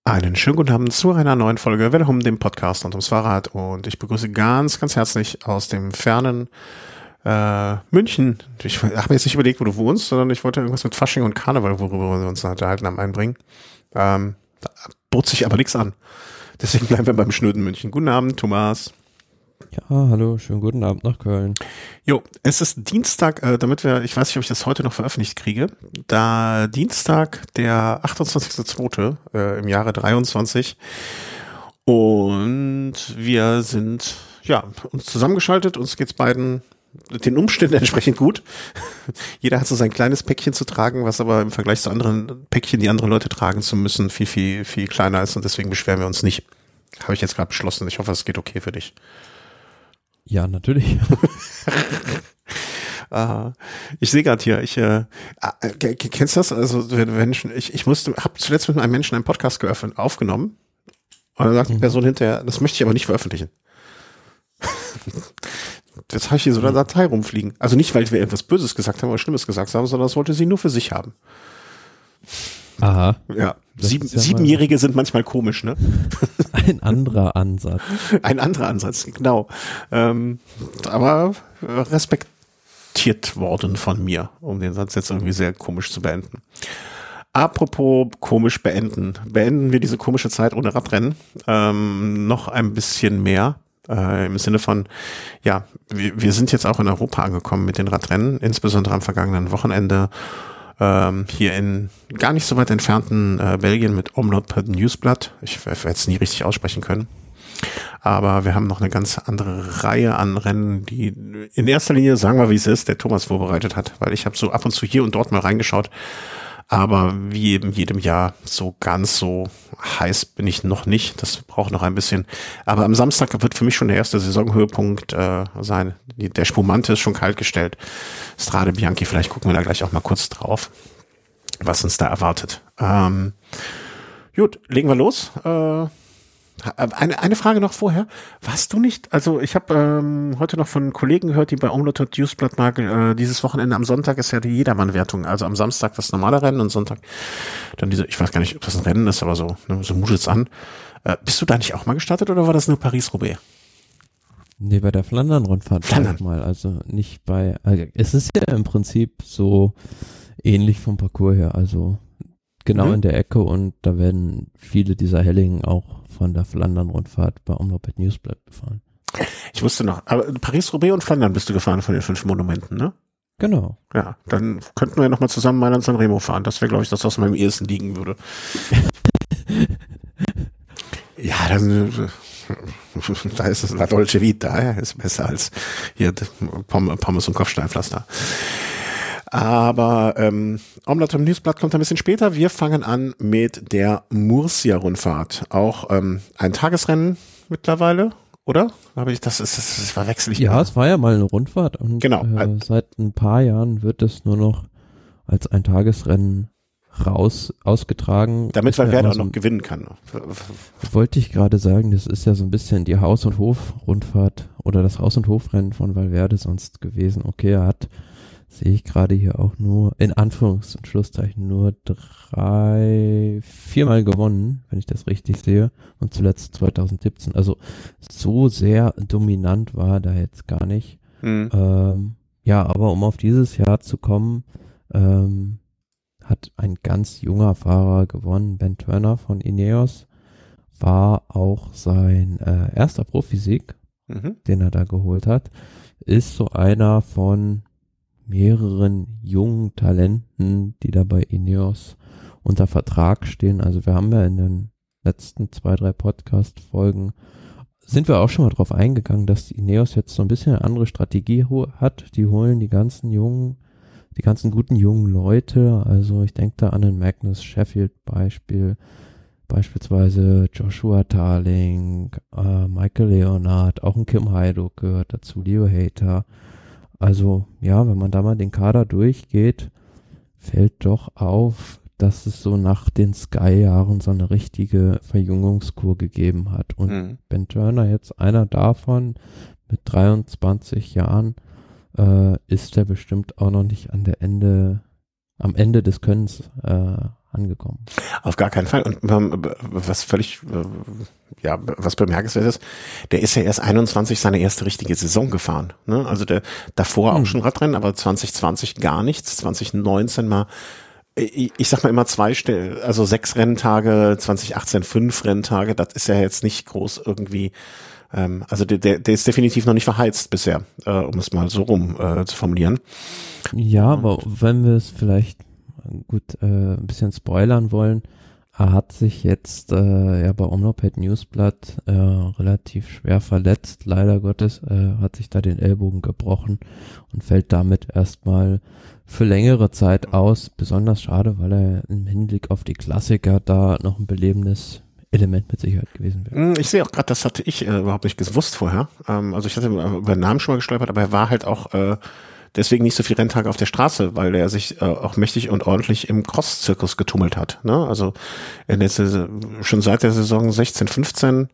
Einen schönen guten Abend zu einer neuen Folge Welle um dem Podcast rund ums Fahrrad und ich begrüße ganz, ganz herzlich aus dem fernen München. Ich habe mir jetzt nicht überlegt, wo du wohnst, sondern ich wollte irgendwas mit Fasching und Karneval, worüber wir uns unterhalten haben, einbringen. Da bot sich aber nichts an. Deswegen bleiben wir beim schnöden München. Guten Abend, Thomas. Ja, hallo, schönen guten Abend nach Köln. Jo, es ist Dienstag, ich weiß nicht, ob ich das heute noch veröffentlicht kriege, da Dienstag, der 28.02. Im Jahre 23 und wir sind, uns zusammengeschaltet, uns geht's beiden den Umständen entsprechend gut. Jeder hat so sein kleines Päckchen zu tragen, was aber im Vergleich zu anderen Päckchen, die andere Leute tragen zu müssen, viel, viel, viel kleiner ist und deswegen beschweren wir uns nicht. Habe ich jetzt gerade beschlossen. Ich hoffe, es geht okay für dich. Ja, natürlich. Ich sehe gerade hier, kennst du das? Also ich habe zuletzt mit einem Menschen einen Podcast aufgenommen und dann sagt die Person hinterher, das möchte ich aber nicht veröffentlichen. Jetzt habe ich hier so eine Datei rumfliegen. Also nicht, weil wir irgendwas Böses gesagt haben oder Schlimmes gesagt haben, sondern das wollte sie nur für sich haben. Aha. Ja. Siebenjährige sind manchmal komisch, ne? Ein anderer Ansatz. Ein anderer Ansatz, genau. Aber respektiert worden von mir, um den Satz jetzt irgendwie sehr komisch zu beenden. Apropos komisch beenden wir diese komische Zeit ohne Radrennen noch ein bisschen mehr. Im Sinne von, wir sind jetzt auch in Europa angekommen mit den Radrennen, insbesondere am vergangenen Wochenende hier in gar nicht so weit entfernten Belgien mit Omloop Nieuwsblad. Ich werde es nie richtig aussprechen können. Aber wir haben noch eine ganz andere Reihe an Rennen, die in erster Linie, sagen wir wie es ist, der Thomas vorbereitet hat, weil ich habe so ab und zu hier und dort mal reingeschaut. Aber wie eben jedem Jahr, so ganz so heiß bin ich noch nicht. Das braucht noch ein bisschen. Aber am Samstag wird für mich schon der erste Saisonhöhepunkt sein. Der Spumante ist schon kalt gestellt. Strade Bianchi, vielleicht gucken wir da gleich auch mal kurz drauf, was uns da erwartet. Gut, legen wir los. Eine Frage noch vorher. Warst du nicht, also ich habe heute noch von Kollegen gehört, die bei Omloop Nieuwsblad mal dieses Wochenende am Sonntag ist ja die Jedermann-Wertung. Also am Samstag das normale Rennen und Sonntag dann ich weiß gar nicht, ob das ein Rennen ist, aber so mutet's an. Bist du da nicht auch mal gestartet oder war das nur Paris-Roubaix? Nee, bei der Flandern-Rundfahrt mal. Also nicht es ist ja im Prinzip so ähnlich vom Parcours her, also genau in der Ecke und da werden viele dieser Hellingen auch von der Flandern-Rundfahrt bei Omloop Nieuwsblad gefahren. Ich wusste noch, aber Paris-Roubaix und Flandern bist du gefahren von den 5 Monumenten, ne? Genau. Ja, dann könnten wir ja nochmal zusammen Mailand-San Remo fahren. Das wäre, glaube ich, das, was meinem ehesten liegen würde. Ja, da ist es La Dolce Vita, ja, ist besser als hier Pommes und Kopfsteinpflaster. Aber Omloop Nieuwsblad kommt ein bisschen später. Wir fangen an mit der Murcia-Rundfahrt. Auch ein Tagesrennen mittlerweile, oder? Das verwechsel ich. Ja, es war ja mal eine Rundfahrt und genau. Seit ein paar Jahren wird es nur noch als ein Tagesrennen ausgetragen. Damit Valverde auch noch gewinnen kann. Wollte ich gerade sagen, das ist ja so ein bisschen die Haus- und Hof-Rundfahrt oder das Haus- und Hofrennen von Valverde sonst gewesen. Okay, er hat, sehe ich gerade hier auch nur, in Anführungs- und Schlusszeichen, nur 4-mal gewonnen, wenn ich das richtig sehe, und zuletzt 2017. Also so sehr dominant war da jetzt gar nicht. Aber um auf dieses Jahr zu kommen, hat ein ganz junger Fahrer gewonnen, Ben Turner von Ineos, war auch sein erster Profisieg, den er da geholt hat, ist so einer von mehreren jungen Talenten, die da bei Ineos unter Vertrag stehen. Also wir haben ja in den letzten 2-3 Podcast-Folgen sind wir auch schon mal drauf eingegangen, dass die Ineos jetzt so ein bisschen eine andere Strategie hat. Die holen die ganzen guten jungen Leute. Also ich denke da an den Magnus Sheffield beispielsweise Joshua Tarling, Michael Leonard, auch ein Kim Hajduk gehört dazu, Leo Hayter. Also ja, wenn man da mal den Kader durchgeht, fällt doch auf, dass es so nach den Sky-Jahren so eine richtige Verjüngungskur gegeben hat. Und Ben Turner jetzt einer davon mit 23 Jahren, ist er bestimmt auch noch nicht am Ende des Könnens angekommen. Auf gar keinen Fall. Und was völlig, was bemerkenswert ist, der ist ja erst 21 seine erste richtige Saison gefahren. Ne? Also der davor auch schon Radrennen, aber 2020 gar nichts, 2019 mal, ich sag mal immer 6 Renntage, 2018 5 Renntage, das ist ja jetzt nicht groß irgendwie, also der ist definitiv noch nicht verheizt bisher, um es mal so rum zu formulieren. Ja, aber wenn wir es vielleicht ein bisschen spoilern wollen, er hat sich jetzt bei Omloped Newsblatt relativ schwer verletzt, leider Gottes, hat sich da den Ellbogen gebrochen und fällt damit erstmal für längere Zeit aus. Besonders schade, weil er im Hinblick auf die Klassiker da noch ein belebendes Element mit Sicherheit gewesen wäre. Ich sehe auch gerade, das hatte ich überhaupt nicht gewusst vorher. Also ich hatte über den Namen schon mal gestolpert, aber er war halt auch deswegen nicht so viel Renntage auf der Straße, weil er sich auch mächtig und ordentlich im Cross-Zirkus getummelt hat. Ne? Also schon seit der Saison 16, 15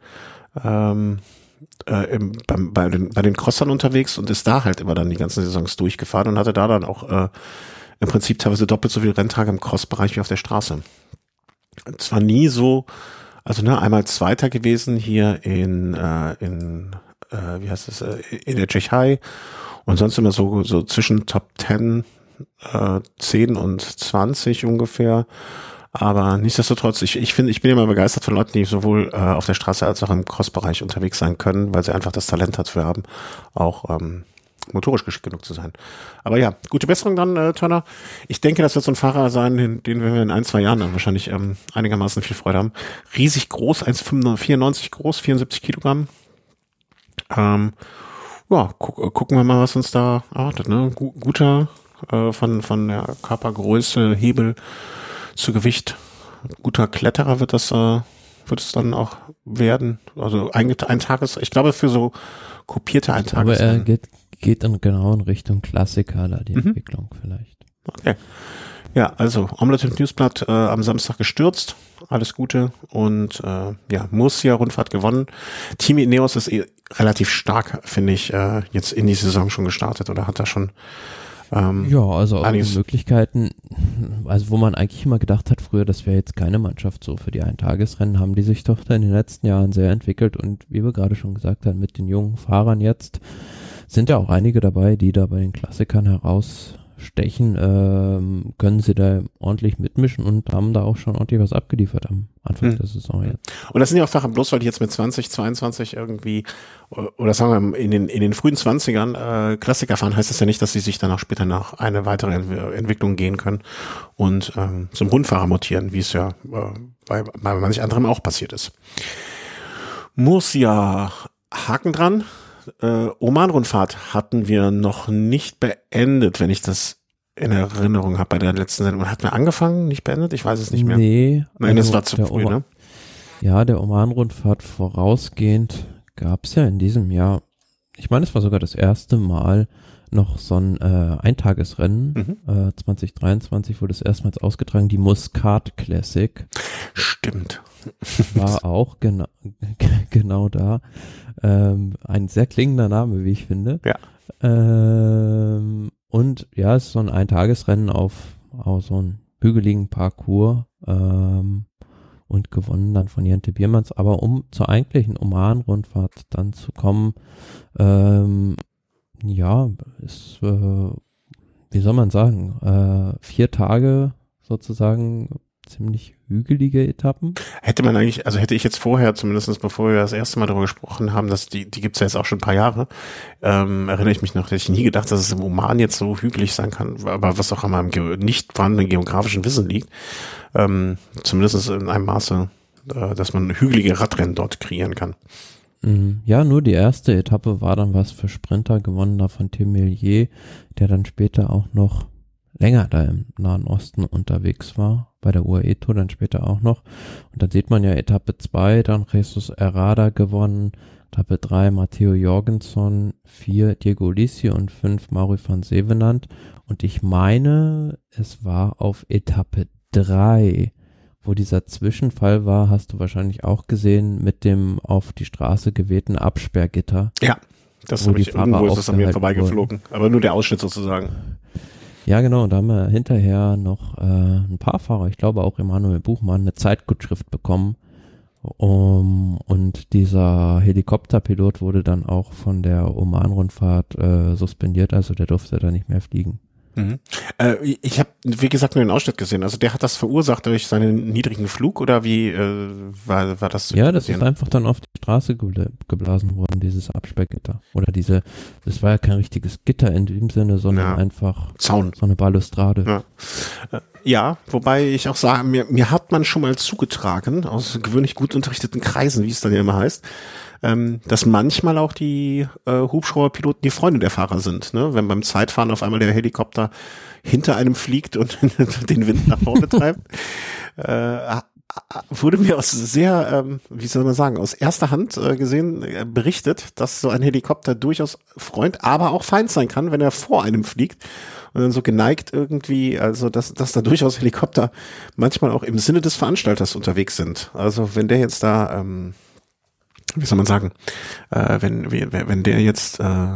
bei den Crossern unterwegs und ist da halt immer dann die ganzen Saisons durchgefahren und hatte da dann auch im Prinzip teilweise doppelt so viele Renntage im Cross-Bereich wie auf der Straße. Zwar nie so, also einmal Zweiter gewesen hier in der Tschechei und sonst immer so zwischen Top 10, 10 und 20 ungefähr. Aber nichtsdestotrotz, ich bin immer begeistert von Leuten, die sowohl auf der Straße als auch im Cross-Bereich unterwegs sein können, weil sie einfach das Talent dafür haben, auch motorisch geschickt genug zu sein. Aber ja, gute Besserung dann, Turner. Ich denke, das wird so ein Fahrer sein, den wir in 1-2 Jahren dann wahrscheinlich einigermaßen viel Freude haben. Riesig groß, 1,94 groß, 74 Kilogramm. Gucken wir mal, was uns da erwartet. Ne? Guter von der Körpergröße, Hebel zu Gewicht. Guter Kletterer wird es dann auch werden. Also ein Tages, ich glaube für so kopierte Eintages. Aber er geht in Richtung Klassiker da, die Entwicklung vielleicht. Okay. Ja, also Omloped Newsblatt am Samstag gestürzt. Alles Gute und Murcia-Rundfahrt gewonnen. Team Ineos ist relativ stark, finde ich, jetzt in die Saison schon gestartet oder hat da schon also auch die Möglichkeiten, also wo man eigentlich immer gedacht hat früher, das wäre jetzt keine Mannschaft so für die Eintagesrennen, haben die sich doch da in den letzten Jahren sehr entwickelt und wie wir gerade schon gesagt haben, mit den jungen Fahrern jetzt sind ja auch einige dabei, die da bei den Klassikern herausstechen, können sie da ordentlich mitmischen und haben da auch schon ordentlich was abgeliefert am Anfang der Saison jetzt. Und das sind ja auch Sachen, bloß weil die jetzt mit 20, 22 irgendwie, oder sagen wir in den frühen 20ern Klassiker fahren, heißt das ja nicht, dass sie sich dann auch später nach eine weitere Entwicklung gehen können und zum Rundfahrer mutieren, wie es ja bei manch anderem auch passiert ist. Murcia, Haken dran. Oman-Rundfahrt hatten wir noch nicht beendet, wenn ich das in Erinnerung habe bei der letzten Sendung. Hatten wir angefangen, nicht beendet? Ich weiß es nicht mehr. Nein, das war zu früh, ne? Ja, der Oman-Rundfahrt vorausgehend gab es ja in diesem Jahr, ich meine, es war sogar das erste Mal noch so ein Eintagesrennen. 2023 wurde es erstmals ausgetragen, die Muscat Classic. Stimmt. War auch genau da. Ein sehr klingender Name, wie ich finde. Ja. Und ja, es ist so ein Eintagesrennen auf so einem hügeligen Parcours und gewonnen dann von Jente Biermanns. Aber um zur eigentlichen Oman-Rundfahrt dann zu kommen, ist, wie soll man sagen, 4 Tage sozusagen ziemlich hügelige Etappen. Hätte ich jetzt vorher, zumindest bevor wir das erste Mal darüber gesprochen haben, dass die gibt's ja jetzt auch schon ein paar Jahre, erinnere ich mich noch, hätte ich nie gedacht, dass es im Oman jetzt so hügelig sein kann, aber was auch an meinem nicht vorhandenen geografischen Wissen liegt, zumindest in einem Maße, dass man hügelige Radrennen dort kreieren kann. Ja, nur die erste Etappe war dann was für Sprinter, gewonnen da von Tim Millier, der dann später auch noch länger da im Nahen Osten unterwegs war, bei der UAE Tour dann später auch noch. Und dann sieht man ja Etappe 2, dann Jesus Herrada gewonnen, Etappe 3 Matteo Jorgenson, 4 Diego Ulissi und 5 Mauri van Zevenand. Und ich meine, es war auf Etappe 3, wo dieser Zwischenfall war, hast du wahrscheinlich auch gesehen, mit dem auf die Straße gewehten Absperrgitter. Ja, das habe ich irgendwo, ist das an mir vorbeigeflogen. Aber nur der Ausschnitt sozusagen. Ja, genau, da haben wir hinterher noch ein paar Fahrer, ich glaube auch Emanuel Buchmann, eine Zeitgutschrift bekommen. Und dieser Helikopterpilot wurde dann auch von der Oman-Rundfahrt suspendiert, also der durfte da nicht mehr fliegen. Mhm. Ich habe, wie gesagt, nur den Ausschnitt gesehen. Also der hat das verursacht durch seinen niedrigen Flug oder wie war das? Ja, das ist einfach dann auf die Straße geblasen worden, dieses Absperrgitter. Oder das war ja kein richtiges Gitter in dem Sinne, sondern einfach Zaun. So eine Balustrade. Ja. Ja, wobei ich auch sage, mir hat man schon mal zugetragen, aus gewöhnlich gut unterrichteten Kreisen, wie es dann ja immer heißt, dass manchmal auch die Hubschrauberpiloten die Freunde der Fahrer sind. Ne? Wenn beim Zeitfahren auf einmal der Helikopter hinter einem fliegt und den Wind nach vorne treibt, wurde mir aus sehr, wie soll man sagen, aus erster Hand gesehen, berichtet, dass so ein Helikopter durchaus Freund, aber auch Feind sein kann, wenn er vor einem fliegt und dann so geneigt irgendwie, also dass da durchaus Helikopter manchmal auch im Sinne des Veranstalters unterwegs sind. Also wenn der jetzt da, wie soll man sagen, wenn der jetzt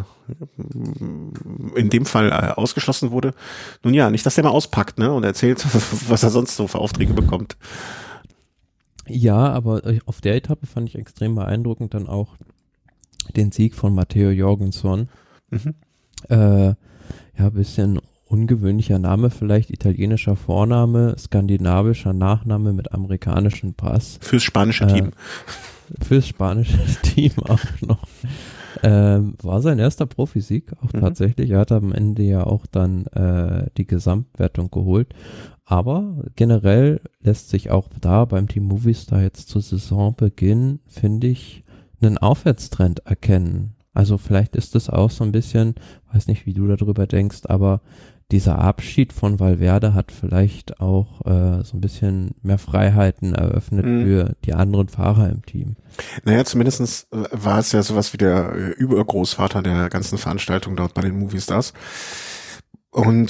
in dem Fall ausgeschlossen wurde, nun ja, nicht, dass der mal auspackt, ne, und erzählt, was er sonst so für Aufträge bekommt. Ja, aber auf der Etappe fand ich extrem beeindruckend dann auch den Sieg von Matteo Jorgenson. Mhm. Ja, bisschen ungewöhnlicher Name, vielleicht italienischer Vorname, skandinavischer Nachname mit amerikanischem Pass. Fürs spanische Team. Fürs spanische Team auch noch. War sein erster Profisieg auch tatsächlich. Er hat am Ende ja auch dann die Gesamtwertung geholt. Aber generell lässt sich auch da beim Team Movistar jetzt zu Saisonbeginn, finde ich, einen Aufwärtstrend erkennen. Also vielleicht ist es auch so ein bisschen, weiß nicht, wie du darüber denkst, aber dieser Abschied von Valverde hat vielleicht auch so ein bisschen mehr Freiheiten eröffnet für die anderen Fahrer im Team. Naja, zumindestens war es ja sowas wie der Übergroßvater der ganzen Veranstaltung dort bei den Movistars. Und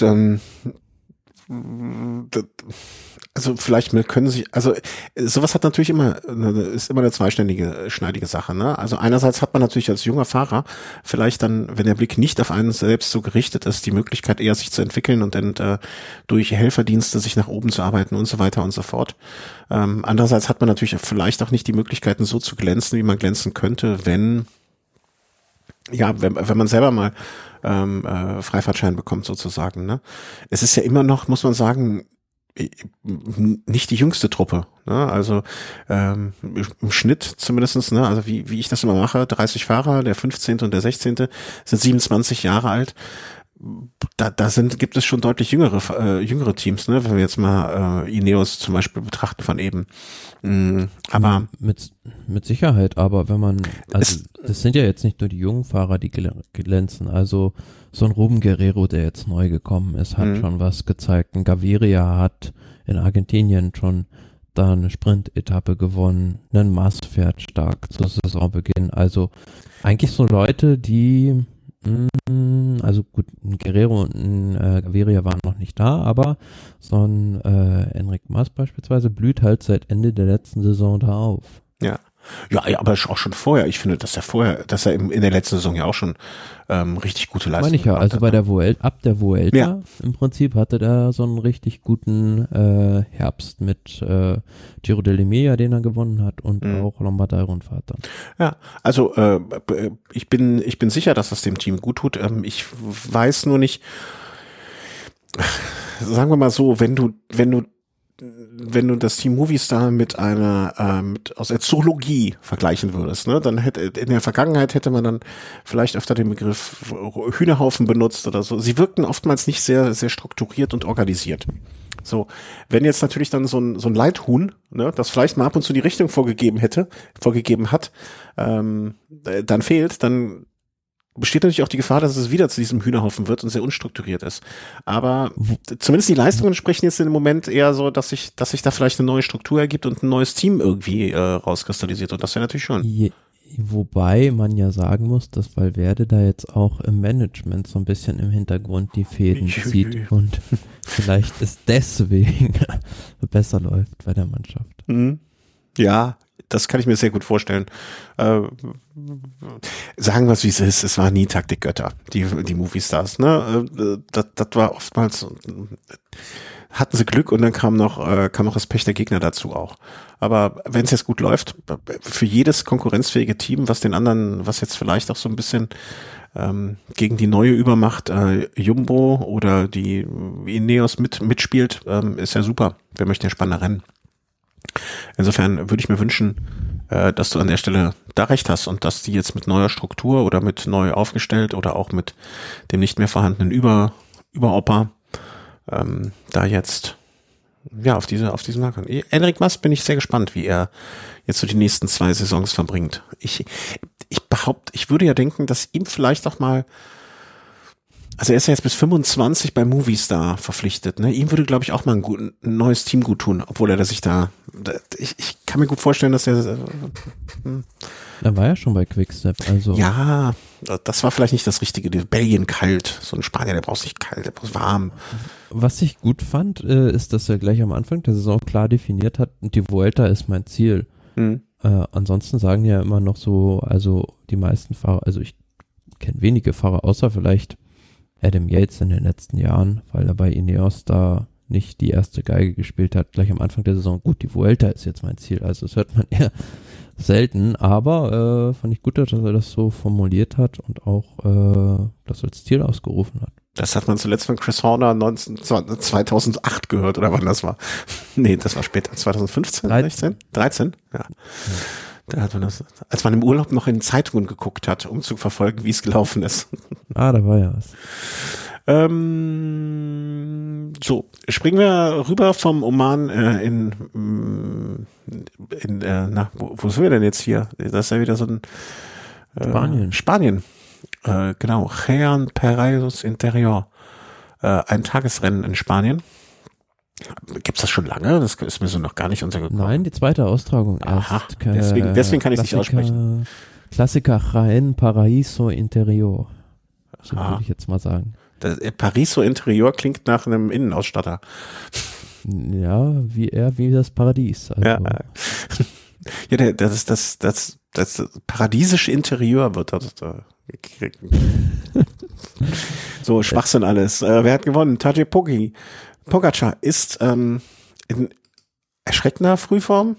also vielleicht können sich, also sowas hat natürlich ist immer eine zweischneidige Sache, ne? Also einerseits hat man natürlich als junger Fahrer vielleicht dann, wenn der Blick nicht auf einen selbst so gerichtet ist, die Möglichkeit eher sich zu entwickeln und dann durch Helferdienste sich nach oben zu arbeiten und so weiter und so fort. Andererseits hat man natürlich vielleicht auch nicht die Möglichkeiten so zu glänzen, wie man glänzen könnte, wenn man selber mal Freifahrtschein bekommt sozusagen, ne? Es ist ja immer noch, muss man sagen, nicht die jüngste Truppe, ne? Also im Schnitt zumindestens, ne? Also wie ich das immer mache, 30 Fahrer, der 15. und der 16. sind 27 Jahre alt. Gibt es schon deutlich jüngere Teams, ne? Wenn wir jetzt mal Ineos zum Beispiel betrachten von eben. Aber mit Sicherheit, aber wenn man, also das sind ja jetzt nicht nur die jungen Fahrer, die glänzen, also so ein Ruben Guerrero, der jetzt neu gekommen ist, hat schon was gezeigt. Ein Gaviria hat in Argentinien schon da eine Sprint-Etappe gewonnen, ein Mas fährt stark zur Saisonbeginn, also eigentlich so Leute, die also gut, ein Guerrero und ein Gaviria waren noch nicht da, aber so ein Enric Mas beispielsweise blüht halt seit Ende der letzten Saison da auf. Ja, aber auch schon vorher. Ich finde, dass er in der letzten Saison ja auch schon richtig gute Leistungen meine ich ja, also bei der Vuelta im Prinzip hatte der so einen richtig guten Herbst mit Giro dell'Emilia, den er gewonnen hat, und auch Lombardei-Rundfahrt dann. Ja, also ich bin sicher, dass das dem Team gut tut. Ich weiß nur nicht, sagen wir mal so, wenn du das Team Movistar mit aus der Zoologie vergleichen würdest, ne, dann in der Vergangenheit hätte man dann vielleicht öfter den Begriff Hühnerhaufen benutzt oder so. Sie wirkten oftmals nicht sehr, sehr strukturiert und organisiert. So, wenn jetzt natürlich dann so ein Leithuhn, ne, das vielleicht mal ab und zu die Richtung vorgegeben hat, dann fehlt, dann besteht natürlich auch die Gefahr, dass es wieder zu diesem Hühnerhaufen wird und sehr unstrukturiert ist. Aber zumindest die Leistungen sprechen jetzt im Moment eher so, dass sich da vielleicht eine neue Struktur ergibt und ein neues Team irgendwie rauskristallisiert. Und das wäre natürlich schon. Wobei man ja sagen muss, dass Valverde da jetzt auch im Management so ein bisschen im Hintergrund die Fäden zieht und vielleicht es deswegen besser läuft bei der Mannschaft. Ja, Das kann ich mir sehr gut vorstellen. Sagen wir es, wie es ist. Es waren nie Taktikgötter, die Movie-Stars. Ne? Das war oftmals, hatten sie Glück und dann kam noch das Pech der Gegner dazu auch. Aber wenn es jetzt gut läuft, für jedes konkurrenzfähige Team, was jetzt vielleicht auch so ein bisschen gegen die neue Übermacht Jumbo oder die Ineos mitspielt, ist ja super. Wer möchte ja spannender rennen? Insofern würde ich mir wünschen, dass du an der Stelle da recht hast und dass die jetzt mit neuer Struktur oder mit neu aufgestellt oder auch mit dem nicht mehr vorhandenen Überoper da jetzt auf diesem Markt. Enric Mas bin ich sehr gespannt, wie er jetzt so die nächsten 2 Saisons verbringt. Ich würde ja denken, dass ihm vielleicht auch mal, also er ist ja jetzt bis 25 bei Movistar verpflichtet, ne? Ihm würde, glaube ich, auch mal ein neues Team gut tun, obwohl er sich ich kann mir gut vorstellen, dass er Er war ja schon bei Quickstep, also. Ja, das war vielleicht nicht das Richtige. Belgien kalt, so ein Spanier, der braucht nicht kalt, der braucht warm. Was ich gut fand, ist, dass er gleich am Anfang der Saison klar definiert hat, die Vuelta ist mein Ziel. Ansonsten sagen ja immer noch so, also die meisten Fahrer, also ich kenne wenige Fahrer, außer vielleicht Adam Yates in den letzten Jahren, weil er bei Ineos da nicht die erste Geige gespielt hat, gleich am Anfang der Saison. Gut, die Vuelta ist jetzt mein Ziel, also das hört man eher selten, aber fand ich gut, dass er das so formuliert hat und auch das als Ziel ausgerufen hat. Das hat man zuletzt von Chris Horner 2008 gehört, oder wann das war. Nee, das war später, 2015, 13? Ja. Da hat man das, als man im Urlaub noch in Zeitungen geguckt hat, um zu verfolgen, wie es gelaufen ist. Ah, da war ja was. So, springen wir rüber vom Oman wo sind wir denn jetzt hier? Das ist ja wieder so ein Spanien. Genau, Jaén Perasos Interior. Ein Tagesrennen in Spanien. Gibt's das schon lange? Das ist mir so noch gar nicht untergekommen. Nein, die zweite Austragung erst. Aha, deswegen kann ich es nicht aussprechen. Klassiker Jaén Perasos Interior. So würde ich jetzt mal sagen. Pariso Interior klingt nach einem Innenausstatter. Ja, wie das Paradies. Also. Ja, das paradiesische Interieur wird das da gekriegt. So, Schwachsinn alles. Wer hat gewonnen? Tadej Pogačar ist in erschreckender Frühform.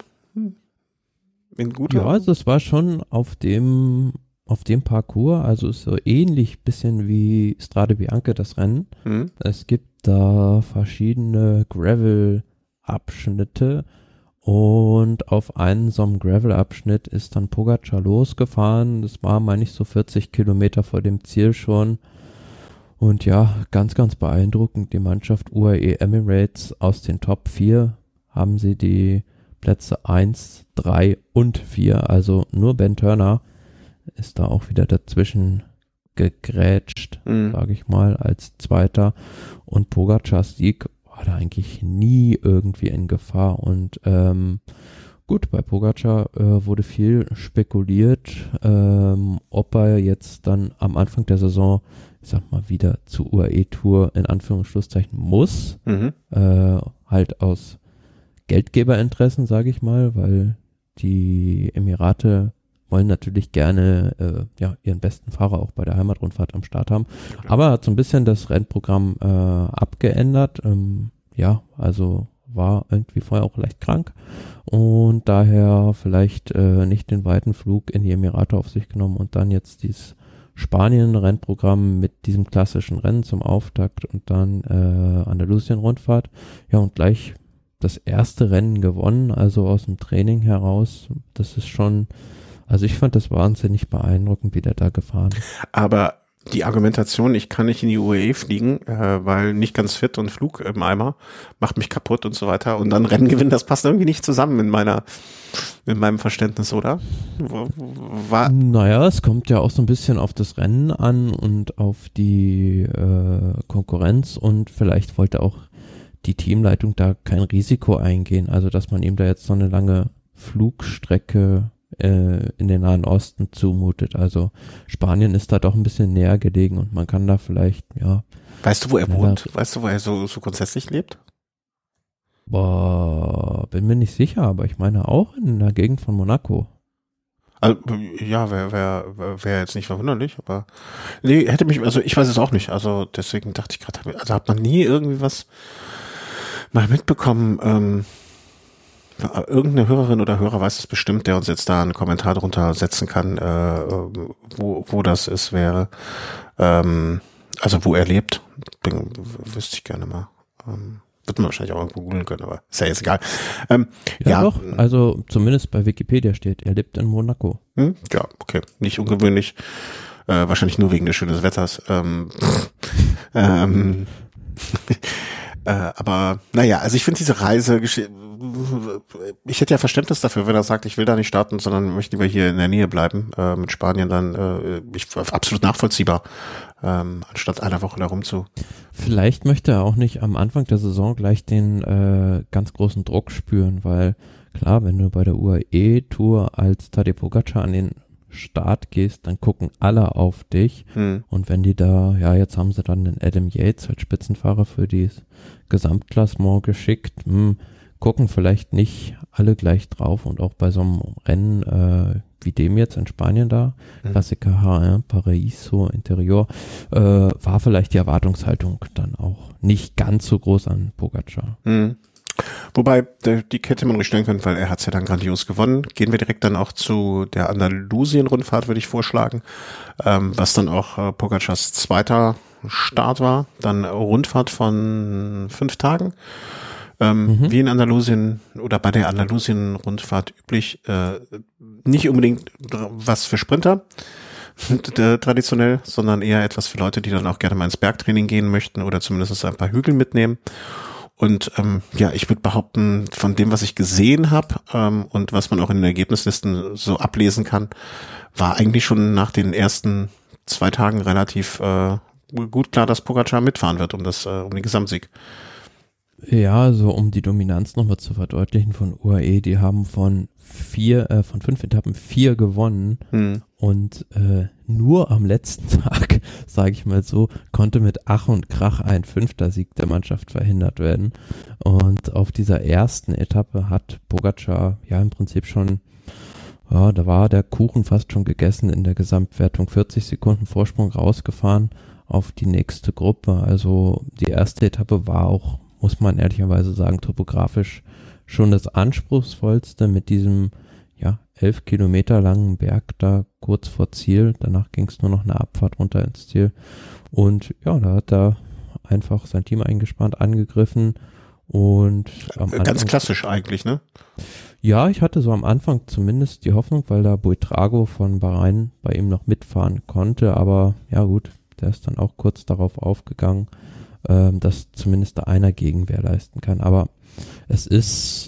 In guter. Ja, also es war schon auf dem Parcours, also so ähnlich bisschen wie Strade Bianche das Rennen. Es gibt da verschiedene Gravel-Abschnitte und auf einem so einem Gravel-Abschnitt ist dann Pogačar losgefahren. Das war, meine ich, so 40 Kilometer vor dem Ziel schon. Und ja, ganz, ganz beeindruckend. Die Mannschaft UAE Emirates aus den Top 4 haben sie die Plätze 1, 3 und 4. Also nur Ben Turner ist da auch wieder dazwischen gegrätscht, sage ich mal, als Zweiter. Und Pogačars Sieg war da eigentlich nie irgendwie in Gefahr. Und gut, bei Pogačar wurde viel spekuliert, ob er jetzt dann am Anfang der Saison, ich sag mal, wieder zur UAE-Tour in Anführungsschlusszeichen muss. Halt aus Geldgeberinteressen, sage ich mal, weil die Emirate wollen natürlich gerne ihren besten Fahrer auch bei der Heimatrundfahrt am Start haben. Okay. Aber hat so ein bisschen das Rennprogramm abgeändert. Also war irgendwie vorher auch leicht krank und daher vielleicht nicht den weiten Flug in die Emirate auf sich genommen und dann jetzt dieses Spanien-Rennprogramm mit diesem klassischen Rennen zum Auftakt und dann Andalusien-Rundfahrt. Ja, und gleich das erste Rennen gewonnen, also aus dem Training heraus. Das ist schon, also ich fand das wahnsinnig beeindruckend, wie der da gefahren ist. Aber die Argumentation, ich kann nicht in die UAE fliegen, weil nicht ganz fit und Flug im Eimer, macht mich kaputt und so weiter und dann Rennen gewinnen, das passt irgendwie nicht zusammen in meinem Verständnis, oder? Naja, es kommt ja auch so ein bisschen auf das Rennen an und auf die Konkurrenz und vielleicht wollte auch die Teamleitung da kein Risiko eingehen, also dass man ihm da jetzt so eine lange Flugstrecke in den Nahen Osten zumutet. Also Spanien ist da doch ein bisschen näher gelegen und man kann da vielleicht, ja. Weißt du, wo er wohnt? Weißt du, wo er so grundsätzlich lebt? Boah, bin mir nicht sicher, aber ich meine auch in der Gegend von Monaco. Also, ja, wäre jetzt nicht verwunderlich, aber nee, also ich weiß es auch nicht. Also deswegen dachte ich gerade, also hat man nie irgendwie was mal mitbekommen. Irgendeine Hörerin oder Hörer weiß es bestimmt, der uns jetzt da einen Kommentar drunter setzen kann, wo das ist, wäre. Also wo er lebt, wüsste ich gerne mal. Wird man wahrscheinlich auch irgendwo googeln können, aber ist ja jetzt egal. Ja, doch, also zumindest bei Wikipedia steht, er lebt in Monaco. Ja, okay, nicht ungewöhnlich. Wahrscheinlich nur wegen des schönen Wetters. Aber naja, also ich finde diese Reise, ich hätte ja Verständnis dafür, wenn er sagt, ich will da nicht starten, sondern möchte lieber hier in der Nähe bleiben, mit Spanien dann, absolut nachvollziehbar, anstatt einer Woche da Vielleicht möchte er auch nicht am Anfang der Saison gleich den ganz großen Druck spüren, weil klar, wenn du bei der UAE-Tour als Tadej Pogačar an den Start gehst, dann gucken alle auf dich. Und wenn die da, ja, jetzt haben sie dann den Adam Yates als Spitzenfahrer für das Gesamtklassement geschickt, gucken vielleicht nicht alle gleich drauf. Und auch bei so einem Rennen wie dem jetzt in Spanien da, Klassiker H1, Paraíso, Interior, war vielleicht die Erwartungshaltung dann auch nicht ganz so groß an Pogačar. Wobei, die hätte man ruhig stellen können, weil er hat es ja dann grandios gewonnen. Gehen wir direkt dann auch zu der Andalusien-Rundfahrt, würde ich vorschlagen, was dann auch Pogačars zweiter Start war. Dann Rundfahrt von 5 Tagen. Wie in Andalusien oder bei der Andalusien-Rundfahrt üblich, nicht unbedingt was für Sprinter, traditionell, sondern eher etwas für Leute, die dann auch gerne mal ins Bergtraining gehen möchten oder zumindest ein paar Hügel mitnehmen. Und ja, ich würde behaupten, von dem, was ich gesehen habe und was man auch in den Ergebnislisten so ablesen kann, war eigentlich schon nach den ersten 2 Tagen relativ gut klar, dass Pogačar mitfahren wird um den Gesamtsieg. Ja, so um die Dominanz nochmal zu verdeutlichen von UAE, die haben von 5 Etappen 4 gewonnen und nur am letzten Tag, sage ich mal so, konnte mit Ach und Krach ein 5. Sieg der Mannschaft verhindert werden. Und auf dieser ersten Etappe hat Pogačar ja im Prinzip schon, ja, da war der Kuchen fast schon gegessen in der Gesamtwertung, 40 Sekunden Vorsprung rausgefahren auf die nächste Gruppe. Also die erste Etappe war auch, muss man ehrlicherweise sagen, topografisch schon das anspruchsvollste mit diesem 11 Kilometer langen Berg da kurz vor Ziel. Danach ging es nur noch eine Abfahrt runter ins Ziel. Und ja, da hat er einfach sein Team eingespannt, angegriffen und ganz klassisch eigentlich, ne? Ja, ich hatte so am Anfang zumindest die Hoffnung, weil da Buitrago von Bahrain bei ihm noch mitfahren konnte, aber ja gut, der ist dann auch kurz darauf aufgegangen, dass zumindest da einer Gegenwehr leisten kann. Aber es ist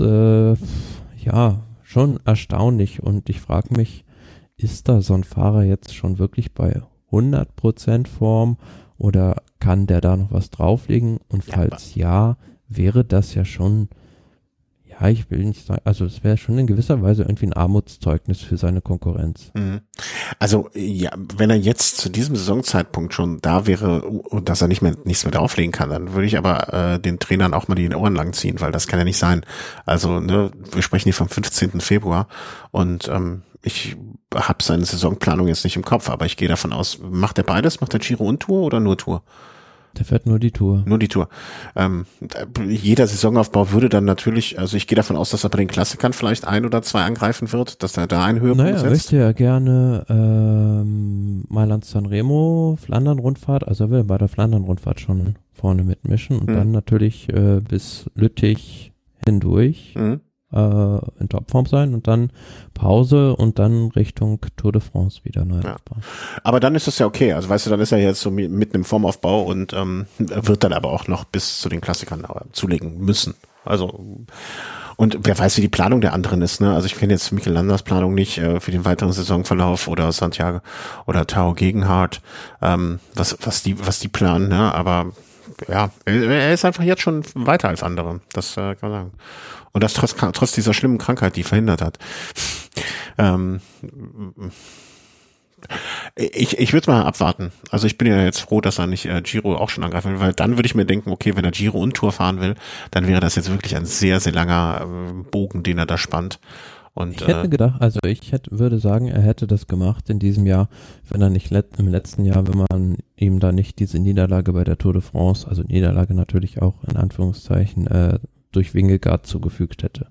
schon erstaunlich und ich frage mich, ist da so ein Fahrer jetzt schon wirklich bei 100% Form oder kann der da noch was drauflegen? Und falls ja, wäre das ja schon, ich will nicht sagen, also es wäre schon in gewisser Weise irgendwie ein Armutszeugnis für seine Konkurrenz. Also ja, wenn er jetzt zu diesem Saisonzeitpunkt schon da wäre und dass er nichts mehr drauflegen kann, dann würde ich aber den Trainern auch mal die Ohren lang ziehen, weil das kann ja nicht sein. Also ne, wir sprechen hier vom 15. Februar und ich habe seine Saisonplanung jetzt nicht im Kopf, aber ich gehe davon aus, macht er beides? Macht er Giro und Tour oder nur Tour? Der fährt nur die Tour. Nur die Tour. Jeder Saisonaufbau würde dann natürlich, also ich gehe davon aus, dass er bei den Klassikern vielleicht 1 oder 2 angreifen wird, dass er da einen Höhepunkt setzt. Er möchte ja gerne Mailand-Sanremo, Flandern-Rundfahrt, also er will bei der Flandern-Rundfahrt schon vorne mitmischen und dann natürlich bis Lüttich hindurch in Topform sein und dann Pause und dann Richtung Tour de France wieder neu aufbauen. Aber dann ist das ja okay. Also weißt du, dann ist er jetzt so mitten im Formaufbau und wird dann aber auch noch bis zu den Klassikern zulegen müssen. Also und wer weiß, wie die Planung der anderen ist, ne? Also ich kenne jetzt Mikel Landas Planung nicht für den weiteren Saisonverlauf oder Santiago oder Tao Gegenhardt, was die planen, ne? Aber ja, er ist einfach jetzt schon weiter als andere. Das kann man sagen. Und das trotz dieser schlimmen Krankheit, die verhindert hat. Ich würde mal abwarten. Also ich bin ja jetzt froh, dass er nicht Giro auch schon angreifen will, weil dann würde ich mir denken, okay, wenn er Giro und Tour fahren will, dann wäre das jetzt wirklich ein sehr, sehr langer Bogen, den er da spannt. Und, ich hätte gedacht, also würde sagen, er hätte das gemacht in diesem Jahr, wenn er nicht im letzten Jahr, wenn man ihm da nicht diese Niederlage bei der Tour de France, also Niederlage natürlich auch in Anführungszeichen, durch Vingegaard zugefügt hätte.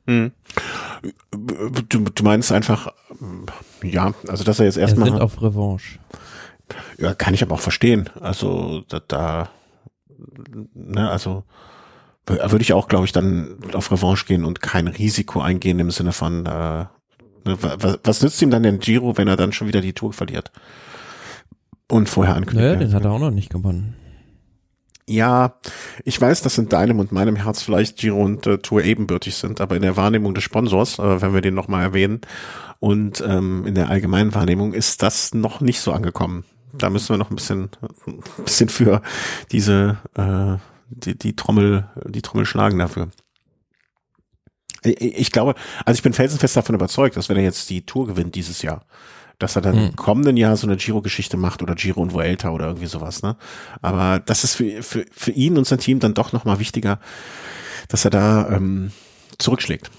Du meinst einfach, ja, also dass er jetzt erstmal... Er sind auf Revanche. Ja, kann ich aber auch verstehen. Also also würde ich auch, glaube ich, dann auf Revanche gehen und kein Risiko eingehen im Sinne von, was nützt ihm dann den Giro, wenn er dann schon wieder die Tour verliert? Und vorher ankündigt. Naja, den hat er auch noch nicht gewonnen. Ja, ich weiß, dass in deinem und meinem Herz vielleicht Giro und Tour ebenbürtig sind, aber in der Wahrnehmung des Sponsors, wenn wir den nochmal erwähnen, und in der allgemeinen Wahrnehmung ist das noch nicht so angekommen. Da müssen wir noch ein bisschen für diese die Trommel schlagen dafür. Ich glaube, also ich bin felsenfest davon überzeugt, dass wenn er jetzt die Tour gewinnt dieses Jahr, dass er dann im kommenden Jahr so eine Giro-Geschichte macht oder Giro und Vuelta oder irgendwie sowas, ne? Aber das ist für ihn und sein Team dann doch nochmal wichtiger, dass er da zurückschlägt.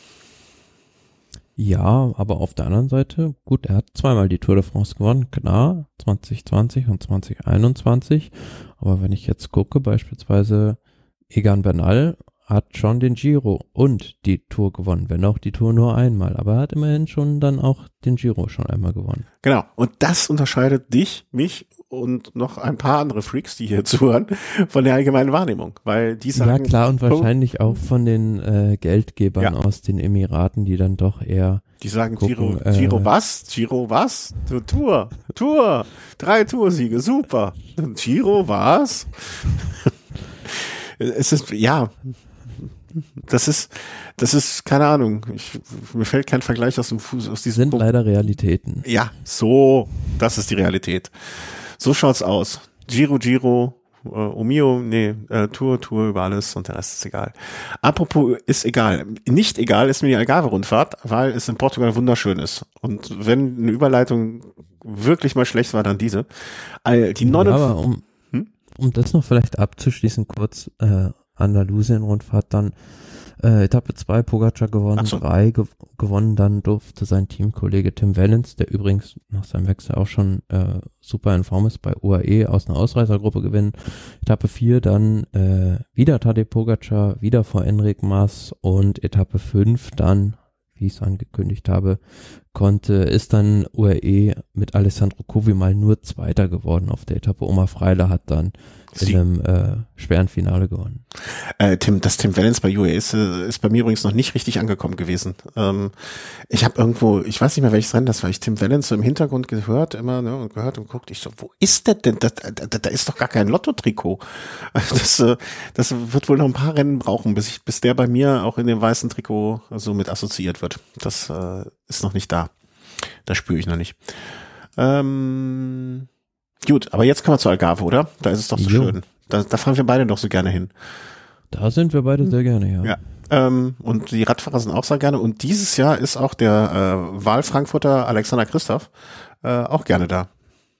Ja, aber auf der anderen Seite, gut, er hat zweimal die Tour de France gewonnen, klar, 2020 und 2021. Aber wenn ich jetzt gucke, beispielsweise Egan Bernal hat schon den Giro und die Tour gewonnen, wenn auch die Tour nur einmal. Aber er hat immerhin schon dann auch den Giro schon einmal gewonnen. Genau, und das unterscheidet dich, mich und noch ein paar andere Freaks, die hier zuhören, von der allgemeinen Wahrnehmung, weil die sagen... Ja klar, und wahrscheinlich auch von den Geldgebern aus den Emiraten, die dann doch eher... Die sagen gucken, Giro was? Giro was? Tour, 3 Toursiege, super. Giro was? Es ist, ja... Das ist, keine Ahnung. Mir fällt kein Vergleich aus diesem Sind Punkt. Leider Realitäten. Ja, das ist die Realität. So schaut's aus. Giro, Tour über alles und der Rest ist egal. Apropos ist egal. Nicht egal ist mir die Algarve-Rundfahrt, weil es in Portugal wunderschön ist. Und wenn eine Überleitung wirklich mal schlecht war, dann diese. Aber um das noch vielleicht abzuschließen, kurz, Andalusien-Rundfahrt dann Etappe 2 Pogacar gewonnen, 3 gewonnen, dann durfte sein Teamkollege Tim Wellens, der übrigens nach seinem Wechsel auch schon super in Form ist, bei UAE aus einer Ausreißergruppe gewinnen. Etappe 4 dann wieder Tadej Pogacar, wieder vor Enric Mas und Etappe 5 dann, wie ich es angekündigt habe, ist dann UAE mit Alessandro Covi mal nur Zweiter geworden auf der Etappe. Omar Freile hat dann in einem schweren Finale gewonnen. Tim Wellens bei UAE ist bei mir übrigens noch nicht richtig angekommen gewesen. Ich habe irgendwo, ich weiß nicht mehr welches Rennen das war, ich Tim Wellens so im Hintergrund gehört immer, ne, und gehört und guckt. Ich so, wo ist der denn? Da ist doch gar kein Lotto-Trikot. Das wird wohl noch ein paar Rennen brauchen, bis der bei mir auch in dem weißen Trikot so mit assoziiert wird. Das ist noch nicht da. Das spüre ich noch nicht. Gut, aber jetzt kommen wir zur Algarve, oder? Da ist es doch so schön. Da fahren wir beide doch so gerne hin. Da sind wir beide sehr gerne, ja. Und die Radfahrer sind auch sehr gerne. Und dieses Jahr ist auch der Wahlfrankfurter Alexander Kristoff auch gerne da.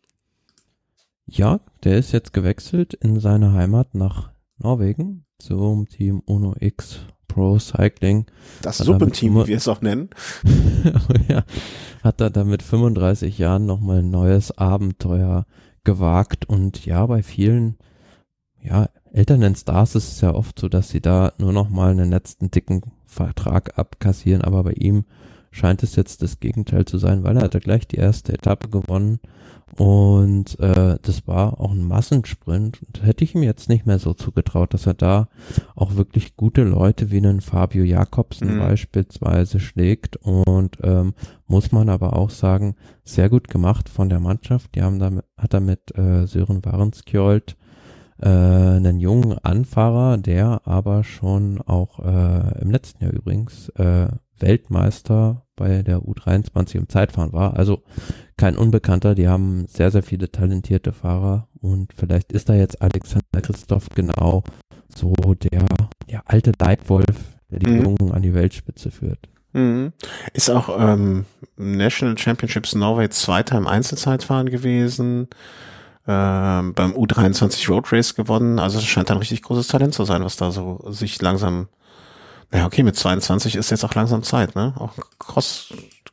Ja, der ist jetzt gewechselt in seine Heimat nach Norwegen zum Team Uno X Pro Cycling. Das Suppenteam, wie wir es auch nennen. Ja, hat er da mit 35 Jahren nochmal ein neues Abenteuer gewagt. Und ja, bei vielen älteren Stars ist es ja oft so, dass sie da nur nochmal einen letzten dicken Vertrag abkassieren. Aber bei ihm scheint es jetzt das Gegenteil zu sein, weil er hatte gleich die erste Etappe gewonnen. Und das war auch ein Massensprint. Und hätte ich ihm jetzt nicht mehr so zugetraut, dass er da auch wirklich gute Leute wie einen Fabio Jakobsen beispielsweise schlägt. Und muss man aber auch sagen, sehr gut gemacht von der Mannschaft. Hat er mit Søren Varenskjold einen jungen Anfahrer, der aber schon auch im letzten Jahr übrigens Weltmeister bei der U23 im Zeitfahren war. Also kein Unbekannter, die haben sehr, sehr viele talentierte Fahrer und vielleicht ist da jetzt Alexander Kristoff genau so der alte Leitwolf, der die Jungen an die Weltspitze führt. Ist auch National Championships Norway Zweiter im Einzelzeitfahren gewesen, beim U23 Road Race gewonnen, also es scheint ein richtig großes Talent zu sein, was da so sich langsam, naja okay, mit 22 ist jetzt auch langsam Zeit, ne? Auch Cross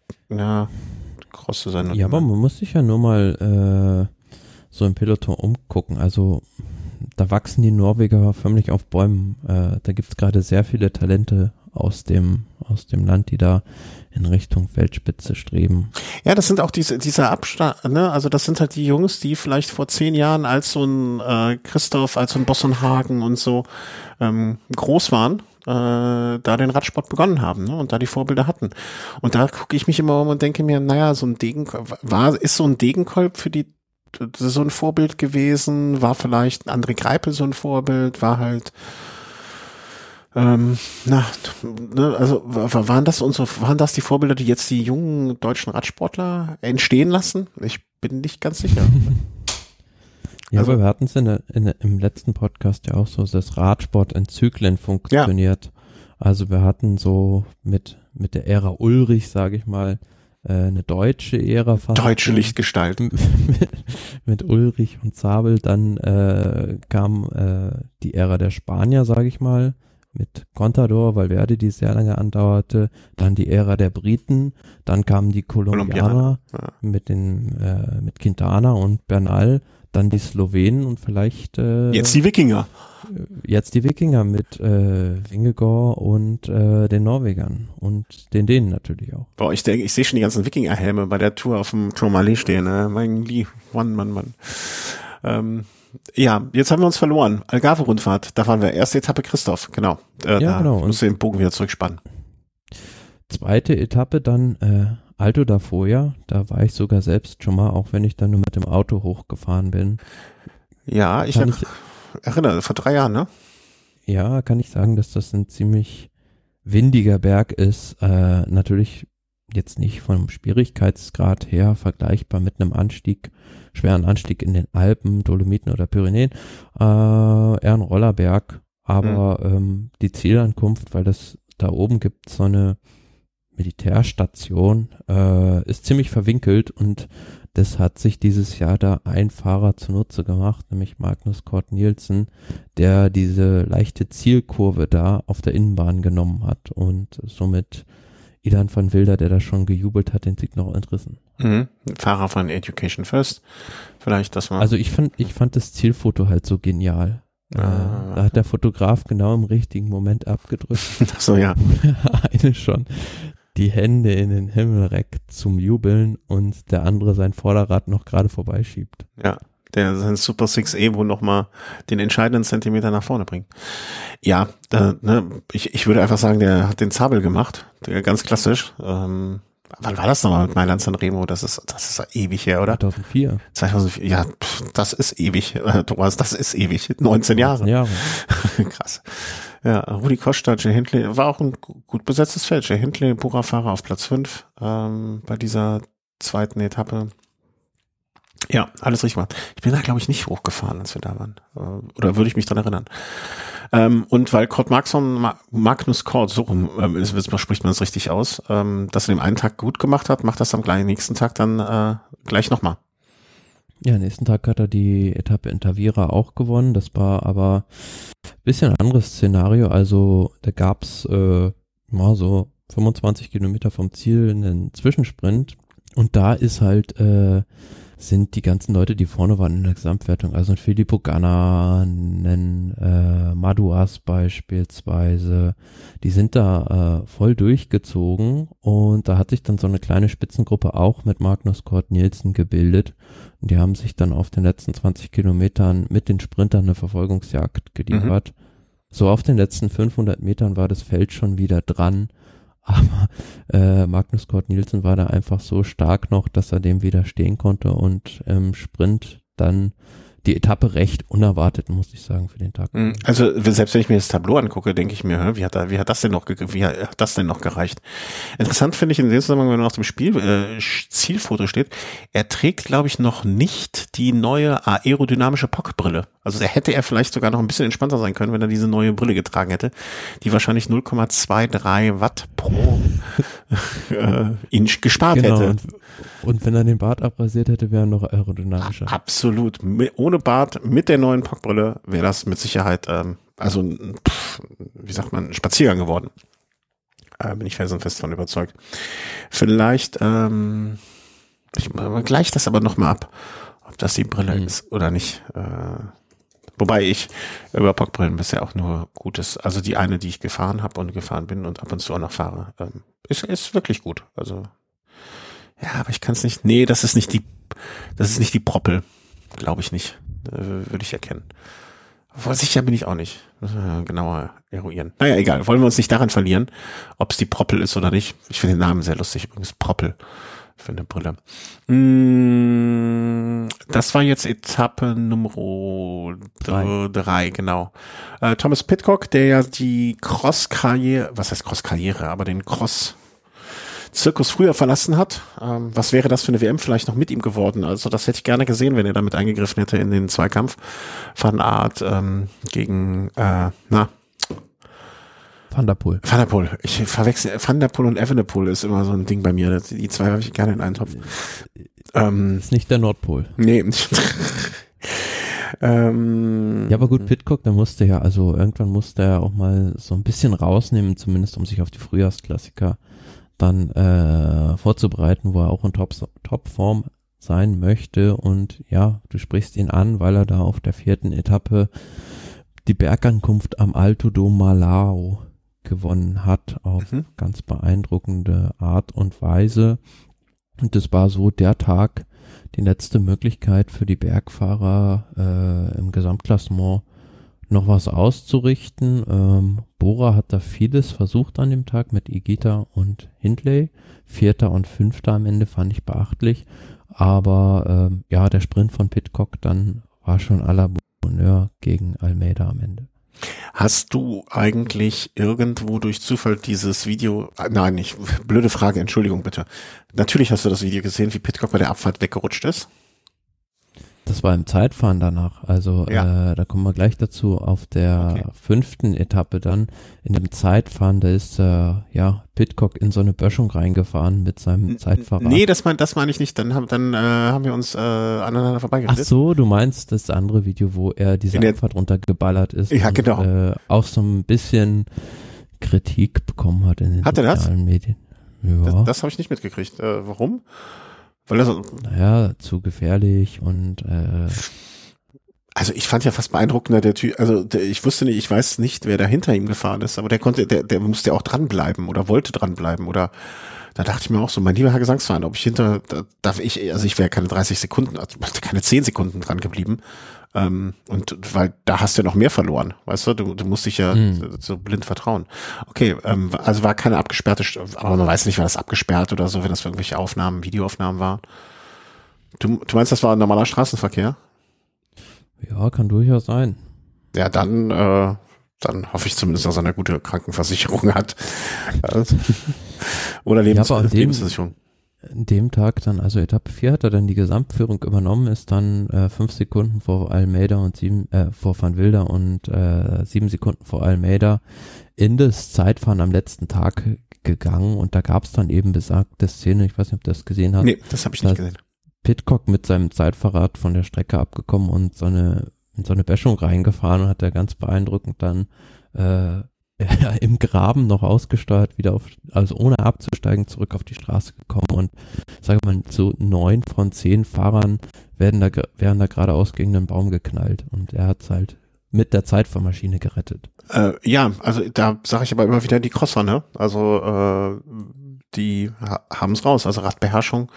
zu sein. Ja, aber man muss sich ja nur mal so im Peloton umgucken, also da wachsen die Norweger förmlich auf Bäumen, da gibt es gerade sehr viele Talente aus dem Land, die da in Richtung Weltspitze streben. Ja, das sind auch dieser Abstand, ne? Also das sind halt die Jungs, die vielleicht vor 10 Jahren als so ein Christoph, als so ein Bossonhagen und so groß waren, da den Radsport begonnen haben, ne? Und da die Vorbilder hatten. Und da gucke ich mich immer um und denke mir, naja, so ein ist so ein Degenkolb für die so ein Vorbild gewesen, war vielleicht ein André Greipel so ein Vorbild, war halt also waren das die Vorbilder, die jetzt die jungen deutschen Radsportler entstehen lassen? Ich bin nicht ganz sicher. Ja, also, aber wir hatten es im letzten Podcast ja auch so, dass Radsport in Zyklen funktioniert. Ja. Also wir hatten so mit der Ära Ulrich, sage ich mal, eine deutsche Ära fast. Deutsche Lichtgestalt. mit Ulrich und Zabel, dann kam die Ära der Spanier, sage ich mal, mit Contador, Valverde, die sehr lange andauerte, dann die Ära der Briten, dann kamen die Kolumbianer ja. mit Quintana und Bernal, dann die Slowenen und vielleicht jetzt die Wikinger. Jetzt die Wikinger mit Vingegaard und den Norwegern und den Dänen natürlich auch. Boah, ich sehe schon die ganzen Wikingerhelme bei der Tour auf dem Tourmalet stehen, ne? Mein Lieb, Mann. Ja, jetzt haben wir uns verloren. Algarve-Rundfahrt, da waren wir. Erste Etappe Christoph, genau. Genau. Musst du den Bogen wieder zurückspannen. Zweite Etappe dann Alto da Foya. Da war ich sogar selbst schon mal, auch wenn ich dann nur mit dem Auto hochgefahren bin. Ja, ich erinnere, vor 3 Jahren, ne? Ja, kann ich sagen, dass das ein ziemlich windiger Berg ist. Natürlich jetzt nicht vom Schwierigkeitsgrad her vergleichbar mit einem schweren Anstieg in den Alpen, Dolomiten oder Pyrenäen, eher ein Rollerberg, aber die Zielankunft, weil das da oben gibt so eine Militärstation, ist ziemlich verwinkelt und das hat sich dieses Jahr da ein Fahrer zunutze gemacht, nämlich Magnus Cort Nielsen, der diese leichte Zielkurve da auf der Innenbahn genommen hat und somit Ilan van Wilder, der da schon gejubelt hat, den Sieg noch entrissen. Fahrer von Education First. Vielleicht das mal. Also ich fand das Zielfoto halt so genial. Da hat der Fotograf genau im richtigen Moment abgedrückt. Ach so, ja. Eine schon die Hände in den Himmel reckt zum Jubeln und der andere sein Vorderrad noch gerade vorbeischiebt. Ja. Der sein Super 6 Evo nochmal den entscheidenden Zentimeter nach vorne bringt. Ja, ich würde einfach sagen, der hat den Zabel gemacht, der ganz klassisch. Wann war das nochmal mit Mailand Sanremo? Das ist ewig her, oder? 2004. Ja, das ist ewig, Thomas, das ist ewig. 19 Jahre. Krass. Ja, Rudi Costa, Jay Hindley, war auch ein gut besetztes Feld. Jay Hindley, Bora-Fahrer auf Platz 5 bei dieser zweiten Etappe. Ja, alles richtig gemacht. Ich bin da, glaube ich, nicht hochgefahren, als wir da waren. Oder würde ich mich dran erinnern. Und weil Magnus Cort, so rum, spricht man es richtig aus, dass er den einen Tag gut gemacht hat, macht das am nächsten Tag dann gleich nochmal. Ja, nächsten Tag hat er die Etappe in Tavira auch gewonnen. Das war aber ein bisschen ein anderes Szenario. Also da gab's so 25 Kilometer vom Ziel einen Zwischensprint. Und da ist halt sind die ganzen Leute, die vorne waren in der Gesamtwertung, also ein Filippo Ganna, ein Madouas beispielsweise, die sind da voll durchgezogen und da hat sich dann so eine kleine Spitzengruppe auch mit Magnus Cort Nielsen gebildet und die haben sich dann auf den letzten 20 Kilometern mit den Sprintern eine Verfolgungsjagd geliefert. So auf den letzten 500 Metern war das Feld schon wieder dran. Aber Magnus Cort Nielsen war da einfach so stark noch, dass er dem widerstehen konnte und im Sprint dann die Etappe recht unerwartet, muss ich sagen, für den Tag. Also selbst wenn ich mir das Tableau angucke, denke ich mir, wie hat das denn noch gereicht? Interessant finde ich in dem Zusammenhang, wenn man auf dem Zielfoto steht, er trägt, glaube ich, noch nicht die neue aerodynamische POC-Brille. Also da hätte er vielleicht sogar noch ein bisschen entspannter sein können, wenn er diese neue Brille getragen hätte, die wahrscheinlich 0,23 Watt pro Inch gespart hätte. Und wenn er den Bart abrasiert hätte, wäre er noch aerodynamischer. Absolut. Ohne Bart, mit der neuen POC-Brille wäre das mit Sicherheit, wie sagt man, ein Spaziergang geworden. Bin ich felsenfest von überzeugt. Vielleicht, ich gleiche das aber nochmal ab, ob das die Brille ist oder nicht. Wobei ich über POC-Brillen bisher auch nur Gutes, also die eine, die ich gefahren habe und gefahren bin und ab und zu auch noch fahre, ist wirklich gut. Also ja, aber ich kann es nicht. Nee, das ist nicht die Proppel, glaube ich nicht. Würde ich erkennen. Aber sicher bin ich auch nicht. Genauer eruieren. Naja, egal. Wollen wir uns nicht daran verlieren, ob es die Proppel ist oder nicht. Ich finde den Namen sehr lustig übrigens. Proppel für eine Brille. Das war jetzt Etappe Nummer 3, genau. Thomas Pidcock, der ja die Cross-Karriere, was heißt Cross-Karriere, aber den Zirkus früher verlassen hat. Was wäre das für eine WM vielleicht noch mit ihm geworden? Also das hätte ich gerne gesehen, wenn er damit eingegriffen hätte in den Zweikampf. Van Aert gegen Van der Poel. Van der Poel. Ich verwechsel Van der Poel und Evenepoel ist immer so ein Ding bei mir. Die zwei habe ich gerne in einen Topf. Ist nicht der Nordpol. Nee. Ja, aber gut, Pidcock, der musste ja, also irgendwann musste er auch mal so ein bisschen rausnehmen, zumindest um sich auf die Frühjahrsklassiker dann vorzubereiten, wo er auch in Topform sein möchte. Und ja, du sprichst ihn an, weil er da auf der 4. Etappe die Bergankunft am Alto do Malau gewonnen hat, auf ganz beeindruckende Art und Weise. Und das war so der Tag, die letzte Möglichkeit für die Bergfahrer im Gesamtklassement noch was auszurichten. Bora hat da vieles versucht an dem Tag mit Higuita und Hindley. 4. und 5. am Ende fand ich beachtlich. Aber ja, der Sprint von Pidcock dann war schon à la Bonheur gegen Almeida am Ende. Hast du eigentlich irgendwo durch Zufall dieses Video, nein, nicht, blöde Frage, Entschuldigung bitte. Natürlich hast du das Video gesehen, wie Pidcock bei der Abfahrt weggerutscht ist. Das war im Zeitfahren danach, also ja. Da kommen wir gleich dazu. Auf der 5. Etappe dann, in dem Zeitfahren, da ist Pidcock in so eine Böschung reingefahren mit seinem Zeitfahrrad. Nee, das meine ich nicht, dann haben wir uns aneinander vorbeigeredet. Ach so, du meinst das andere Video, wo er diese Abfahrt runtergeballert ist. Ja, und, genau. Auch so ein bisschen Kritik bekommen hat in den sozialen Medien. Ja. Das habe ich nicht mitgekriegt. Warum? Weil das, zu gefährlich und also ich fand ja fast beeindruckender der Typ, ich weiß nicht, wer da hinter ihm gefahren ist, aber der musste ja auch dranbleiben oder wollte dranbleiben oder da dachte ich mir auch so, mein lieber Herr Gesangsverein, ich wäre keine 30 Sekunden, also keine 10 Sekunden dran geblieben. Und weil da hast du ja noch mehr verloren, weißt du, du musst dich ja so blind vertrauen. Okay, also war keine abgesperrte, aber man weiß nicht, war das abgesperrt oder so, wenn das für irgendwelche Videoaufnahmen waren. Du meinst, das war ein normaler Straßenverkehr? Ja, kann durchaus sein. Ja, dann hoffe ich zumindest, dass er eine gute Krankenversicherung hat. Oder Lebensversicherung. An dem Tag dann, also Etappe 4 hat er dann die Gesamtführung übernommen, ist dann 5 Sekunden vor Almeida und vor Van Wilder und 7 Sekunden vor Almeida in das Zeitfahren am letzten Tag gegangen und da gab es dann eben besagte Szene, ich weiß nicht, ob du das gesehen hast. Nee, das habe ich nicht gesehen. Pidcock mit seinem Zeitfahrrad von der Strecke abgekommen und in so eine Böschung reingefahren und hat er ganz beeindruckend dann im Graben noch ausgesteuert, wieder also ohne abzusteigen, zurück auf die Straße gekommen und sage mal, so 9 von 10 Fahrern wären da geradeaus gegen einen Baum geknallt und er hat es halt mit der Zeitfahrmaschine gerettet. Ja, also da sage ich aber immer wieder die Crosser, ne? Also die haben es raus, also Radbeherrschung.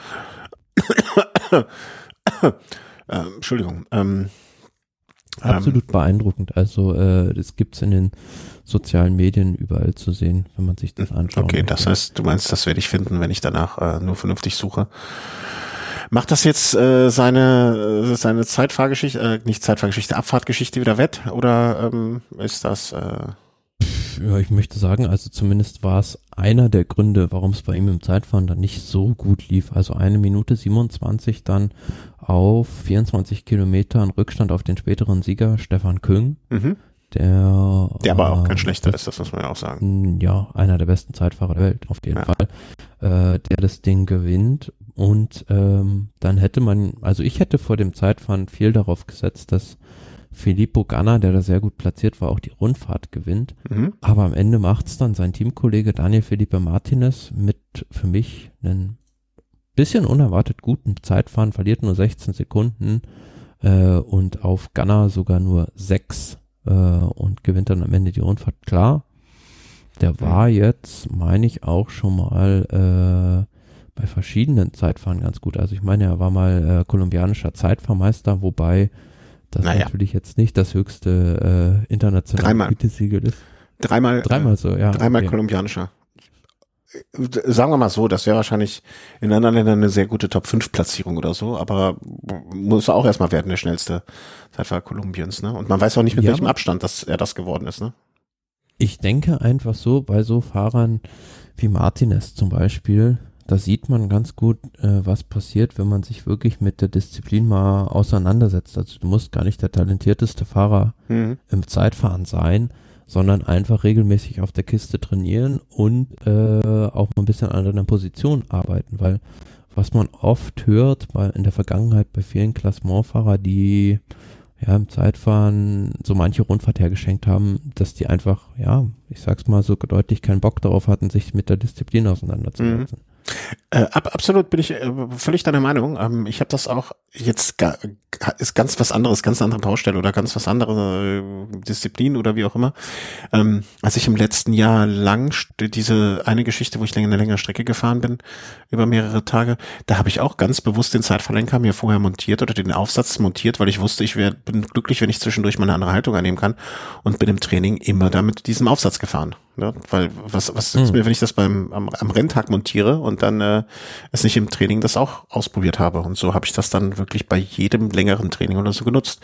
Entschuldigung. Absolut beeindruckend. Also das gibt's in den sozialen Medien überall zu sehen, wenn man sich das anschaut. Okay, das heißt, du meinst, das werde ich finden, wenn ich danach nur vernünftig suche. Macht das jetzt seine Zeitfahrgeschichte, nicht Zeitfahrgeschichte, Abfahrtgeschichte wieder wett? Oder ist das... Ja, ich möchte sagen, also zumindest war es einer der Gründe, warum es bei ihm im Zeitfahren dann nicht so gut lief. Also 1 Minute 27 dann auf 24 Kilometern Rückstand auf den späteren Sieger Stefan Küng. Der aber auch kein schlechter ist, das muss man ja auch sagen. Ja, einer der besten Zeitfahrer der Welt, auf jeden Fall. Der das Ding gewinnt. Und dann hätte man, also ich hätte vor dem Zeitfahren viel darauf gesetzt, dass Filippo Ganna, der da sehr gut platziert war, auch die Rundfahrt gewinnt. Aber am Ende macht's dann sein Teamkollege Daniel Felipe Martinez mit für mich einen bisschen unerwartet guten Zeitfahren, verliert nur 16 Sekunden und auf Ganna sogar nur 6 und gewinnt dann am Ende die Rundfahrt. Klar, der war jetzt, meine ich, auch schon mal bei verschiedenen Zeitfahren ganz gut. Also ich meine, er war mal kolumbianischer Zeitfahrmeister, wobei das natürlich jetzt nicht das höchste internationale Gütesiegel ist. Dreimal so, ja. Dreimal kolumbianischer. Sagen wir mal so, das wäre wahrscheinlich in anderen Ländern eine sehr gute Top-5-Platzierung oder so, aber muss auch erstmal werden, der schnellste Zeitfahrer Kolumbiens, ne? Und man weiß auch nicht, mit welchem Abstand dass er das geworden ist, ne? Ich denke einfach so, bei so Fahrern wie Martinez zum Beispiel, da sieht man ganz gut, was passiert, wenn man sich wirklich mit der Disziplin mal auseinandersetzt. Also du musst gar nicht der talentierteste Fahrer im Zeitfahren sein, sondern einfach regelmäßig auf der Kiste trainieren und auch mal ein bisschen an deiner Position arbeiten, weil was man oft hört in der Vergangenheit bei vielen Klassementfahrer, die ja im Zeitfahren so manche Rundfahrt hergeschenkt haben, dass die einfach, ja, ich sag's mal so deutlich, keinen Bock darauf hatten, sich mit der Disziplin auseinanderzusetzen. Absolut bin ich völlig deiner Meinung. Ich habe das auch jetzt ist ganz was anderes, ganz andere Baustelle oder ganz was andere Disziplin oder wie auch immer. Als ich im letzten Jahr diese eine Geschichte, wo ich eine längere Strecke gefahren bin, über mehrere Tage, da habe ich auch ganz bewusst den Zeitverlenker mir vorher montiert oder den Aufsatz montiert, weil ich wusste, bin glücklich, wenn ich zwischendurch mal eine andere Haltung einnehmen kann und bin im Training immer da mit diesem Aufsatz gefahren. Ne? Weil was nützt mir, wenn ich das am Renntag montiere und dann es nicht im Training das auch ausprobiert habe. Und so habe ich das dann wirklich bei jedem längeren Training oder so genutzt.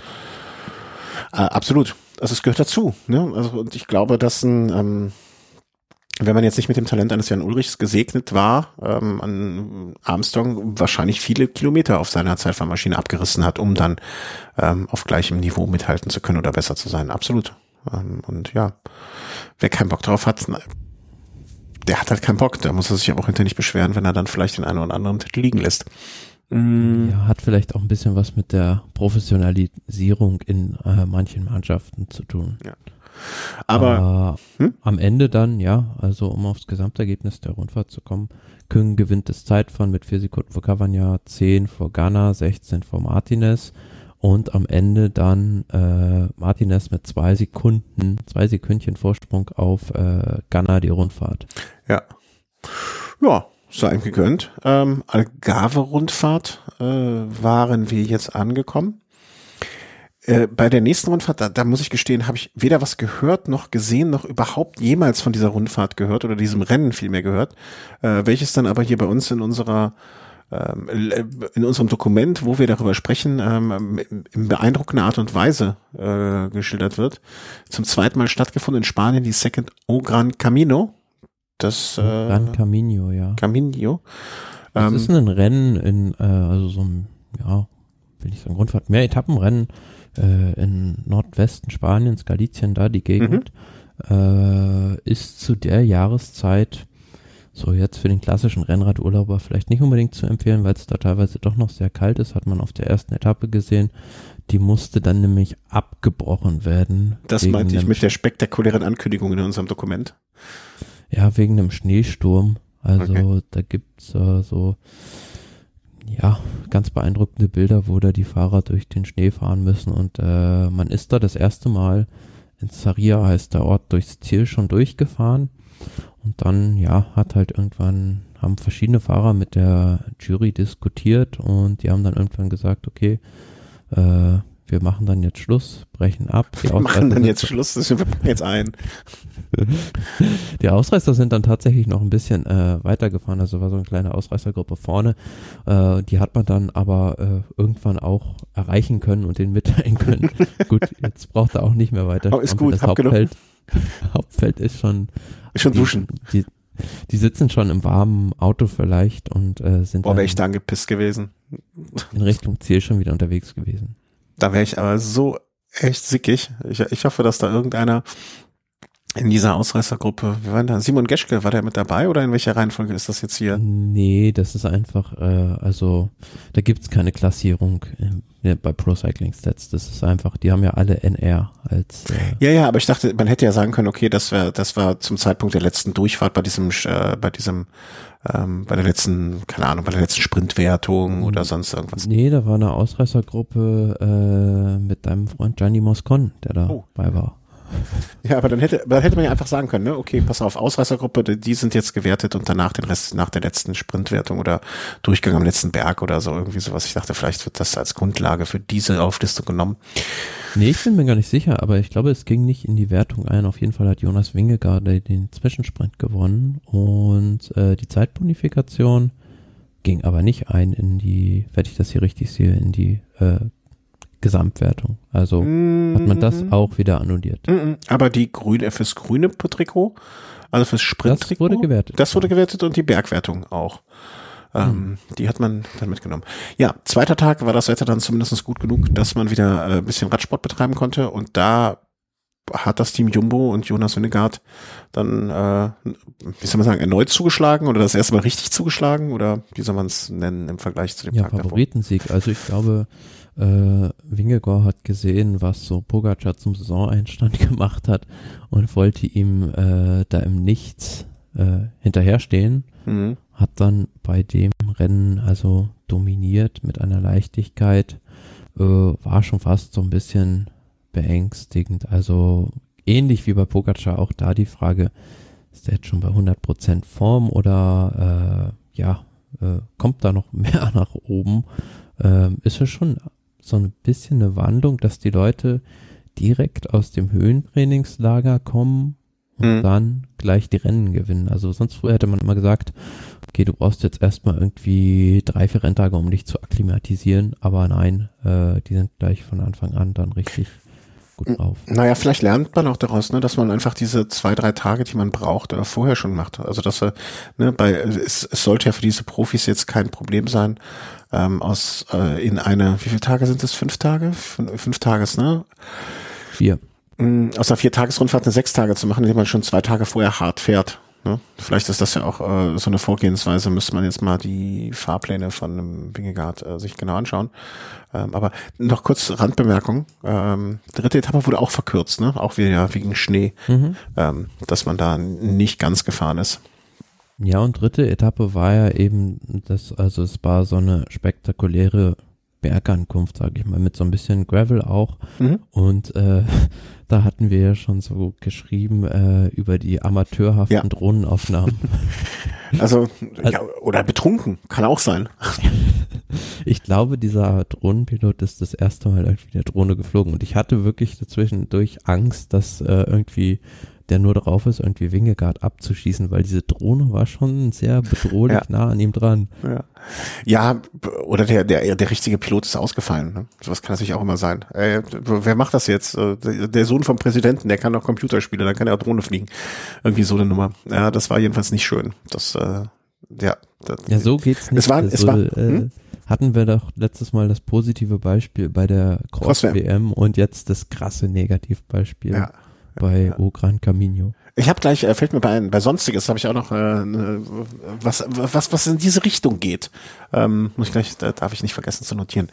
Absolut. Also es gehört dazu. Ne? Also und ich glaube, dass wenn man jetzt nicht mit dem Talent eines Jan Ullrichs gesegnet war, an Armstrong wahrscheinlich viele Kilometer auf seiner Zeitfahrmaschine abgerissen hat, um dann auf gleichem Niveau mithalten zu können oder besser zu sein. Absolut. Und ja, wer keinen Bock drauf hat, der hat halt keinen Bock. Da muss er sich aber auch hinterher nicht beschweren, wenn er dann vielleicht den einen oder anderen Titel liegen lässt. Ja, hat vielleicht auch ein bisschen was mit der Professionalisierung in manchen Mannschaften zu tun. Ja. Aber am Ende dann, ja, also um aufs Gesamtergebnis der Rundfahrt zu kommen, Küng gewinnt das Zeitfahren mit 4 Sekunden vor Cavagna, 10 vor Ganna, 16 vor Martinez. Und am Ende dann Martinez mit 2 Sekündchen Vorsprung auf Ganna die Rundfahrt. Ja. Ja, sei ihm gegönnt. Algarve-Rundfahrt waren wir jetzt angekommen. Bei der nächsten Rundfahrt, da muss ich gestehen, habe ich weder was gehört, noch gesehen, noch überhaupt jemals von dieser Rundfahrt gehört oder diesem Rennen vielmehr gehört, welches dann aber hier bei uns in unserem Dokument, wo wir darüber sprechen, in beeindruckender Art und Weise geschildert wird. Zum zweiten Mal stattgefunden in Spanien, die Second O Gran Camino. Gran Camino, ja. Camino. Das ist ein Rennen also so ein, ja, will ich sagen, Rundfahrt, mehr Etappenrennen in Nordwesten Spaniens, Galicien, da die Gegend, ist zu der Jahreszeit so jetzt für den klassischen Rennradurlauber vielleicht nicht unbedingt zu empfehlen, weil es da teilweise doch noch sehr kalt ist, hat man auf der ersten Etappe gesehen. Die musste dann nämlich abgebrochen werden. Das meinte ich mit der spektakulären Ankündigung in unserem Dokument. Ja, wegen einem Schneesturm. Also da gibt's so ja ganz beeindruckende Bilder, wo da die Fahrer durch den Schnee fahren müssen und man ist da das erste Mal in Sarria, heißt der Ort, durchs Ziel schon durchgefahren. Und dann, ja, haben verschiedene Fahrer mit der Jury diskutiert und die haben dann irgendwann gesagt, okay, wir machen dann jetzt Schluss, brechen ab. Wir machen dann jetzt Schluss, wir packen jetzt ein. Die Ausreißer sind dann tatsächlich noch ein bisschen weitergefahren, also war so eine kleine Ausreißergruppe vorne, die hat man dann aber irgendwann auch erreichen können und denen mitteilen können. Gut, jetzt braucht er auch nicht mehr weiter. Oh, ist gut, das Hauptfeld ist schon duschen. Die sitzen schon im warmen Auto vielleicht und sind wäre ich da angepisst gewesen. In Richtung Ziel schon wieder unterwegs gewesen. Da wäre ich aber so echt sickig. Ich hoffe, dass da irgendeiner in dieser Ausreißergruppe, wie war da? Simon Geschke, war der mit dabei oder in welcher Reihenfolge ist das jetzt hier? Nee, das ist einfach, also da gibt's keine Klassierung bei Pro Cycling Stats. Das ist einfach, die haben ja alle NR als Ja, aber ich dachte, man hätte ja sagen können, okay, das war zum Zeitpunkt der letzten Durchfahrt bei der letzten, keine Ahnung, bei der letzten Sprintwertung oder sonst irgendwas. Nee, da war eine Ausreißergruppe mit deinem Freund Gianni Moscon, der dabei war. Ja, aber dann hätte man ja einfach sagen können, ne, okay, pass auf, Ausreißergruppe, die sind jetzt gewertet und danach den Rest nach der letzten Sprintwertung oder Durchgang am letzten Berg oder so, irgendwie sowas. Ich dachte, vielleicht wird das als Grundlage für diese Auflistung genommen. Nee, ich bin mir gar nicht sicher, aber ich glaube, es ging nicht in die Wertung ein. Auf jeden Fall hat Jonas Vingegaard den Zwischensprint gewonnen und die Zeitbonifikation ging aber nicht ein in die, wenn ich das hier richtig sehe, in die Gesamtwertung. Also hat man das auch wieder annulliert. Aber fürs grüne Trikot, also fürs Sprint-Trikot, das wurde gewertet. Das wurde gewertet und die Bergwertung auch. Die hat man dann mitgenommen. Ja, zweiter Tag war das Wetter dann zumindest gut genug, dass man wieder ein bisschen Radsport betreiben konnte und da hat das Team Jumbo und Jonas Vingegaard dann, wie soll man sagen, erneut zugeschlagen oder das erste Mal richtig zugeschlagen oder wie soll man es nennen im Vergleich zu dem Tag davor? Favoritensieg. Also ich glaube, Vingegaard hat gesehen, was so Pogacar zum Saisoneinstand gemacht hat und wollte ihm da im Nichts hinterherstehen, hat dann bei dem Rennen also dominiert mit einer Leichtigkeit, war schon fast so ein bisschen beängstigend, also ähnlich wie bei Pogacar auch da die Frage, ist der jetzt schon bei 100% Form oder kommt da noch mehr nach oben? Ist es schon so ein bisschen eine Wandlung, dass die Leute direkt aus dem Höhentrainingslager kommen und dann gleich die Rennen gewinnen. Also sonst früher hätte man immer gesagt, okay, du brauchst jetzt erstmal irgendwie 3-4 Renntage, um dich zu akklimatisieren, aber nein, die sind gleich von Anfang an dann richtig gut drauf. Naja, vielleicht lernt man auch daraus, ne, dass man einfach diese 2-3 Tage, die man braucht, vorher schon macht. Also dass es sollte ja für diese Profis jetzt kein Problem sein, wie viele Tage sind es? 5 Tage? 5 Tages, ne? 4. Aus einer 4-Tages-Rundfahrt eine 6 Tage zu machen, indem man schon 2 Tage vorher hart fährt. Ne? Vielleicht ist das ja auch so eine Vorgehensweise, müsste man jetzt mal die Fahrpläne von einem Vingegaard sich genau anschauen. Aber noch kurz Randbemerkung. Dritte Etappe wurde auch verkürzt, ne? Auch wieder wegen Schnee, dass man da nicht ganz gefahren ist. Ja, und dritte Etappe war ja eben es war so eine spektakuläre Bergankunft, sage ich mal, mit so ein bisschen Gravel auch. Und da hatten wir ja schon so geschrieben über die amateurhaften Drohnenaufnahmen. Also, oder betrunken, kann auch sein. Ich glaube, dieser Drohnenpilot ist das erste Mal irgendwie der Drohne geflogen und ich hatte wirklich dazwischendurch Angst, dass irgendwie der nur drauf ist, irgendwie Vingegaard abzuschießen, weil diese Drohne war schon sehr bedrohlich nah an ihm dran. Ja, oder der richtige Pilot ist ausgefallen. Ne? Sowas kann natürlich auch immer sein. Wer macht das jetzt? Der Sohn vom Präsidenten, der kann auch Computerspiele, dann kann er auch Drohne fliegen. Irgendwie so eine Nummer. Ja, das war jedenfalls nicht schön. So geht's nicht. Hatten wir doch letztes Mal das positive Beispiel bei der Cross-WM und jetzt das krasse Negativbeispiel bei O Gran Camino. Ich habe gleich, fällt mir bei Sonstiges habe ich auch noch was in diese Richtung geht. Muss ich gleich, darf ich nicht vergessen zu notieren.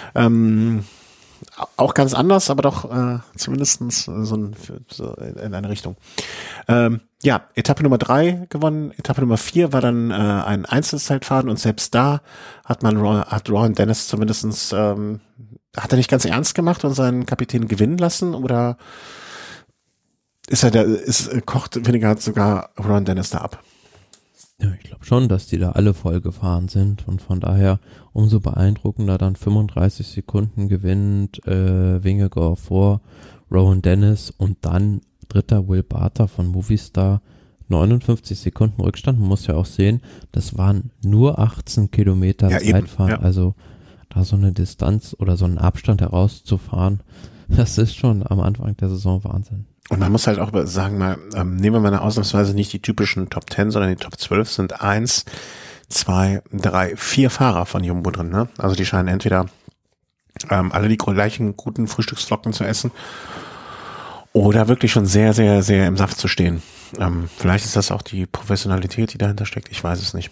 Auch ganz anders, aber doch zumindestens so in eine Richtung. Etappe Nummer 3 gewonnen, Etappe Nummer 4 war dann ein Einzelzeitfahren und selbst da hat Rohan Dennis zumindestens hat er nicht ganz ernst gemacht und seinen Kapitän gewinnen lassen oder kocht Vingegaard sogar Rohan Dennis da ab? Ja, ich glaube schon, dass die da alle voll gefahren sind und von daher umso beeindruckender dann 35 Sekunden gewinnt Vingegaard vor Rowan Dennis und dann dritter Will Barter von Movistar, 59 Sekunden Rückstand. Man muss ja auch sehen, das waren nur 18 Kilometer Zeitfahren, ja. Also da so eine Distanz oder so einen Abstand herauszufahren, das ist schon am Anfang der Saison Wahnsinn. Und man muss halt auch sagen, nehmen wir mal ausnahmsweise nicht die typischen Top 10, sondern die Top 12 sind 1, 2, 3, 4 Fahrer von Jumbo drin, ne? Also die scheinen entweder alle die gleichen guten Frühstücksflocken zu essen oder wirklich schon sehr, sehr, sehr im Saft zu stehen. Vielleicht ist das auch die Professionalität, die dahinter steckt, ich weiß es nicht.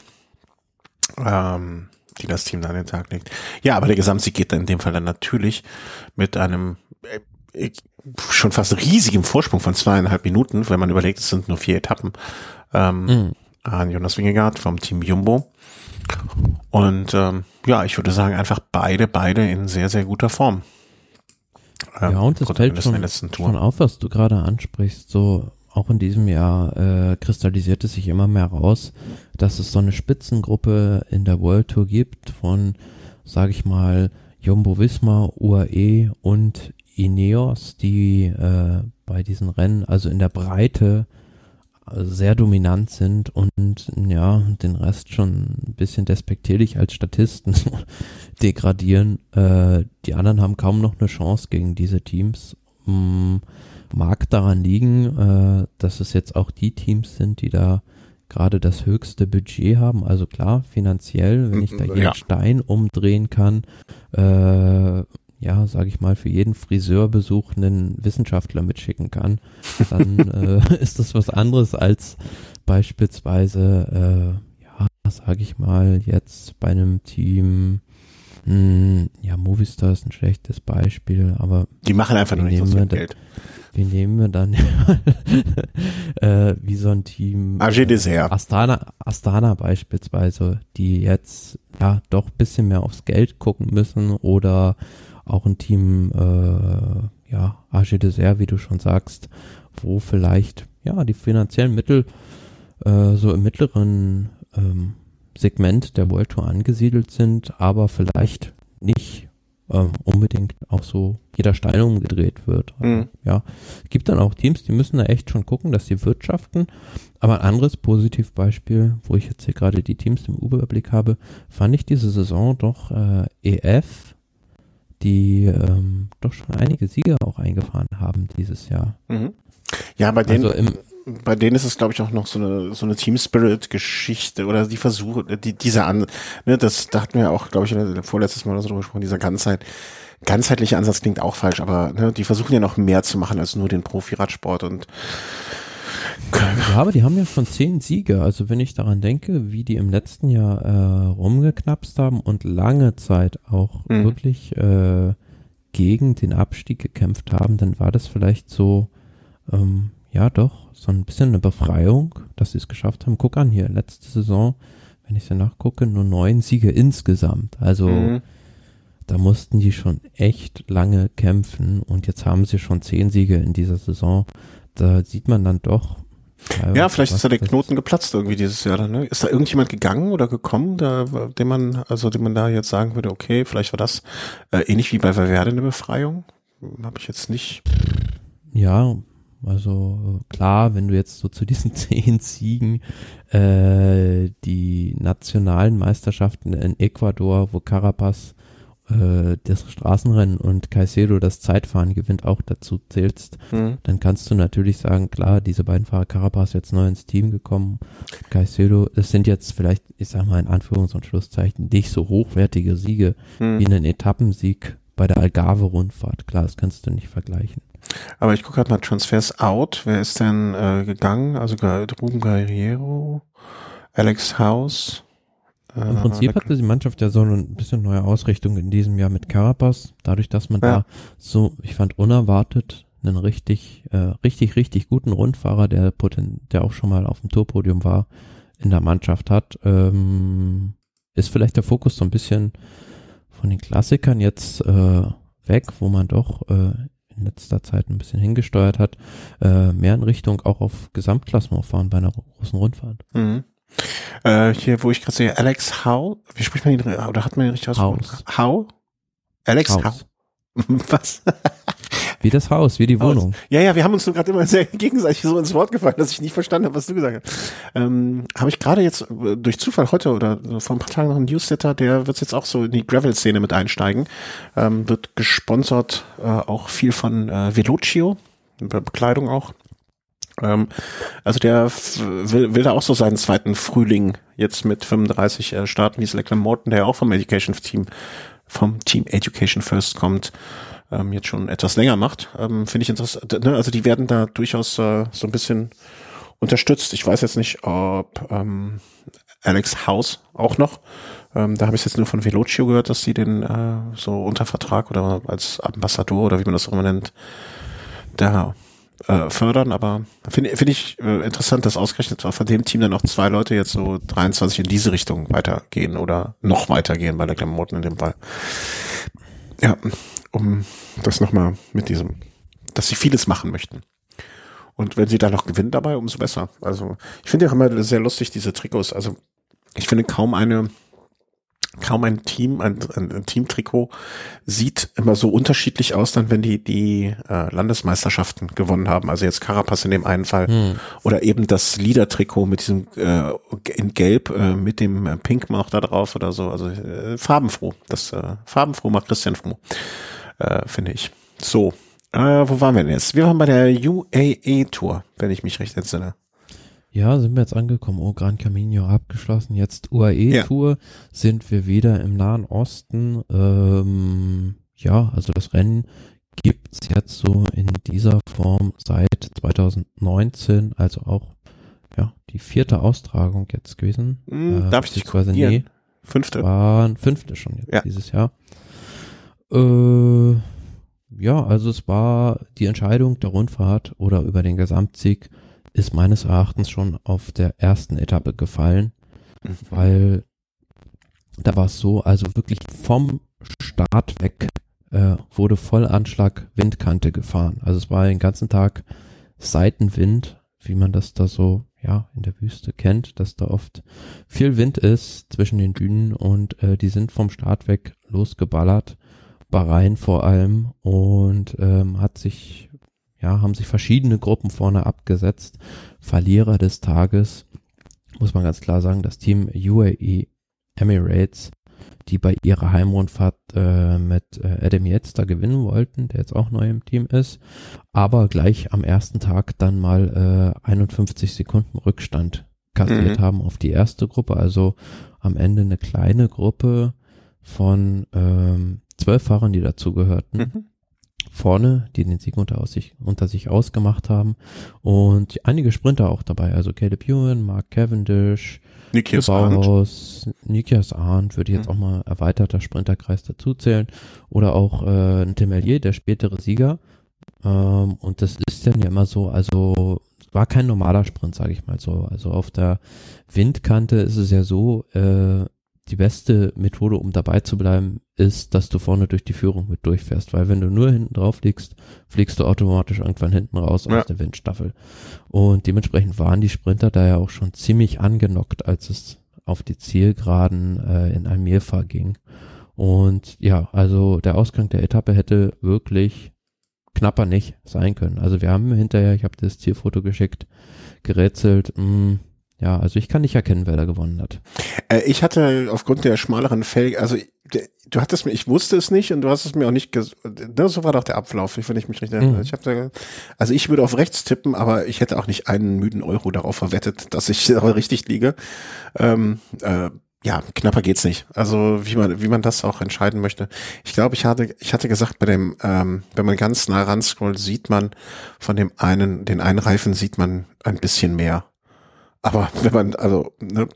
Die das Team da an den Tag legt. Ja, aber der Gesamtsieg geht dann in dem Fall dann natürlich mit einem schon fast riesigem Vorsprung von 2,5 Minuten, wenn man überlegt, es sind nur 4 Etappen, an Jonas Vingegaard vom Team Jumbo. Und ja, ich würde sagen, einfach beide in sehr, sehr guter Form. Ja, und es fällt schon auf, was du gerade ansprichst, so auch in diesem Jahr kristallisiert es sich immer mehr raus, dass es so eine Spitzengruppe in der World Tour gibt von, sage ich mal, Jumbo-Visma, UAE und Ineos, die bei diesen Rennen, also in der Breite, sehr dominant sind und ja, den Rest schon ein bisschen despektierlich als Statisten degradieren. Die anderen haben kaum noch eine Chance gegen diese Teams. Mag daran liegen, dass es jetzt auch die Teams sind, die da gerade das höchste Budget haben. Also klar, finanziell, wenn ich da jeden Stein umdrehen kann, ja, sage ich mal, für jeden Friseurbesuch einen Wissenschaftler mitschicken kann, dann ist das was anderes als beispielsweise, ja, sage ich mal, jetzt bei einem Team, ja, Movistar ist ein schlechtes Beispiel, aber die machen einfach nur nicht so viel Geld. Wie nehmen wir dann wie so ein Team AG Dessert. Astana beispielsweise, die jetzt ja doch ein bisschen mehr aufs Geld gucken müssen oder auch ein Team, ja, AG Dessert, wie du schon sagst, wo vielleicht ja die finanziellen Mittel so im mittleren Segment der World Tour angesiedelt sind, aber vielleicht nicht unbedingt auch so jeder Stein umgedreht wird. Also, ja, es gibt dann auch Teams, die müssen da echt schon gucken, dass sie wirtschaften. Aber ein anderes Positivbeispiel, wo ich jetzt hier gerade die Teams im Überblick habe, fand ich diese Saison doch EF, die doch schon einige Siege auch eingefahren haben dieses Jahr. Ja, bei denen ist es, glaube ich, auch noch so eine Team-Spirit-Geschichte oder die Versuche, das dachten wir auch, glaube ich, vorletztes Mal oder so drüber gesprochen, dieser ganzheitliche Ansatz klingt auch falsch, aber ne, die versuchen ja noch mehr zu machen als nur den Profi-Radsport und ja, aber die haben ja schon 10 Siege, also wenn ich daran denke, wie die im letzten Jahr rumgeknapst haben und lange Zeit auch wirklich gegen den Abstieg gekämpft haben, dann war das vielleicht so, ja doch, so ein bisschen eine Befreiung, dass sie es geschafft haben. Guck an hier, letzte Saison, wenn ich so nachgucke, nur 9 Siege insgesamt. Also da mussten die schon echt lange kämpfen und jetzt haben sie schon 10 Siege in dieser Saison. Da sieht man dann doch. Ja, vielleicht ist da der Knoten geplatzt irgendwie dieses Jahr dann, ne? Ist da irgendjemand gegangen oder gekommen, dem man da jetzt sagen würde, okay, vielleicht war das ähnlich wie bei Valverde eine Befreiung? Habe ich jetzt nicht. Ja, also klar, wenn du jetzt so zu diesen 10 Siegen die nationalen Meisterschaften in Ecuador, wo Carapaz das Straßenrennen und Caicedo das Zeitfahren gewinnt, auch dazu zählst, dann kannst du natürlich sagen, klar, diese beiden Fahrer, Carapaz jetzt neu ins Team gekommen, Caicedo, das sind jetzt vielleicht, ich sag mal in Anführungs- und Schlusszeichen, nicht so hochwertige Siege wie einen Etappensieg bei der Algarve-Rundfahrt. Klar, das kannst du nicht vergleichen. Aber ich gucke gerade mal Transfers out. Wer ist denn gegangen? Also Ruben Guerrero, Alex House. Im Prinzip hatte die Mannschaft ja so ein bisschen neue Ausrichtung in diesem Jahr mit Carapaz. Dadurch, dass man da so, ich fand unerwartet, einen richtig guten Rundfahrer, der auch schon mal auf dem Tourpodium war, in der Mannschaft hat, ist vielleicht der Fokus so ein bisschen von den Klassikern jetzt weg, wo man doch in letzter Zeit ein bisschen hingesteuert hat, mehr in Richtung auch auf Gesamtklassement fahren bei einer großen Rundfahrt. Hier, wo ich gerade sehe, Alex Howe, wie spricht man ihn, oder hat man ihn richtig ausgesprochen? Howe? Alex Howe. Was? Wie das Haus, wie die Wohnung. Ja, wir haben uns nur gerade immer sehr gegenseitig so ins Wort gefallen, dass ich nicht verstanden habe, was du gesagt hast. Habe ich gerade jetzt durch Zufall heute oder so vor ein paar Tagen noch einen Newsletter, der wird jetzt auch so in die Gravel-Szene mit einsteigen. Wird gesponsert auch viel von Velocio, Bekleidung auch. Also der will da auch so seinen zweiten Frühling jetzt mit 35 starten, wie Slackland Morton, der auch vom Team Education First kommt, jetzt schon etwas länger macht. Finde ich interessant. Ne? Also die werden da durchaus so ein bisschen unterstützt. Ich weiß jetzt nicht, ob Alex House auch noch. Da habe ich jetzt nur von Velocio gehört, dass sie den so unter Vertrag oder als Ambassador oder wie man das auch immer nennt, da fördern, aber finde ich interessant, dass ausgerechnet von dem Team dann auch 2 Leute jetzt so 23 in diese Richtung weitergehen oder noch weitergehen bei der Klamotten in dem Fall. Ja, um das nochmal mit diesem, dass sie vieles machen möchten. Und wenn sie da noch gewinnen dabei, umso besser. Also ich finde ja immer sehr lustig, diese Trikots. Also ich finde kaum ein Team, ein Teamtrikot sieht immer so unterschiedlich aus, dann wenn die Landesmeisterschaften gewonnen haben. Also jetzt Carapaz in dem einen Fall oder eben das Leader-Trikot mit diesem in Gelb mit dem Pink noch da drauf oder so. Also farbenfroh. Das farbenfroh macht Christian froh, finde ich. So, wo waren wir denn jetzt? Wir waren bei der UAE-Tour, wenn ich mich recht entsinne. Ja, sind wir jetzt angekommen. Oh, Gran Camino abgeschlossen. Jetzt UAE-Tour. Sind wir wieder im Nahen Osten. Ja, also das Rennen gibt's jetzt so in dieser Form seit 2019. Also auch ja die 4. Austragung jetzt gewesen. Darf ich dich korrigieren? Nee, 5. Waren 5. schon jetzt dieses Jahr. Ja, also es war die Entscheidung der Rundfahrt oder über den Gesamtsieg ist meines Erachtens schon auf der ersten Etappe gefallen, weil da war es so, also wirklich vom Start weg wurde Vollanschlag Windkante gefahren. Also es war den ganzen Tag Seitenwind, wie man das da so ja in der Wüste kennt, dass da oft viel Wind ist zwischen den Dünen und die sind vom Start weg losgeballert, Bahrain vor allem und haben sich verschiedene Gruppen vorne abgesetzt. Verlierer des Tages, muss man ganz klar sagen, das Team UAE Emirates, die bei ihrer Heimrundfahrt mit Adam Yates da gewinnen wollten, der jetzt auch neu im Team ist, aber gleich am ersten Tag dann mal 51 Sekunden Rückstand kassiert haben auf die erste Gruppe. Also am Ende eine kleine Gruppe von 12 Fahrern, die dazugehörten. Vorne, die den Sieg unter sich ausgemacht haben und einige Sprinter auch dabei, also Caleb Ewan, Mark Cavendish, Nikias Arndt würde ich jetzt auch mal erweiterter Sprinterkreis dazuzählen oder auch Tim Ellier, der spätere Sieger und das ist dann ja immer so, also war kein normaler Sprint, sage ich mal so, also auf der Windkante ist es ja so, die beste Methode, um dabei zu bleiben, ist, dass du vorne durch die Führung mit durchfährst, weil wenn du nur hinten drauf liegst, fliegst du automatisch irgendwann hinten raus aus der Windstaffel. Und dementsprechend waren die Sprinter da ja auch schon ziemlich angenockt, als es auf die Zielgeraden in Almirfa ging. Und ja, also der Ausgang der Etappe hätte wirklich knapper nicht sein können. Also wir haben hinterher, ich habe das Zielfoto geschickt, gerätselt, ja, also ich kann nicht erkennen, wer da gewonnen hat. Ich hatte aufgrund der schmaleren Felge, also du hattest mir, ich wusste es nicht und du hast es mir auch nicht, so war doch der Ablauf, wenn ich mich richtig erinnere. Also ich würde auf rechts tippen, aber ich hätte auch nicht einen müden Euro darauf verwettet, dass ich richtig liege. Ja, knapper geht's nicht. Also wie man das auch entscheiden möchte. Ich glaube, ich hatte gesagt, bei dem, wenn man ganz nah ran scrollt, sieht man von den einen Reifen sieht man ein bisschen mehr. Aber wenn man, also, ne,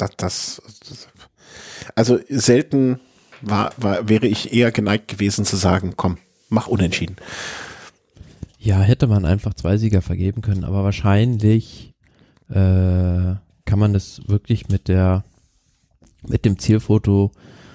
also selten wäre ich eher geneigt gewesen zu sagen, komm, mach unentschieden. Ja, hätte man einfach 2 Sieger vergeben können, aber wahrscheinlich kann man das wirklich mit dem Zielfoto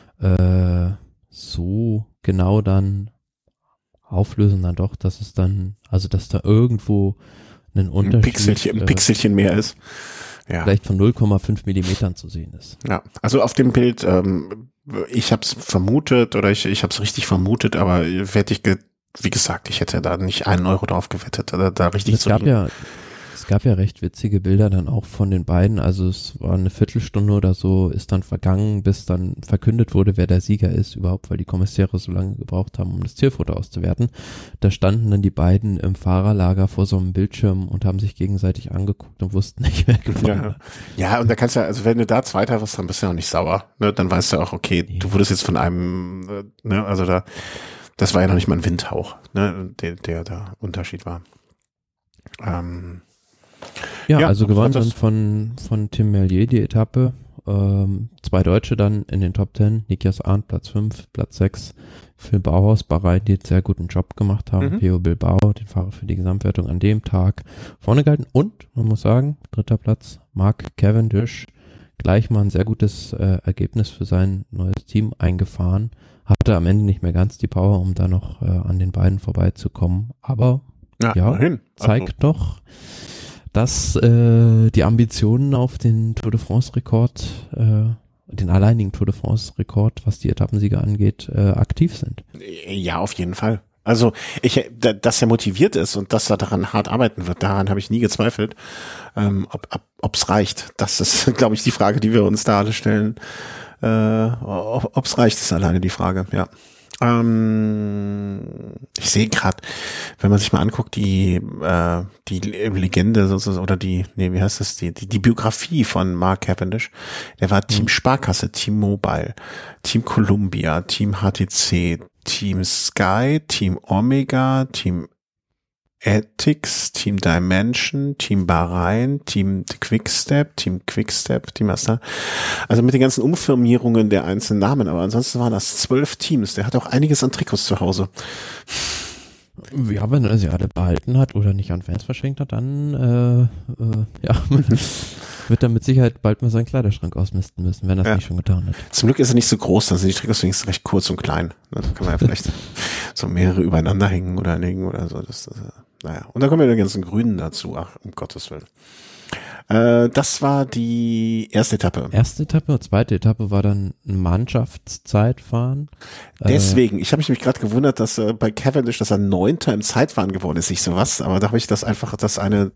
so genau dann auflösen dann doch, dass es dann, also dass da irgendwo ein Unterschied, ein Pixelchen mehr ist. vielleicht von 0,5 Millimetern zu sehen ist. Ja, also auf dem Bild, ich habe es vermutet oder ich habe es richtig vermutet, aber wie gesagt, ich hätte da nicht 1 Euro drauf gewettet, da richtig zu liegen. Es gab ja recht witzige Bilder dann auch von den beiden, also es war eine Viertelstunde oder so, ist dann vergangen, bis dann verkündet wurde, wer der Sieger ist überhaupt, weil die Kommissäre so lange gebraucht haben, um das Zielfoto auszuwerten. Da standen dann die beiden im Fahrerlager vor so einem Bildschirm und haben sich gegenseitig angeguckt und wussten nicht, wer gewonnen hat. Ja, und da kannst du also wenn du da Zweiter wirst, dann bist du ja auch nicht sauer, ne? Dann weißt du auch, okay, du wurdest jetzt von einem, ne, also das war ja noch nicht mal ein Windhauch, ne, der da Unterschied war. Ja, also gewonnen dann von Tim Merlier die Etappe. 2 Deutsche dann in den Top 10. Nikias Arndt Platz 5, Platz 6. Phil Bauhaus, Bahrain, die jetzt sehr guten Job gemacht haben. Peo Bilbao, den Fahrer für die Gesamtwertung an dem Tag vorne gehalten. Und, man muss sagen, 3. Platz, Mark Cavendish. Gleich mal ein sehr gutes Ergebnis für sein neues Team eingefahren. Hatte am Ende nicht mehr ganz die Power, um da noch an den beiden vorbeizukommen. Aber ja zeigt doch, dass die Ambitionen auf den Tour de France-Rekord, den alleinigen Tour de France-Rekord, was die Etappensiege angeht, aktiv sind. Ja, auf jeden Fall. Also dass er motiviert ist und dass er daran hart arbeiten wird, daran habe ich nie gezweifelt. Ob's reicht, das ist, glaube ich, die Frage, die wir uns da alle stellen. Ob's reicht, ist alleine die Frage, ja. Ich sehe gerade, wenn man sich mal anguckt, die Legende sozusagen, oder wie heißt das, die Biografie von Mark Cavendish, der war Team Sparkasse, Team Mobile, Team Columbia, Team HTC, Team Sky, Team Omega, Team Ethics, Team Dimension, Team Bahrain, Team Quickstep, Team Master. Also mit den ganzen Umfirmierungen der einzelnen Namen, aber ansonsten waren das 12 Teams. Der hat auch einiges an Trikots zu Hause. Ja, wenn er sie alle behalten hat oder nicht an Fans verschenkt hat, dann wird er mit Sicherheit bald mal seinen Kleiderschrank ausmisten müssen, wenn er es nicht schon getan hat. Zum Glück ist er nicht so groß, dann sind die Trikots wenigstens recht kurz und klein. Da kann man ja vielleicht so mehrere übereinander hängen oder legen oder so. Naja, und dann kommen ja die ganzen Grünen dazu. Ach, um Gottes Willen. Das war die erste Etappe. Zweite Etappe war dann ein Mannschaftszeitfahren. Deswegen, ich habe mich gerade gewundert, dass bei Cavendish, dass er 9. im Zeitfahren geworden ist, nicht so was, aber da habe ich das einfach, das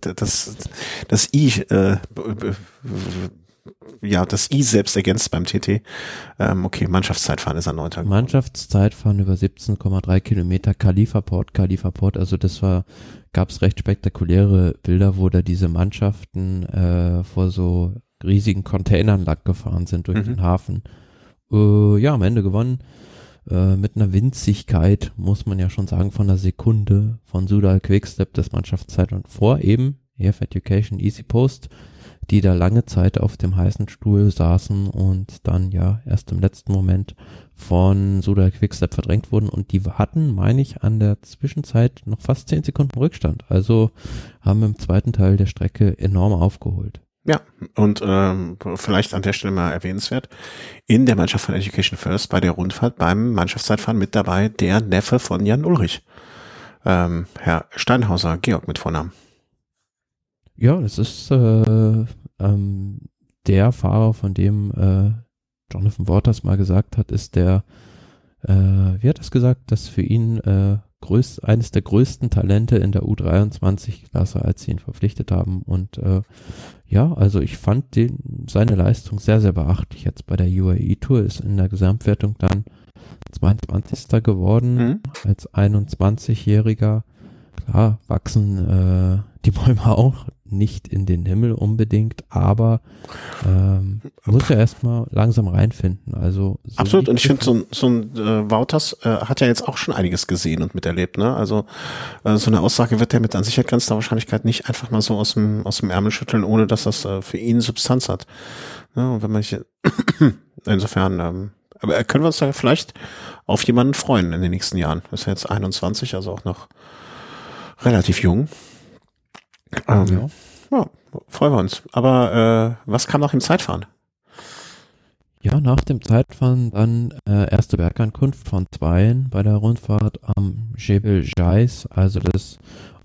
I selbst ergänzt beim TT. Okay, Mannschaftszeitfahren ist er 9. geworden. Mannschaftszeitfahren über 17,3 Kilometer, Khalifa-Port, also gab's recht spektakuläre Bilder, wo da diese Mannschaften vor so riesigen Containern lang gefahren sind durch den Hafen. Am Ende gewonnen mit einer Winzigkeit, muss man ja schon sagen, von einer Sekunde von Soudal Quickstep, das Mannschaftszeitfahren vor eben EF Education Easy Post, die da lange Zeit auf dem heißen Stuhl saßen und dann erst im letzten Moment von Soudal Quickstep verdrängt wurden, und die hatten, meine ich, an der Zwischenzeit noch fast 10 Sekunden Rückstand, also haben im zweiten Teil der Strecke enorm aufgeholt. Ja, und vielleicht an der Stelle mal erwähnenswert, in der Mannschaft von Education First bei der Rundfahrt beim Mannschaftszeitfahren mit dabei der Neffe von Jan Ullrich, Herr Steinhauser, Georg mit Vornamen. Ja, das ist der Fahrer, von dem Jonathan Waters mal gesagt hat, ist der, wie hat er es gesagt, dass für ihn eines der größten Talente in der U23-Klasse, als sie ihn verpflichtet haben. Und also ich fand seine Leistung sehr, sehr beachtlich. Jetzt bei der UAE Tour ist in der Gesamtwertung dann 22. geworden, als 21-Jähriger. Klar, wachsen die Bäume auch nicht in den Himmel unbedingt, aber muss ja erstmal langsam reinfinden. Also so absolut, und ich finde, so ein Wouters hat ja jetzt auch schon einiges gesehen und miterlebt, ne? Also so eine Aussage wird er mit an Sicherheit grenzender Wahrscheinlichkeit nicht einfach mal so aus dem Ärmel schütteln, ohne dass das für ihn Substanz hat. Ja, und wenn man insofern können wir uns da vielleicht auf jemanden freuen in den nächsten Jahren. Ist ja jetzt 21, also auch noch relativ jung. Ja, freuen wir uns. Aber was kam nach dem Zeitfahren? Ja, nach dem Zeitfahren dann erste Bergankunft von Zweien bei der Rundfahrt am Jebel Jais, also das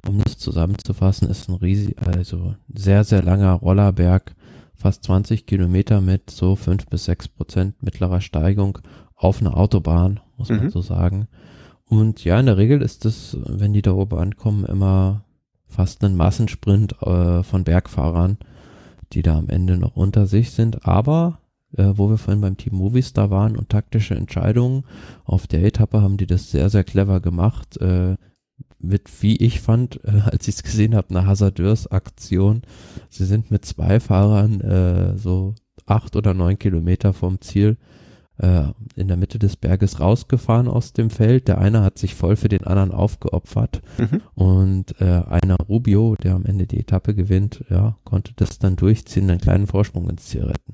um das zusammenzufassen, ist ein also sehr, sehr langer Rollerberg, fast 20 Kilometer mit so 5-6% mittlerer Steigung auf einer Autobahn, muss man so sagen. Und ja, in der Regel ist es, wenn die da oben ankommen, immer fast ein Massensprint von Bergfahrern, die da am Ende noch unter sich sind. Aber wo wir vorhin beim Team Movistar waren und taktische Entscheidungen, auf der Etappe haben die das sehr, sehr clever gemacht. Mit, wie ich fand, als ich es gesehen habe, einer Hasardeurs-Aktion. Sie sind mit 2 Fahrern so 8 oder 9 Kilometer vom Ziel in der Mitte des Berges rausgefahren aus dem Feld. Der eine hat sich voll für den anderen aufgeopfert und einer Rubio, der am Ende die Etappe gewinnt, ja, konnte das dann durchziehen, einen kleinen Vorsprung ins Ziel retten.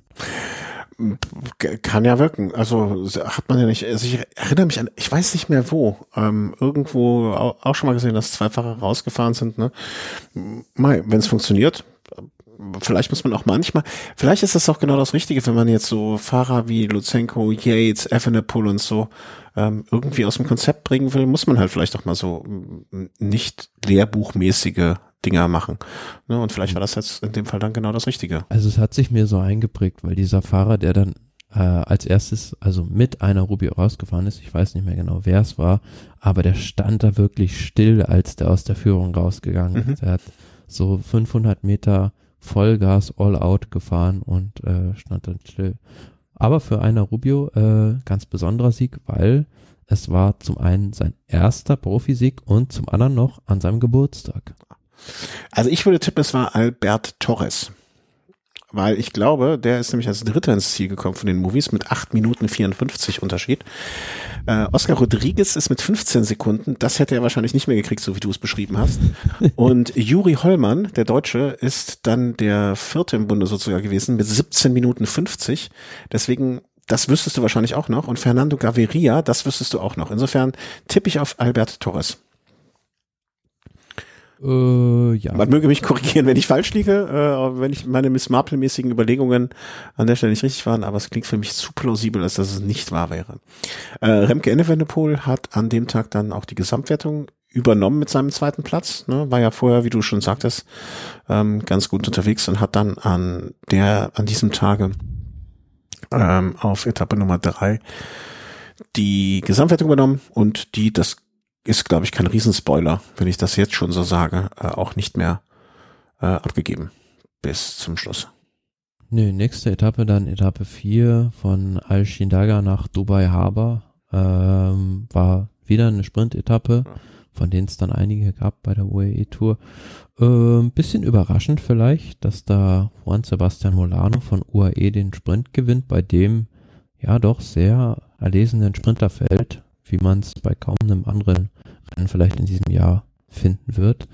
Kann ja wirken. Also hat man ja nicht, also ich erinnere mich an, ich weiß nicht mehr wo, irgendwo auch schon mal gesehen, dass 2 Fahrer rausgefahren sind, ne? Wenn es funktioniert, vielleicht muss man auch manchmal, vielleicht ist das auch genau das Richtige, wenn man jetzt so Fahrer wie Lutsenko, Yates, Evenepoel und so irgendwie aus dem Konzept bringen will, muss man halt vielleicht auch mal so nicht lehrbuchmäßige Dinger machen. Ne? Und vielleicht war das jetzt in dem Fall dann genau das Richtige. Also es hat sich mir so eingeprägt, weil dieser Fahrer, der dann als erstes, also mit einer Rubio rausgefahren ist, ich weiß nicht mehr genau, wer es war, aber der stand da wirklich still, als der aus der Führung rausgegangen ist. Er hat so 500 Meter Vollgas All-Out gefahren und stand dann still. Aber für einer Rubio ganz besonderer Sieg, weil es war zum einen sein erster Profisieg und zum anderen noch an seinem Geburtstag. Also ich würde tippen, es war Albert Torres. Weil ich glaube, der ist nämlich als Dritter ins Ziel gekommen von den Movies mit 8 Minuten 54 Unterschied. Oscar Rodriguez ist mit 15 Sekunden, das hätte er wahrscheinlich nicht mehr gekriegt, so wie du es beschrieben hast. Und Juri Hollmann, der Deutsche, ist dann der Vierte im Bunde sozusagen gewesen mit 17 Minuten 50. Deswegen, das wüsstest du wahrscheinlich auch noch. Und Fernando Gaviria, das wüsstest du auch noch. Insofern tippe ich auf Albert Torres. Ja. Man möge mich korrigieren, wenn ich falsch liege, wenn ich meine Miss Marple-mäßigen Überlegungen an der Stelle nicht richtig waren, aber es klingt für mich zu plausibel, als dass es nicht wahr wäre. Remke Evenepoel hat an dem Tag dann auch die Gesamtwertung übernommen mit seinem 2. Platz, ne? War ja vorher, wie du schon sagtest, ganz gut unterwegs und hat dann an diesem Tage auf Etappe Nummer 3 die Gesamtwertung übernommen und das ist, glaube ich, kein Riesenspoiler, wenn ich das jetzt schon so sage, auch nicht mehr abgegeben bis zum Schluss. Nee, nächste Etappe dann Etappe 4 von Al-Shindaga nach Dubai Harbor. War wieder eine Sprint-Etappe, von denen es dann einige gab bei der UAE-Tour. Bisschen überraschend vielleicht, dass da Juan Sebastian Molano von UAE den Sprint gewinnt, bei dem ja doch sehr erlesenen Sprinterfeld, wie man es bei kaum einem anderen Rennen vielleicht in diesem Jahr finden wird.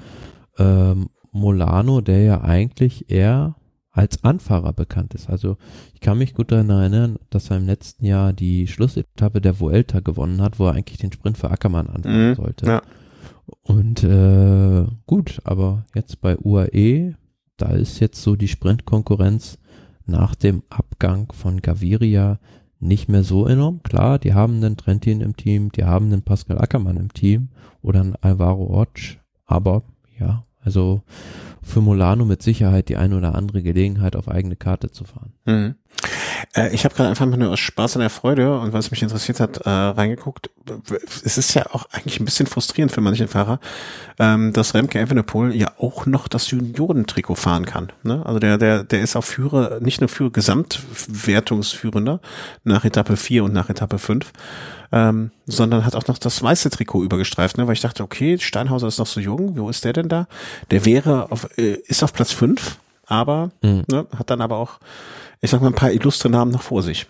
Molano, der ja eigentlich eher als Anfahrer bekannt ist. Also ich kann mich gut daran erinnern, dass er im letzten Jahr die Schlussetappe der Vuelta gewonnen hat, wo er eigentlich den Sprint für Ackermann anfahren sollte. Ja. Und gut, aber jetzt bei UAE, da ist jetzt so die Sprintkonkurrenz nach dem Abgang von Gaviria nicht mehr so enorm. Klar, die haben einen Trentin im Team, die haben einen Pascal Ackermann im Team oder einen Alvaro Ortsch, aber ja, also für Molano mit Sicherheit die eine oder andere Gelegenheit auf eigene Karte zu fahren. Mhm. Ich habe gerade einfach mal nur aus Spaß an der Freude und weil es mich interessiert hat, reingeguckt. Es ist ja auch eigentlich ein bisschen frustrierend für manche Fahrer, dass Remke Evenepoel ja auch noch das Juniorentrikot fahren kann. Ne? Also der ist auch Führer, nicht nur für Gesamtwertungsführender nach Etappe 4 und nach Etappe 5, sondern hat auch noch das weiße Trikot übergestreift, ne? Weil ich dachte, okay, Steinhauser ist noch so jung, wo ist der denn da? Der ist auf Platz 5, aber ne, hat dann aber auch, ich sag mal, ein paar illustre Namen noch vor sich.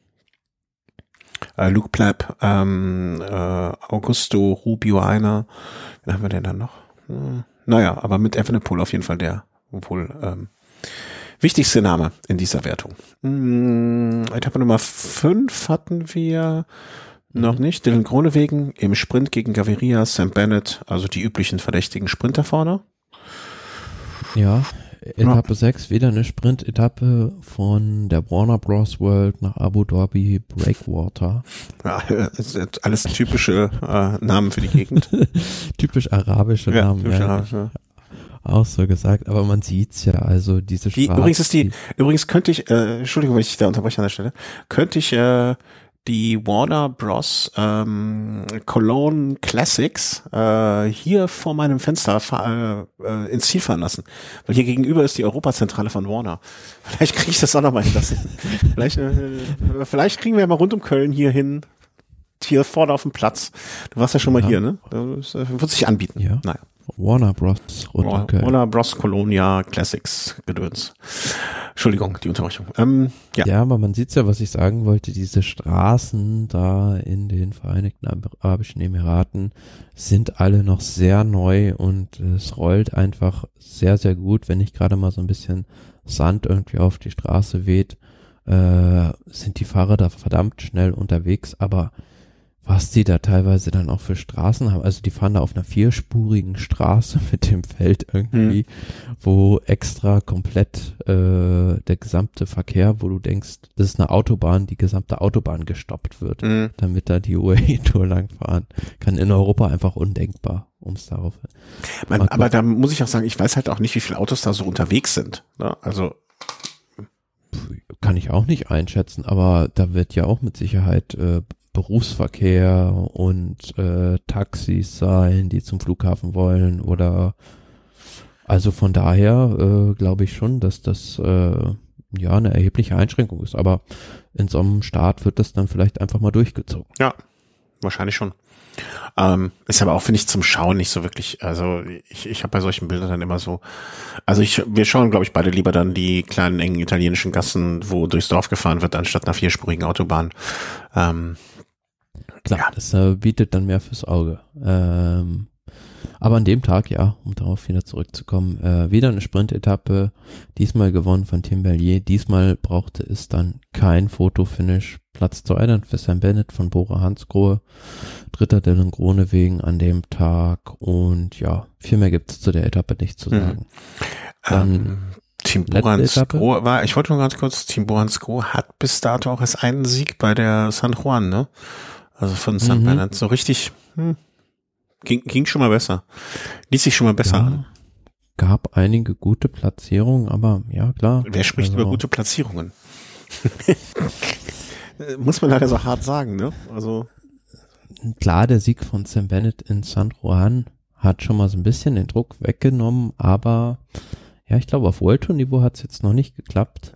Luke Plapp, Augusto, Rubio einer, wen haben wir denn dann noch? Naja, aber mit Evenepoel auf jeden Fall der wohl wichtigste Name in dieser Wertung. Etappe Nummer 5 hatten wir noch nicht. Dylan Groenewegen im Sprint gegen Gaviria, Sam Bennett, also die üblichen verdächtigen Sprinter vorne. Ja, Etappe 6, wieder eine Sprint-Etappe von der Warner Bros. World nach Abu Dhabi Breakwater. Ja, alles typische Namen für die Gegend. Typisch arabische Namen. Typisch arabisch, ja. Auch so gesagt, aber man sieht's ja, also diese Straße. Übrigens könnte ich, Entschuldigung, wenn ich dich da unterbreche an der Stelle, könnte ich die Warner Bros. Cologne Classics hier vor meinem Fenster ins Ziel fahren lassen. Weil hier gegenüber ist die Europazentrale von Warner. Vielleicht kriege ich das auch noch mal hin. Vielleicht kriegen wir ja mal rund um Köln hier hin, hier vorne auf dem Platz. Du warst ja schon mal hier, ne? Das wird sich anbieten. Ja. Naja. Warner Bros. Warner Bros. Colonia Classics Gedöns. Entschuldigung, die Unterbrechung. Ja, aber man sieht's ja, was ich sagen wollte, diese Straßen da in den Vereinigten Arabischen Emiraten sind alle noch sehr neu und es rollt einfach sehr, sehr gut. Wenn nicht gerade mal so ein bisschen Sand irgendwie auf die Straße weht, sind die Fahrer da verdammt schnell unterwegs, aber was die da teilweise dann auch für Straßen haben, also die fahren da auf einer 4-spurigen Straße mit dem Feld irgendwie, wo extra komplett der gesamte Verkehr, wo du denkst, das ist eine Autobahn, die gesamte Autobahn gestoppt wird, damit da die UAE-Tour langfahren kann. In Europa einfach undenkbar, um es darauf. Aber da muss ich auch sagen, ich weiß halt auch nicht, wie viele Autos da so unterwegs sind. Ne? Also kann ich auch nicht einschätzen, aber da wird ja auch mit Sicherheit Berufsverkehr und Taxis sein, die zum Flughafen wollen oder also von daher glaube ich schon, dass das ja eine erhebliche Einschränkung ist, aber in so einem Staat wird das dann vielleicht einfach mal durchgezogen. Ja, wahrscheinlich schon. Ist aber auch, finde ich, zum Schauen nicht so wirklich, also ich habe bei solchen Bildern dann immer so, also wir schauen, glaube ich, beide lieber dann die kleinen, engen italienischen Gassen, wo durchs Dorf gefahren wird, anstatt einer 4-spurigen Autobahn. Klar, ja. Das bietet dann mehr fürs Auge. Aber an dem Tag, ja, um darauf wieder zurückzukommen, wieder eine Sprint-Etappe, diesmal gewonnen von Tim Berlier. Diesmal brauchte es dann kein Fotofinish. Platz 2 dann für Sam Bennett von Bora Hansgrohe, 3. Dylan Groenewegen an dem Tag und ja, viel mehr gibt's zu der Etappe nicht zu sagen. Team Bora Hansgrohe war, ich wollte nur ganz kurz, Team Bora Hansgrohe hat bis dato auch erst einen Sieg bei der San Juan, ne? Also von Sam Bennett so richtig, ging schon mal besser. Ließ sich schon mal besser an. Gab einige gute Platzierungen, aber ja, klar. Wer spricht über gute Platzierungen? Muss man leider so hart sagen, ne? Also. Klar, der Sieg von Sam Bennett in San Juan hat schon mal so ein bisschen den Druck weggenommen, aber ja, ich glaube, auf World Tour Niveau hat es jetzt noch nicht geklappt.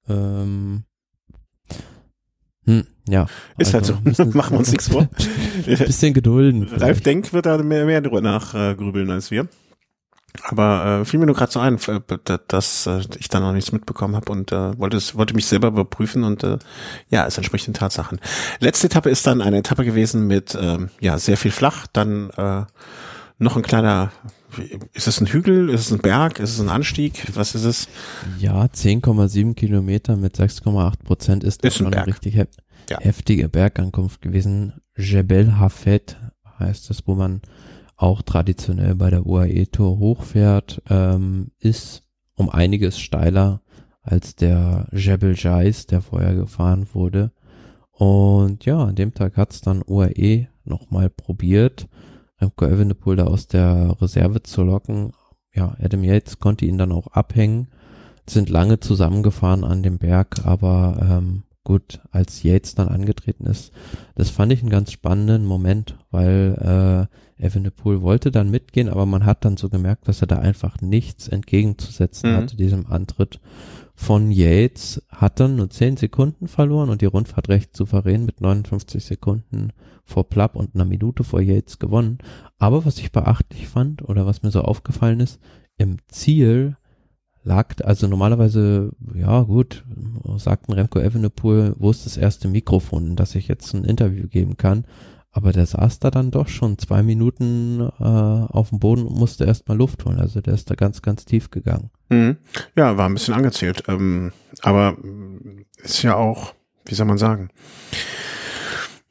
Ja. Ist also, halt so. Machen wir uns nichts vor. Bisschen gedulden. Ralf Denk wird da mehr drüber nachgrübeln als wir. Aber fiel mir nur gerade so ein, dass ich da noch nichts mitbekommen habe und wollte mich selber überprüfen und ja, es entspricht den Tatsachen. Letzte Etappe ist dann eine Etappe gewesen mit ja sehr viel flach, dann noch ein kleiner, ist es ein Hügel, ist es ein Berg, ist es ein Anstieg, was ist es? Ja, 10,7 Kilometer mit 6,8% ist das schon eine richtig heftige Bergankunft gewesen. Jebel Hafed heißt es, wo man auch traditionell bei der UAE Tour hochfährt, ist um einiges steiler als der Jebel Jais, der vorher gefahren wurde. Und ja, an dem Tag hat's dann UAE nochmal probiert, Remco Evenepoel da aus der Reserve zu locken. Ja, Adam Yates konnte ihn dann auch abhängen, sind lange zusammengefahren an dem Berg, aber gut, als Yates dann angetreten ist, das fand ich einen ganz spannenden Moment, weil Evenepoel wollte dann mitgehen, aber man hat dann so gemerkt, dass er da einfach nichts entgegenzusetzen hatte, diesem Antritt von Yates, hat dann nur 10 Sekunden verloren und die Rundfahrt recht souverän mit 59 Sekunden vor Plapp und einer Minute vor Yates gewonnen. Aber was ich beachtlich fand oder was mir so aufgefallen ist, im Ziel lag, also normalerweise, ja gut, sagten Remco Evenepoel, wo ist das erste Mikrofon, dass ich jetzt ein Interview geben kann, aber der saß da dann doch schon 2 Minuten auf dem Boden und musste erstmal Luft holen, also der ist da ganz, ganz tief gegangen. Ja, war ein bisschen angezählt, aber ist ja auch, wie soll man sagen,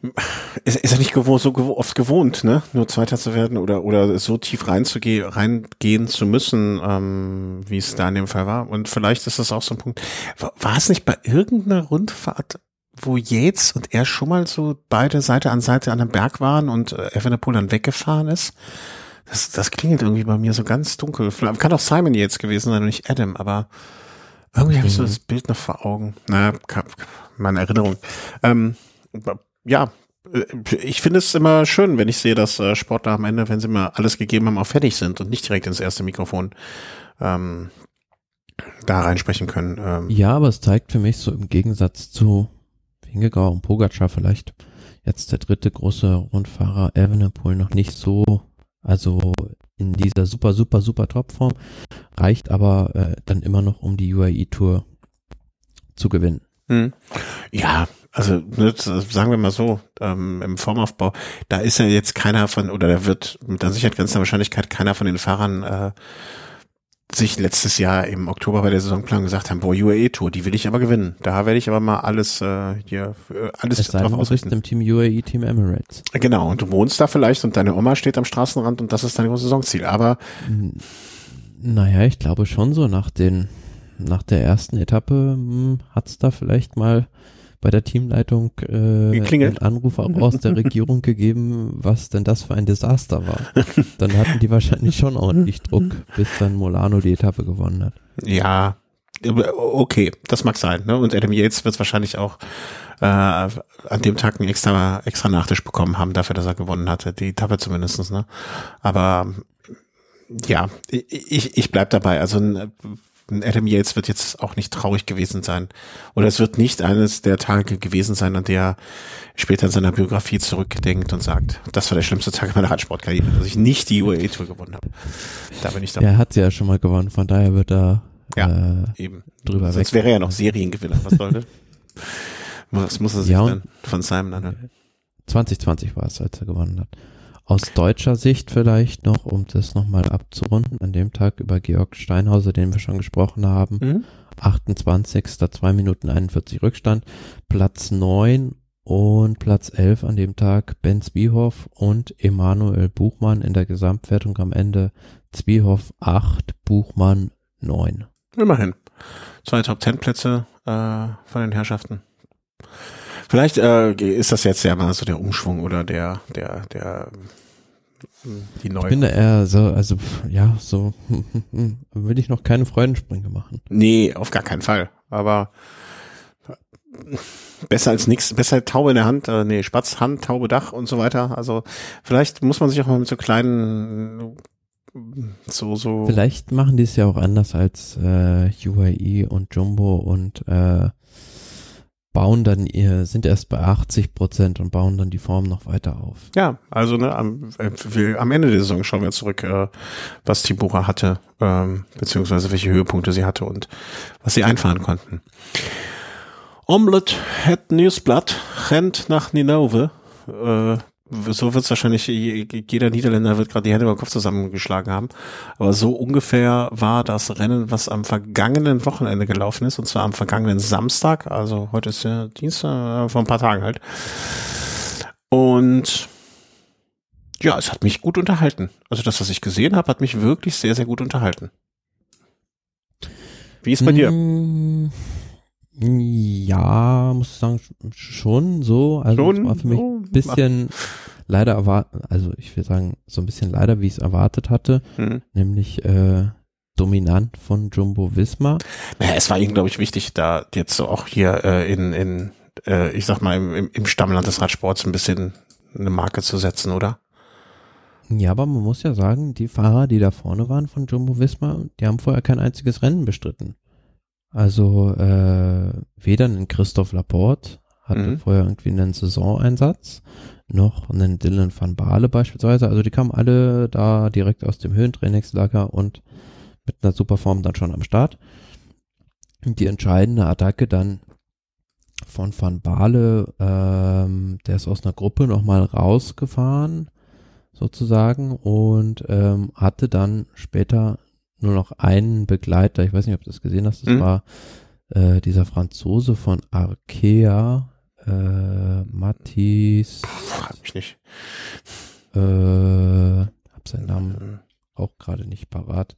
Ist ja nicht oft gewohnt, ne? Nur Zweiter zu werden oder so tief reingehen zu müssen, wie es da in dem Fall war. Und vielleicht ist das auch so ein Punkt. War es nicht bei irgendeiner Rundfahrt, wo Yates und er schon mal so beide Seite an einem Berg waren und Evenepoel dann weggefahren ist? Das klingelt irgendwie bei mir so ganz dunkel. Kann auch Simon Yates gewesen sein und nicht Adam, aber irgendwie habe ich so das Bild noch vor Augen. Naja, meine Erinnerung. Ja, ich finde es immer schön, wenn ich sehe, dass Sportler am Ende, wenn sie mal alles gegeben haben, auch fertig sind und nicht direkt ins erste Mikrofon da reinsprechen können. Ja, aber es zeigt für mich so im Gegensatz zu Vingegaard und Pogačar vielleicht jetzt der dritte große Rundfahrer Evenepoel noch nicht so, also in dieser super Topform, reicht aber dann immer noch, um die UAE Tour zu gewinnen. Ja, also sagen wir mal so, im Formaufbau, da ist ja jetzt keiner oder da wird mit der Sicherheit grenzender Wahrscheinlichkeit keiner von den Fahrern sich letztes Jahr im Oktober bei der Saisonplanung gesagt haben, boah, UAE Tour, die will ich aber gewinnen. Da werde ich aber mal alles drauf ausrichten. Im Team UAE, Team Emirates. Genau, und du wohnst da vielleicht und deine Oma steht am Straßenrand und das ist dein großes Saisonziel, aber naja, ich glaube schon so nach der ersten Etappe hat's da vielleicht mal bei der Teamleitung einen Anruf auch aus der Regierung gegeben, was denn das für ein Desaster war. Dann hatten die wahrscheinlich schon ordentlich Druck, bis dann Molano die Etappe gewonnen hat. Ja, okay, das mag sein. Ne? Und Adam Yates wird wahrscheinlich auch an dem Tag einen extra Nachtisch bekommen haben, dafür, dass er gewonnen hatte. Die Etappe zumindest. Ne? Aber ja, ich bleib dabei. Also Adam Yates wird jetzt auch nicht traurig gewesen sein. Oder es wird nicht eines der Tage gewesen sein, an der er später in seiner Biografie zurückdenkt und sagt, das war der schlimmste Tag meiner Radsportkarriere, dass ich nicht die UAE Tour gewonnen habe. Da bin ich dabei. Er hat sie ja schon mal gewonnen, von daher wird er eben drüber weg. Sonst wäre er ja noch Seriengewinner. Was sollte? Was muss er sich dann von Simon anhören? 2020 war es, als er gewonnen hat. Aus deutscher Sicht vielleicht noch, um das nochmal abzurunden, an dem Tag über Georg Steinhauser, den wir schon gesprochen haben, 28. 2 Minuten 41 Rückstand, Platz 9 und Platz 11 an dem Tag Ben Zwiehoff und Emanuel Buchmann in der Gesamtwertung am Ende. Zwiehoff 8, Buchmann 9. Immerhin. 2 Top-10-Plätze von den Herrschaften. Vielleicht ist das jetzt ja mal so der Umschwung oder die neue. Ich finde eher so, also ja, so will ich noch keine Freudensprünge machen. Nee, auf gar keinen Fall. Aber besser als nichts, besser Taube in der Hand, Spatz, Hand, Taube, Dach und so weiter. Also vielleicht muss man sich auch mal mit so kleinen so. Vielleicht machen die es ja auch anders als UAE und Jumbo und sind erst bei 80% und bauen dann die Form noch weiter auf. Ja, also am Ende der Saison schauen wir zurück, was Tibura hatte, beziehungsweise welche Höhepunkte sie hatte und was sie einfahren konnten. Omelette Het Nieuwsblad rennt nach Ninove. So wird es wahrscheinlich, jeder Niederländer wird gerade die Hände über den Kopf zusammengeschlagen haben. Aber so ungefähr war das Rennen, was am vergangenen Wochenende gelaufen ist, und zwar am vergangenen Samstag, also heute ist ja Dienstag, vor ein paar Tagen halt. Und ja, es hat mich gut unterhalten. Also das, was ich gesehen habe, hat mich wirklich sehr, sehr gut unterhalten. Wie ist bei dir? Ja, muss ich sagen, schon so. Also es war für mich ein bisschen leider ich will sagen, so ein bisschen leider, wie ich es erwartet hatte, nämlich dominant von Jumbo Visma. Naja, es war ihnen, glaube ich, wichtig, da jetzt so auch hier ich sag mal, im Stammland des Radsports ein bisschen eine Marke zu setzen, oder? Ja, aber man muss ja sagen, die Fahrer, die da vorne waren von Jumbo Visma, die haben vorher kein einziges Rennen bestritten. Also weder einen Christophe Laporte hatte vorher irgendwie einen Saisoneinsatz, noch einen Dylan van Baarle beispielsweise. Also die kamen alle da direkt aus dem Höhentrainingslager und mit einer super Form dann schon am Start. Die entscheidende Attacke dann von Van Baarle, der ist aus einer Gruppe nochmal rausgefahren sozusagen und hatte dann später nur noch einen Begleiter, ich weiß nicht, ob du das gesehen hast, das war dieser Franzose von Arkea, Matthias. Frag mich nicht. Hab seinen Namen auch gerade nicht parat.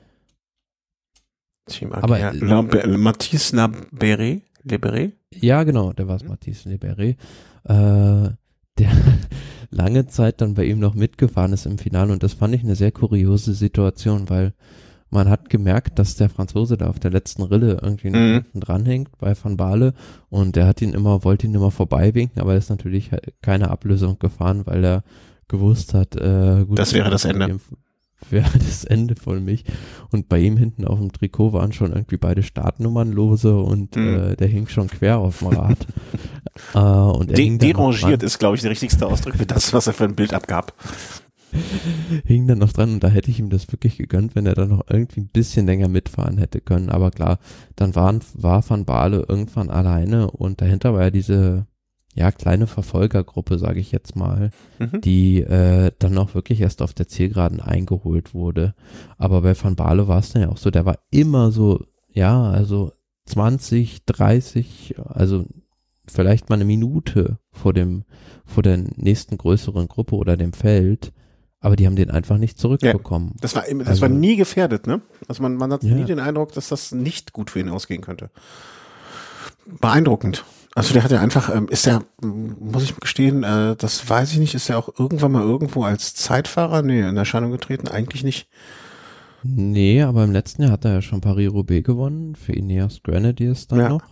Aber Mathis Leberé? Ja, genau, der war es, Mathis Leberé. Der lange Zeit dann bei ihm noch mitgefahren ist im Finale und das fand ich eine sehr kuriose Situation, weil man hat gemerkt, dass der Franzose da auf der letzten Rille irgendwie noch hinten dranhängt bei Van Baarle und der wollte ihn immer vorbeiwinken, aber er ist natürlich keine Ablösung gefahren, weil er gewusst hat, gut, das wäre das Ende. Wäre das Ende von mich. Und bei ihm hinten auf dem Trikot waren schon irgendwie beide Startnummern lose und der hing schon quer auf dem Rad. Und er derangiert ist, glaube ich, der richtigste Ausdruck für das, was er für ein Bild abgab. Hing dann noch dran und da hätte ich ihm das wirklich gegönnt, wenn er dann noch irgendwie ein bisschen länger mitfahren hätte können. Aber klar, dann war Van Baarle irgendwann alleine und dahinter war ja diese kleine Verfolgergruppe, sage ich jetzt mal, die dann auch wirklich erst auf der Zielgeraden eingeholt wurde. Aber bei Van Baarle war es dann ja auch so, der war immer so, also 20, 30, also vielleicht mal eine Minute vor der nächsten größeren Gruppe oder dem Feld, aber die haben den einfach nicht zurückbekommen. Ja, das war nie gefährdet, ne? Also man hat nie den Eindruck, dass das nicht gut für ihn ausgehen könnte. Beeindruckend. Also der hat ja einfach, muss ich gestehen, das weiß ich nicht, ist er auch irgendwann mal irgendwo als Zeitfahrer in Erscheinung getreten? Eigentlich nicht. Nee, aber im letzten Jahr hat er ja schon Paris-Roubaix gewonnen, für Ineos Grenadiers dann noch.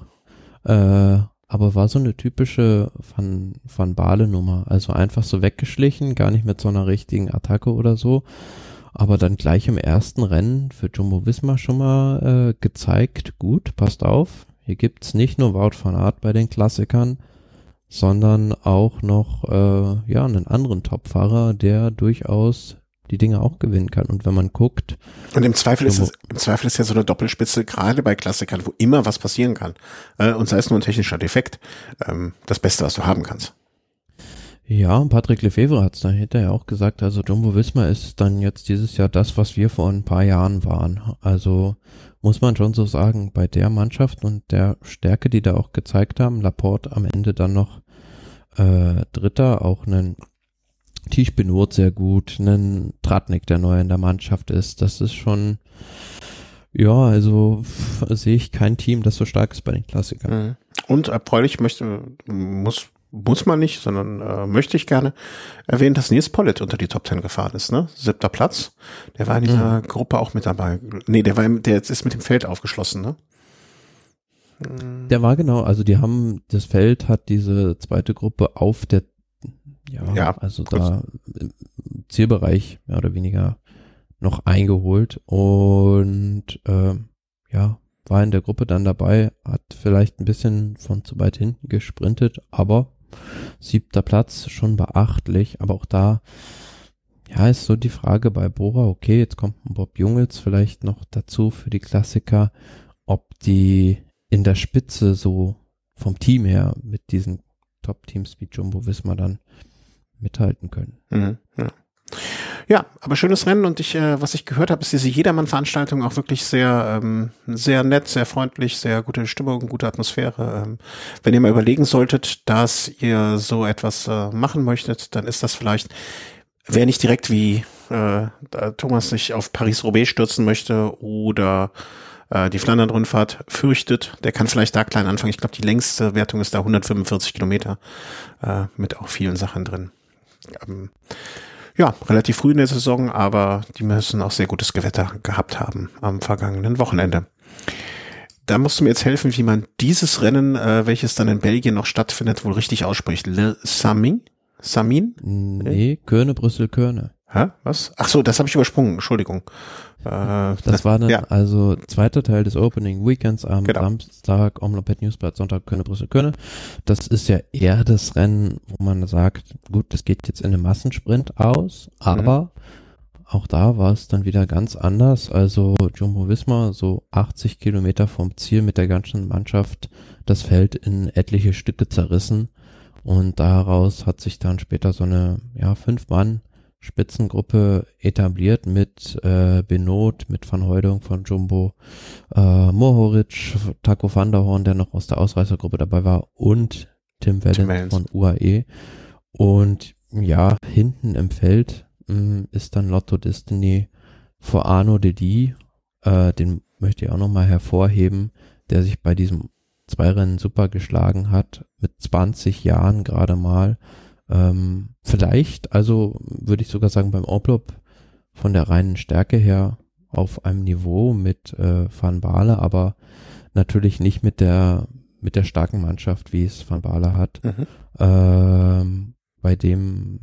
Aber war so eine typische Van Baarle-Nummer, also einfach so weggeschlichen, gar nicht mit so einer richtigen Attacke oder so, aber dann gleich im ersten Rennen für Jumbo-Visma schon mal gezeigt, gut, passt auf, hier gibt's nicht nur Wout van Aert bei den Klassikern, sondern auch noch einen anderen Topfahrer, der durchaus die Dinge auch gewinnen kann. Und wenn man guckt. Und im Zweifel ist ja so eine Doppelspitze, gerade bei Klassikern, wo immer was passieren kann. Und sei es nur ein technischer Defekt, das Beste, was du haben kannst. Ja, und Patrick Lefevre hat es dann hinterher auch gesagt, also Jumbo-Visma ist dann jetzt dieses Jahr das, was wir vor ein paar Jahren waren. Also muss man schon so sagen, bei der Mannschaft und der Stärke, die da auch gezeigt haben, Laporte am Ende dann noch Dritter, auch einen Tisch Benoit sehr gut, einen Tratnik, der neu in der Mannschaft ist, das ist schon, also sehe ich kein Team, das so stark ist bei den Klassikern. Und erfreulich muss man nicht, sondern möchte ich gerne erwähnen, dass Nils Pollitt unter die Top 10 gefahren ist, ne? 7. Platz. Der war in dieser Gruppe auch mit dabei. Nee, der ist mit dem Feld aufgeschlossen, ne? Der war also das Feld hat diese zweite Gruppe auf der also kurz. Da im Zielbereich mehr oder weniger noch eingeholt und war in der Gruppe dann dabei, hat vielleicht ein bisschen von zu weit hinten gesprintet, aber 7. Platz schon beachtlich, aber auch da ist so die Frage bei Bora, okay, jetzt kommt ein Bob Jungels vielleicht noch dazu für die Klassiker, ob die in der Spitze so vom Team her mit diesen Top-Teams wie Jumbo-Visma dann mithalten können. Ja, aber schönes Rennen und was ich gehört habe, ist diese Jedermann-Veranstaltung auch wirklich sehr, sehr nett, sehr freundlich, sehr gute Stimmung, gute Atmosphäre. Wenn ihr mal überlegen solltet, dass ihr so etwas machen möchtet, dann ist das vielleicht, wer nicht direkt wie Thomas sich auf Paris-Roubaix stürzen möchte oder die Flandern-Rundfahrt fürchtet, der kann vielleicht da klein anfangen. Ich glaube, die längste Wertung ist da 145 Kilometer mit auch vielen Sachen drin. Relativ früh in der Saison, aber die müssen auch sehr gutes Gewitter gehabt haben am vergangenen Wochenende. Da musst du mir jetzt helfen, wie man dieses Rennen, welches dann in Belgien noch stattfindet, wohl richtig ausspricht. Le Samin? Nee, Körne, Brüssel, Körne. Hä? Was? Ach so, das habe ich übersprungen, Entschuldigung. Das war dann also zweiter Teil des Opening Weekends am Samstag, Omloped Newsblatt, Sonntag Körne, Brüssel, Körne. Das ist ja eher das Rennen, wo man sagt, gut, das geht jetzt in einem Massensprint aus, aber auch da war es dann wieder ganz anders. Also Jumbo-Visma so 80 Kilometer vom Ziel mit der ganzen Mannschaft das Feld in etliche Stücke zerrissen und daraus hat sich dann später so eine 5-Mann Spitzengruppe etabliert mit Benoot, mit Van Hooydonk von Jumbo, Mohoric, Taco van der Hoorn, der noch aus der Ausreißergruppe dabei war und Tim Wellens von UAE. Und ja, hinten im Feld ist dann Lotto Destiny vor Arnaud Dédy, den möchte ich auch nochmal hervorheben, der sich bei diesem Zweirennen super geschlagen hat, mit 20 Jahren gerade mal. Vielleicht, also würde ich sogar sagen, beim Omloop von der reinen Stärke her auf einem Niveau mit Van Baarle, aber natürlich nicht mit der starken Mannschaft, wie es Van Baarle hat. Bei dem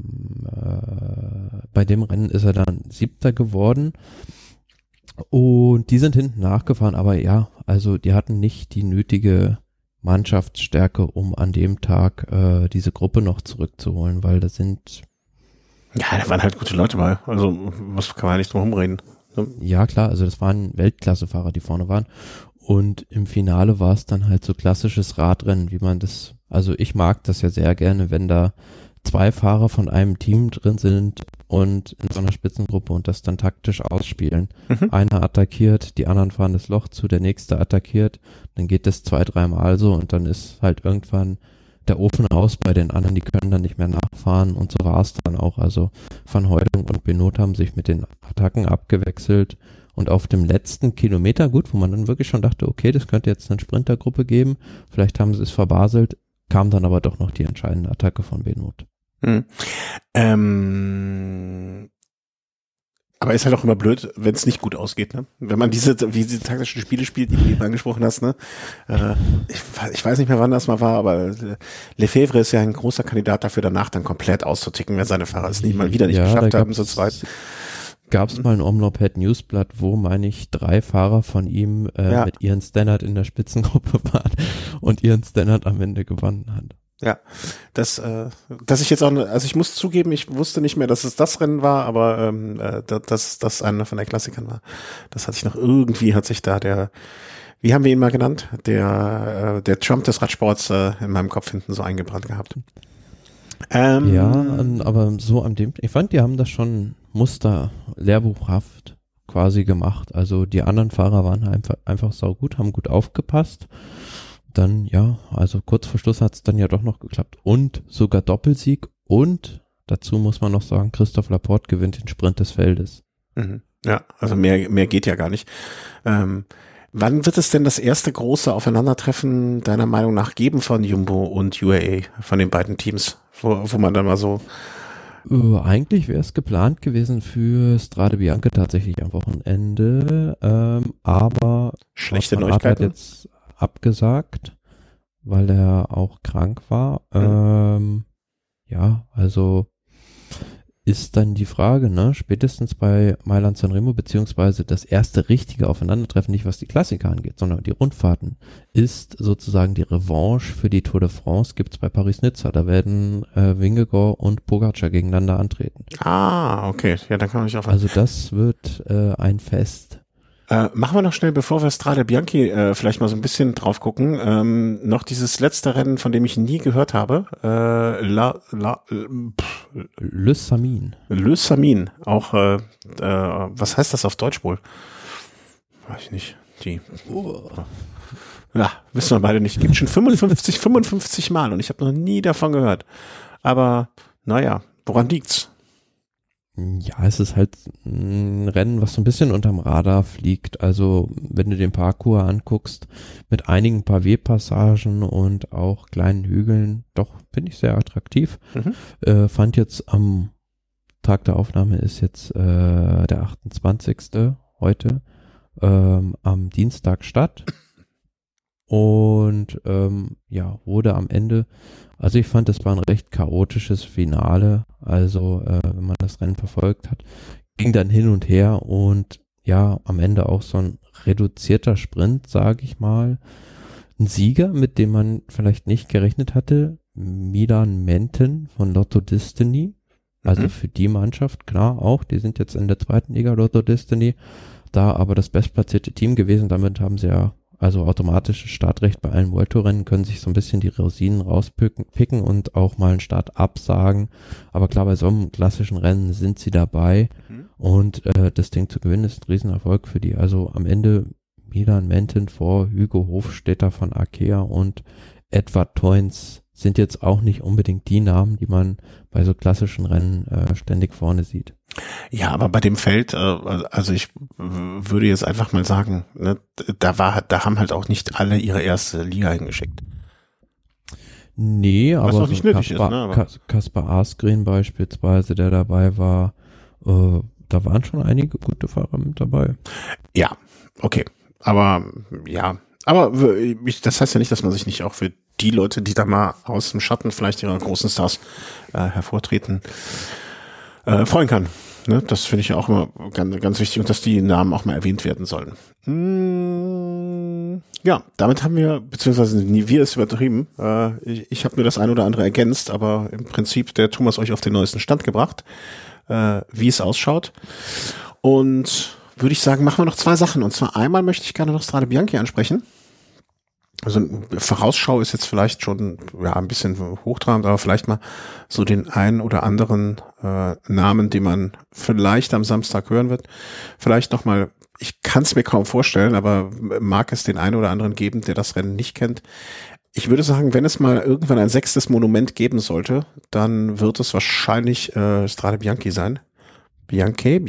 Rennen ist er dann 7. geworden und die sind hinten nachgefahren, aber ja, also die hatten nicht die nötige Mannschaftsstärke, um an dem Tag diese Gruppe noch zurückzuholen, weil das sind... Ja, da waren halt gute Leute bei, also was kann man nicht drum rumreden. Ja klar, also das waren Weltklassefahrer, die vorne waren und im Finale war es dann halt so klassisches Radrennen, wie man das, also ich mag das ja sehr gerne, wenn da 2 Fahrer von einem Team drin sind und in so einer Spitzengruppe und das dann taktisch ausspielen. Einer attackiert, die anderen fahren das Loch zu, der nächste attackiert, dann geht das 2-3 Mal so und dann ist halt irgendwann der Ofen aus bei den anderen, die können dann nicht mehr nachfahren und so war es dann auch. Also Van Hooydonck und Benoot haben sich mit den Attacken abgewechselt und auf dem letzten Kilometer, gut, wo man dann wirklich schon dachte, okay, das könnte jetzt eine Sprintergruppe geben, vielleicht haben sie es verbaselt, kam dann aber doch noch die entscheidende Attacke von Benoot. Aber ist halt auch immer blöd, wenn es nicht gut ausgeht, ne? Wenn man diese taktischen Spiele spielt, die du eben angesprochen hast, ne? Ich weiß nicht mehr, wann das mal war, aber Lefebvre ist ja ein großer Kandidat dafür, danach dann komplett auszuticken, wenn seine Fahrer es mal wieder nicht geschafft haben, so zweit. Gab es mal ein Omloop Newsblatt, wo, meine ich, 3 Fahrer von ihm mit Ian Stannard in der Spitzengruppe waren und Ian Stannard am Ende gewonnen hat. Ja, dass ich jetzt auch, also ich muss zugeben, ich wusste nicht mehr, dass es das Rennen war, aber dass das einer von der Klassikern war. Das hat sich noch irgendwie, hat sich da wie haben wir ihn mal genannt? Der Trump des Radsports in meinem Kopf hinten so eingebrannt gehabt. Aber so ich fand, die haben das schon lehrbuchhaft quasi gemacht. Also die anderen Fahrer waren einfach saugut, haben gut aufgepasst. Dann, ja, also kurz vor Schluss hat es dann ja doch noch geklappt. Und sogar Doppelsieg. Und dazu muss man noch sagen, Christophe Laporte gewinnt den Sprint des Feldes. Ja, also mehr geht ja gar nicht. Wann wird es denn das erste große Aufeinandertreffen deiner Meinung nach geben von Jumbo und UAE, von den beiden Teams, wo man dann mal so... Eigentlich wäre es geplant gewesen für Strade Bianche tatsächlich am Wochenende, aber... Schlechte Neuigkeiten. Jetzt abgesagt, weil er auch krank war. Ja, also ist dann die Frage, ne, spätestens bei Mailand Sanremo, beziehungsweise das erste richtige Aufeinandertreffen, nicht was die Klassiker angeht, sondern die Rundfahrten, ist sozusagen die Revanche für die Tour de France, gibt's bei Paris-Nizza. Da werden Vingegaard und Pogacar gegeneinander antreten. Ah, okay. Ja, dann kann man nicht auf... Also das wird ein Fest. Machen wir noch schnell, bevor wir Strade Bianche vielleicht mal so ein bisschen drauf gucken, noch dieses letzte Rennen, von dem ich nie gehört habe. Le Samin. Le Samin. Auch, was heißt das auf Deutsch wohl? Weiß ich nicht. Ja, wissen wir beide nicht. Gibt schon 55 Mal und ich habe noch nie davon gehört. Aber, naja, woran liegt's? Ja, es ist halt ein Rennen, was so ein bisschen unterm Radar fliegt. Also wenn du den Parcours anguckst, mit einigen Pavé-Passagen und auch kleinen Hügeln, doch, finde ich sehr attraktiv. Fand jetzt am Tag der Aufnahme ist jetzt der 28. heute, am Dienstag statt. Und ja, wurde am Ende, also ich fand, das war ein recht chaotisches Finale, also wenn man das Rennen verfolgt hat, ging dann hin und her und ja, am Ende auch so ein reduzierter Sprint, sage ich mal. Ein Sieger, mit dem man vielleicht nicht gerechnet hatte, Milan Menten von Lotto Destiny, also für die Mannschaft, klar auch, die sind jetzt in der 2. Liga Lotto Destiny, da aber das bestplatzierte Team gewesen, damit haben sie ja also automatisches Startrecht bei allen World Tour Rennen, können sich so ein bisschen die Rosinen rauspicken und auch mal einen Start absagen. Aber klar, bei so einem klassischen Rennen sind sie dabei und das Ding zu gewinnen ist ein Riesenerfolg für die. Also am Ende Milan Menten vor Hugo Hofstetter von Arkea und Edward Toyns sind jetzt auch nicht unbedingt die Namen, die man bei so klassischen Rennen ständig vorne sieht. Ja, aber bei dem Feld, also ich würde jetzt einfach mal sagen, ne, da haben halt auch nicht alle ihre erste Liga hingeschickt. Nee, aber was auch nicht nötig ist, ne? Kaspar Asgreen beispielsweise, der dabei war, da waren schon einige gute Fahrer mit dabei. Ja, okay. Aber das heißt ja nicht, dass man sich nicht auch für die Leute, die da mal aus dem Schatten vielleicht ihrer großen Stars hervortreten, freuen kann. Ne? Das finde ich ja auch immer ganz, ganz wichtig und dass die Namen auch mal erwähnt werden sollen. Ja, damit haben wir, beziehungsweise nie wir ist übertrieben. Ich habe nur das ein oder andere ergänzt, aber im Prinzip der Thomas euch auf den neuesten Stand gebracht, wie es ausschaut. Und würde ich sagen, machen wir noch zwei Sachen. Und zwar einmal möchte ich gerne noch Strade Bianchi ansprechen. Also Vorausschau ist jetzt vielleicht schon ein bisschen hochtrabend, aber vielleicht mal so den einen oder anderen Namen, den man vielleicht am Samstag hören wird. Vielleicht noch mal, ich kann es mir kaum vorstellen, aber mag es den einen oder anderen geben, der das Rennen nicht kennt. Ich würde sagen, wenn es mal irgendwann ein 6. Monument geben sollte, dann wird es wahrscheinlich Strade Bianchi sein. Bianchi.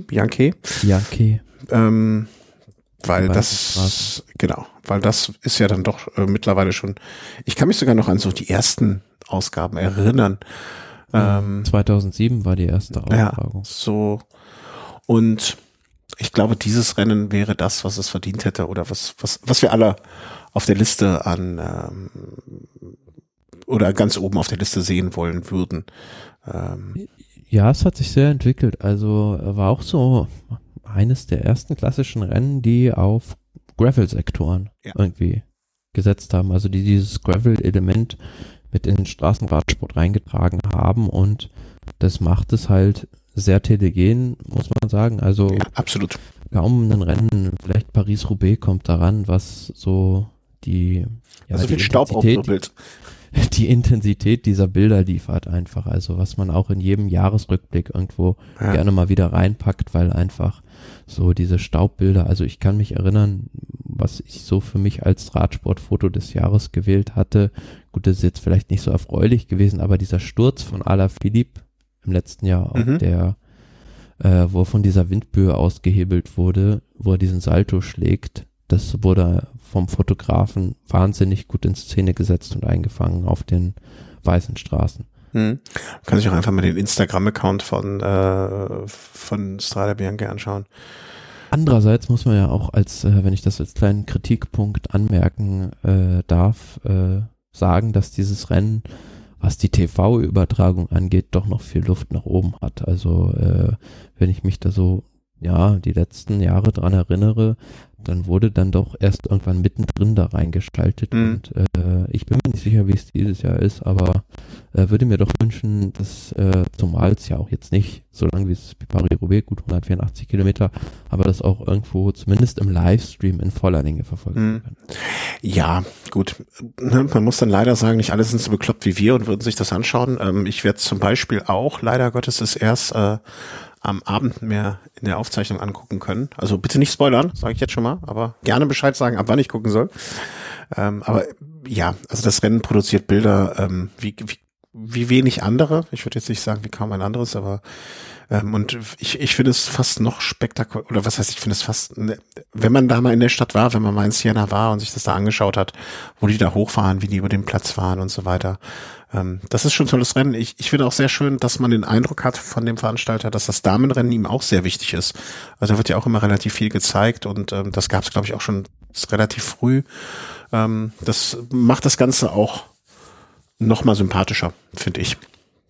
Weil das ist ja dann doch mittlerweile schon, ich kann mich sogar noch an so die ersten Ausgaben erinnern. 2007 war die erste Austragung. Ja, so. Und ich glaube, dieses Rennen wäre das, was es verdient hätte oder was wir alle auf der Liste oder ganz oben auf der Liste sehen wollen würden. Ja, es hat sich sehr entwickelt. Also war auch so eines der ersten klassischen Rennen, die auf Gravel-Sektoren irgendwie gesetzt haben. Also die dieses Gravel-Element mit in den Straßenradsport reingetragen haben und das macht es halt sehr telegen, muss man sagen. Also ja, absolut. Kaum ein Rennen, vielleicht Paris-Roubaix kommt daran, was so die viel Staub aufwirbelt. Die Intensität dieser Bilder liefert einfach, also was man auch in jedem Jahresrückblick irgendwo gerne mal wieder reinpackt, weil einfach so diese Staubbilder, also ich kann mich erinnern, was ich so für mich als Radsportfoto des Jahres gewählt hatte, gut, das ist jetzt vielleicht nicht so erfreulich gewesen, aber dieser Sturz von Alaphilippe im letzten Jahr, wo er von dieser Windböe ausgehebelt wurde, wo er diesen Salto schlägt, das wurde vom Fotografen wahnsinnig gut in Szene gesetzt und eingefangen auf den weißen Straßen. Kann sich auch einfach mal den Instagram-Account von Strade Bianchi anschauen. Andererseits muss man ja auch wenn ich das als kleinen Kritikpunkt anmerken darf, sagen, dass dieses Rennen, was die TV-Übertragung angeht, doch noch viel Luft nach oben hat. Also wenn ich mich da so die letzten Jahre dran erinnere, dann wurde dann doch erst irgendwann mittendrin da reingestaltet und ich bin mir nicht sicher, wie es dieses Jahr ist, aber würde mir doch wünschen, dass zumal es ja auch jetzt nicht so lang wie es Paris-Roubaix, gut 184 Kilometer, aber das auch irgendwo zumindest im Livestream in voller Länge verfolgen kann. Ja, gut. Man muss dann leider sagen, nicht alle sind so bekloppt wie wir und würden sich das anschauen. Ich werde zum Beispiel auch, leider Gottes, es erst am Abend mehr in der Aufzeichnung angucken können. Also bitte nicht spoilern, sage ich jetzt schon mal, aber gerne Bescheid sagen, ab wann ich gucken soll. Aber ja, also das Rennen produziert Bilder wie wenig andere. Ich würde jetzt nicht sagen wie kaum ein anderes, aber und ich finde es fast noch spektakulär, oder was heißt, ich finde es fast, wenn man da mal in der Stadt war, wenn man mal in Siena war und sich das da angeschaut hat, wo die da hochfahren, wie die über den Platz fahren und so weiter. Das ist schon ein tolles Rennen. Ich finde auch sehr schön, dass man den Eindruck hat von dem Veranstalter, dass das Damenrennen ihm auch sehr wichtig ist. Also da wird ja auch immer relativ viel gezeigt und das gab es, glaube ich, auch schon relativ früh. Das macht das Ganze auch noch mal sympathischer, finde ich.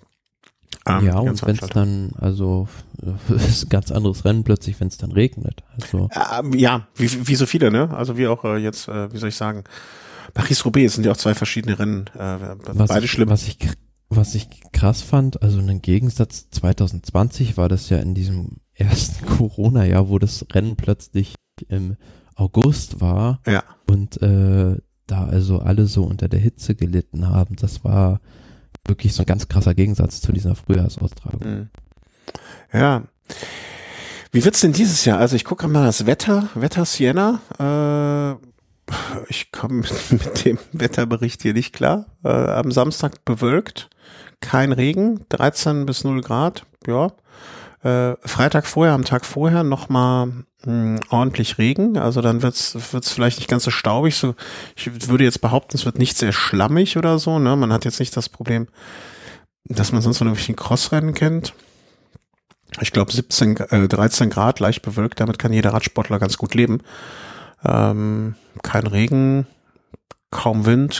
Ja, und wenn es dann, also ist ein ganz anderes Rennen plötzlich, wenn es dann regnet. Also ja, wie so viele, ne? Also wie auch jetzt, wie soll ich sagen, Paris-Roubaix sind ja auch zwei verschiedene Rennen, beide schlimm. Was ich krass fand, also im Gegensatz 2020 war das ja in diesem ersten Corona-Jahr, wo das Rennen plötzlich im August war und da also alle so unter der Hitze gelitten haben. Das war wirklich so ein ganz krasser Gegensatz zu dieser Frühjahrsaustragung. Ja. Wie wird's denn dieses Jahr? Also ich gucke mal das Wetter Siena. Ich komme mit dem Wetterbericht hier nicht klar. Am Samstag bewölkt, kein Regen, 13 bis 0 Grad, ja. Freitag vorher, am Tag vorher nochmal ordentlich Regen, also dann wird's vielleicht nicht ganz so staubig, so, ich würde jetzt behaupten, es wird nicht sehr schlammig oder so, ne, man hat jetzt nicht das Problem, dass man sonst von irgendwelchen Crossrennen kennt. Ich glaube 13 Grad, leicht bewölkt, damit kann jeder Radsportler ganz gut leben. Kein Regen, kaum Wind,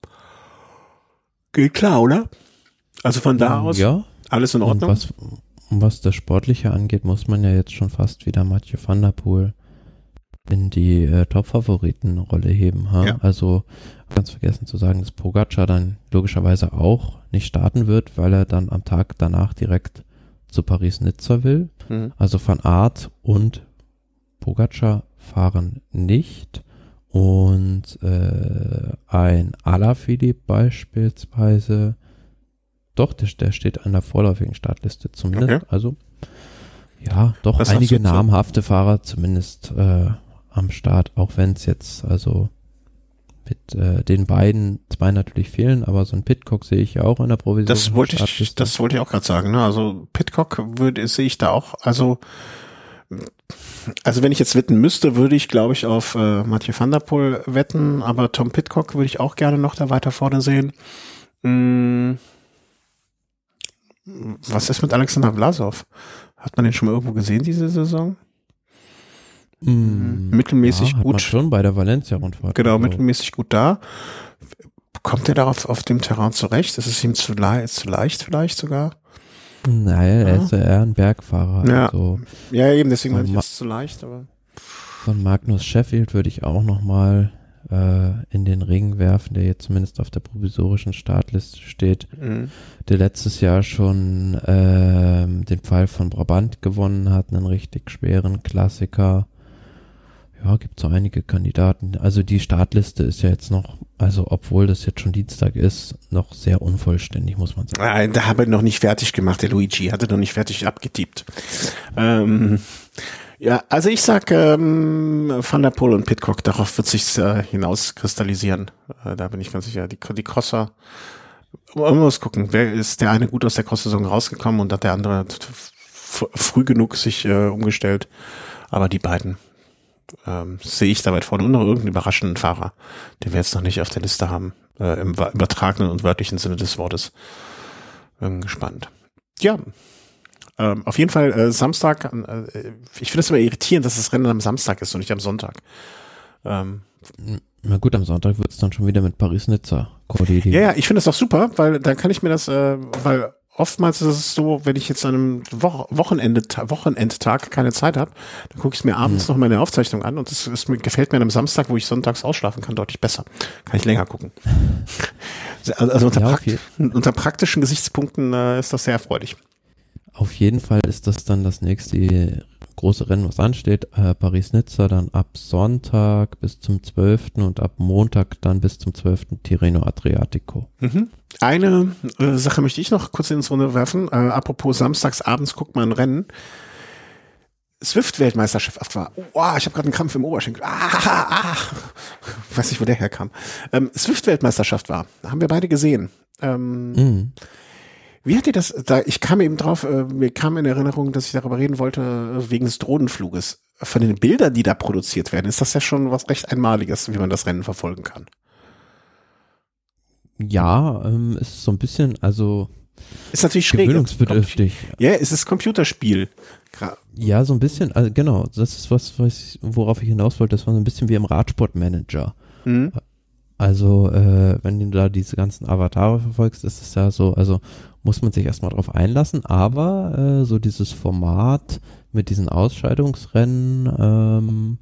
geht klar, oder? Also von da aus, ja, alles in Ordnung. Was das Sportliche angeht, muss man ja jetzt schon fast wieder Mathieu van der Poel in die Top-Favoriten-Rolle heben. Ha? Ja. Also ganz vergessen zu sagen, dass Pogacar dann logischerweise auch nicht starten wird, weil er dann am Tag danach direkt zu Paris-Nizza will. Mhm. Also Van Aert und Pogacar fahren nicht. Und ein Alaphilippe beispielsweise, doch, der steht an der vorläufigen Startliste zumindest. Okay. Also ja, doch das einige namhafte Fahrer zumindest am Start, auch wenn es jetzt also mit den beiden zwei natürlich fehlen, aber so ein Pitcock sehe ich ja auch in der provisorischen Startliste. Das wollte ich auch gerade sagen. Ne? Also Pitcock sehe ich da auch. Also wenn ich jetzt wetten müsste, würde ich, glaube ich, auf Mathieu van der Poel wetten, aber Tom Pitcock würde ich auch gerne noch da weiter vorne sehen. Was ist mit Alexander Vlasov? Hat man den schon mal irgendwo gesehen diese Saison? Mittelmäßig gut. Man schon bei der Valencia-Rundfahrt. Genau, mittelmäßig gut da. Kommt er darauf auf dem Terrain zurecht? Ist es ihm zu leicht vielleicht sogar? Nein, er ist eher ein Bergfahrer. Ja, also, ja eben, deswegen meine ich, es ist zu leicht. Aber von Magnus Sheffield würde ich auch nochmal in den Ring werfen, der jetzt zumindest auf der provisorischen Startliste steht, der letztes Jahr schon den Pfeil von Brabant gewonnen hat, einen richtig schweren Klassiker. Ja, gibt so einige Kandidaten. Also die Startliste ist ja jetzt noch, also obwohl das jetzt schon Dienstag ist, noch sehr unvollständig, muss man sagen. Nein, da habe ich noch nicht fertig gemacht, der Luigi, hatte noch nicht fertig abgetippt. Ja, also ich sag Van der Poel und Pitcock, darauf wird sich's hinauskristallisieren. Da bin ich ganz sicher. Die Crosser, man muss gucken, wer ist der eine gut aus der Cross-Saison rausgekommen und hat der andere früh genug sich umgestellt. Aber die beiden sehe ich da weit vorne und noch irgendeinen überraschenden Fahrer, den wir jetzt noch nicht auf der Liste haben, im übertragenen und wörtlichen Sinne des Wortes. Bin gespannt. Ja. Auf jeden Fall Samstag, ich finde es immer irritierend, dass das Rennen am Samstag ist und nicht am Sonntag. Na gut, am Sonntag wird es dann schon wieder mit Paris-Nizza koordiniert. Ja, ich finde das auch super, weil dann kann ich mir das, weil oftmals ist es so, wenn ich jetzt an einem Wochenendtag keine Zeit habe, dann gucke ich es mir abends noch meine Aufzeichnung an und das gefällt mir an einem Samstag, wo ich sonntags ausschlafen kann, deutlich besser. Kann ich länger gucken. Also unter praktischen Gesichtspunkten ist das sehr erfreulich. Auf jeden Fall ist das dann das nächste große Rennen, was ansteht. Paris-Nizza dann ab Sonntag bis zum 12. und ab Montag dann bis zum 12. Tirreno Adriatico. Eine Sache möchte ich noch kurz ins Runde werfen. Apropos samstags abends guckt man ein Rennen. Swift-Weltmeisterschaft war. Oh, ich habe gerade einen Krampf im Oberschenkel. Weiß nicht, wo der herkam. Swift-Weltmeisterschaft war. Haben wir beide gesehen. Wie hat dir das, ich kam eben drauf, mir kam in Erinnerung, dass ich darüber reden wollte, wegen des Drohnenfluges. Von den Bildern, die da produziert werden, ist das ja schon was recht Einmaliges, wie man das Rennen verfolgen kann. Ja, ist so ein bisschen, also ist natürlich schräg. Gewöhnungsbedürftig. Ja, es ist Computerspiel. Ja, so ein bisschen, also genau, das ist worauf ich hinaus wollte, das war so ein bisschen wie im Radsportmanager. Also, wenn du da diese ganzen Avatare verfolgst, ist es ja so, also muss man sich erstmal drauf einlassen, aber so dieses Format mit diesen Ausscheidungsrennen,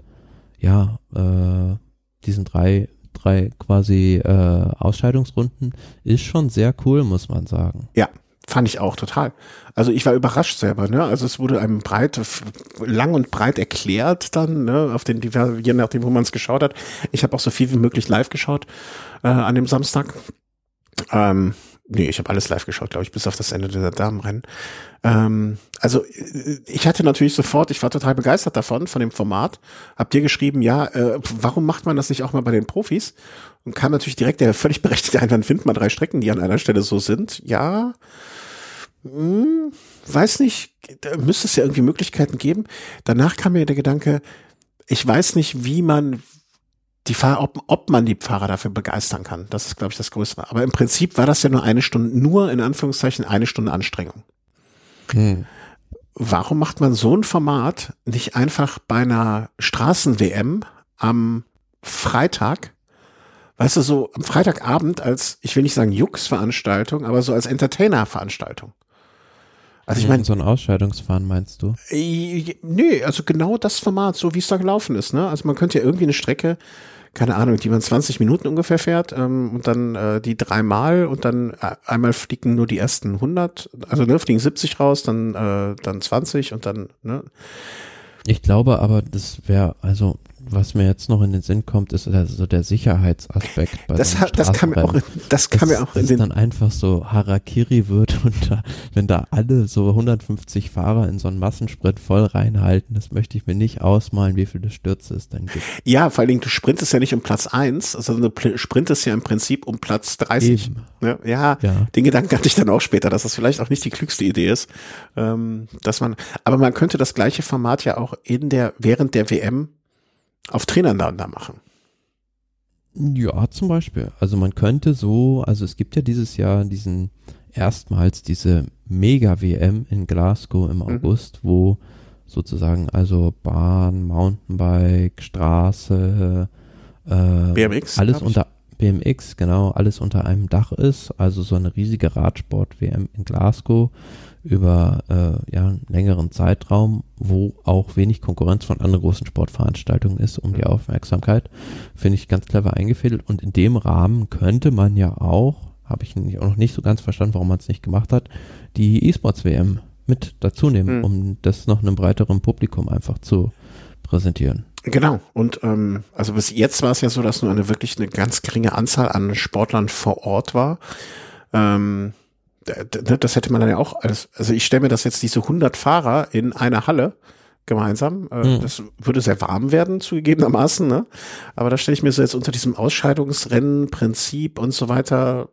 diesen drei quasi Ausscheidungsrunden, ist schon sehr cool, muss man sagen. Ja, fand ich auch total. Also ich war überrascht selber, ne? Also es wurde einem lang und breit erklärt dann, ne? Je nachdem, wo man es geschaut hat. Ich habe auch so viel wie möglich live geschaut an dem Samstag. Nee, ich habe alles live geschaut, glaube ich, bis auf das Ende dieser Damenrennen. Also ich hatte natürlich sofort, ich war total begeistert davon, von dem Format. Hab dir geschrieben, ja, warum macht man das nicht auch mal bei den Profis? Und kam natürlich direkt der völlig berechtigte Einwand, findet man 3 Strecken, die an einer Stelle so sind. Ja, weiß nicht, da müsste es ja irgendwie Möglichkeiten geben. Danach kam mir der Gedanke, ich weiß nicht, wie man die Fahrer, ob man die Fahrer dafür begeistern kann. Das ist, glaube ich, das Größere. Aber im Prinzip war das ja nur nur in Anführungszeichen 1 Stunde Anstrengung. Warum macht man so ein Format nicht einfach bei einer Straßen-WM am Freitag, weißt du, so am Freitagabend als, ich will nicht sagen Jux-Veranstaltung, aber so als Entertainer-Veranstaltung? Also ich meine, so ein Ausscheidungsfahren meinst du? Nee, also genau das Format, so wie es da gelaufen ist, ne? Also man könnte ja irgendwie eine Strecke, keine Ahnung, die man 20 Minuten ungefähr fährt, und dann die 3-mal und dann einmal fliegen nur die ersten 100, also ne, fliegen 70 raus, dann 20 und dann, ne? Ich glaube aber, das wäre, also was mir jetzt noch in den Sinn kommt, ist also der Sicherheitsaspekt bei das kann mir auch dann einfach so Harakiri wird und wenn da alle so 150 Fahrer in so einen Massensprint voll reinhalten, das möchte ich mir nicht ausmalen, wie viele Stürze es dann gibt. Ja, vor allen Dingen, du sprintest ja nicht um Platz 1, sondern du sprintest ja im Prinzip um Platz 30. Ja, den Gedanken hatte ich dann auch später, dass das vielleicht auch nicht die klügste Idee ist, aber man könnte das gleiche Format ja auch während der WM auf Trainern da machen. Ja, zum Beispiel. Also man könnte also es gibt ja dieses Jahr erstmals diese Mega-WM in Glasgow im August, wo sozusagen also Bahn, Mountainbike, Straße, BMX, alles unter BMX, genau, alles unter einem Dach ist. Also so eine riesige Radsport-WM in Glasgow über einen längeren Zeitraum, wo auch wenig Konkurrenz von anderen großen Sportveranstaltungen ist, um die Aufmerksamkeit. Finde ich ganz clever eingefädelt. Und in dem Rahmen könnte man ja auch, habe ich auch noch nicht so ganz verstanden, warum man es nicht gemacht hat, die E-Sports-WM mit dazu nehmen, um das noch einem breiteren Publikum einfach zu präsentieren. Genau. Und also bis jetzt war es ja so, dass nur wirklich eine ganz geringe Anzahl an Sportlern vor Ort war. Das hätte man dann ja auch alles, also ich stelle mir das jetzt diese 100 Fahrer in einer Halle gemeinsam, das würde sehr warm werden zugegebenermaßen, ne? Aber da stelle ich mir so jetzt unter diesem Ausscheidungsrennen-Prinzip und so weiter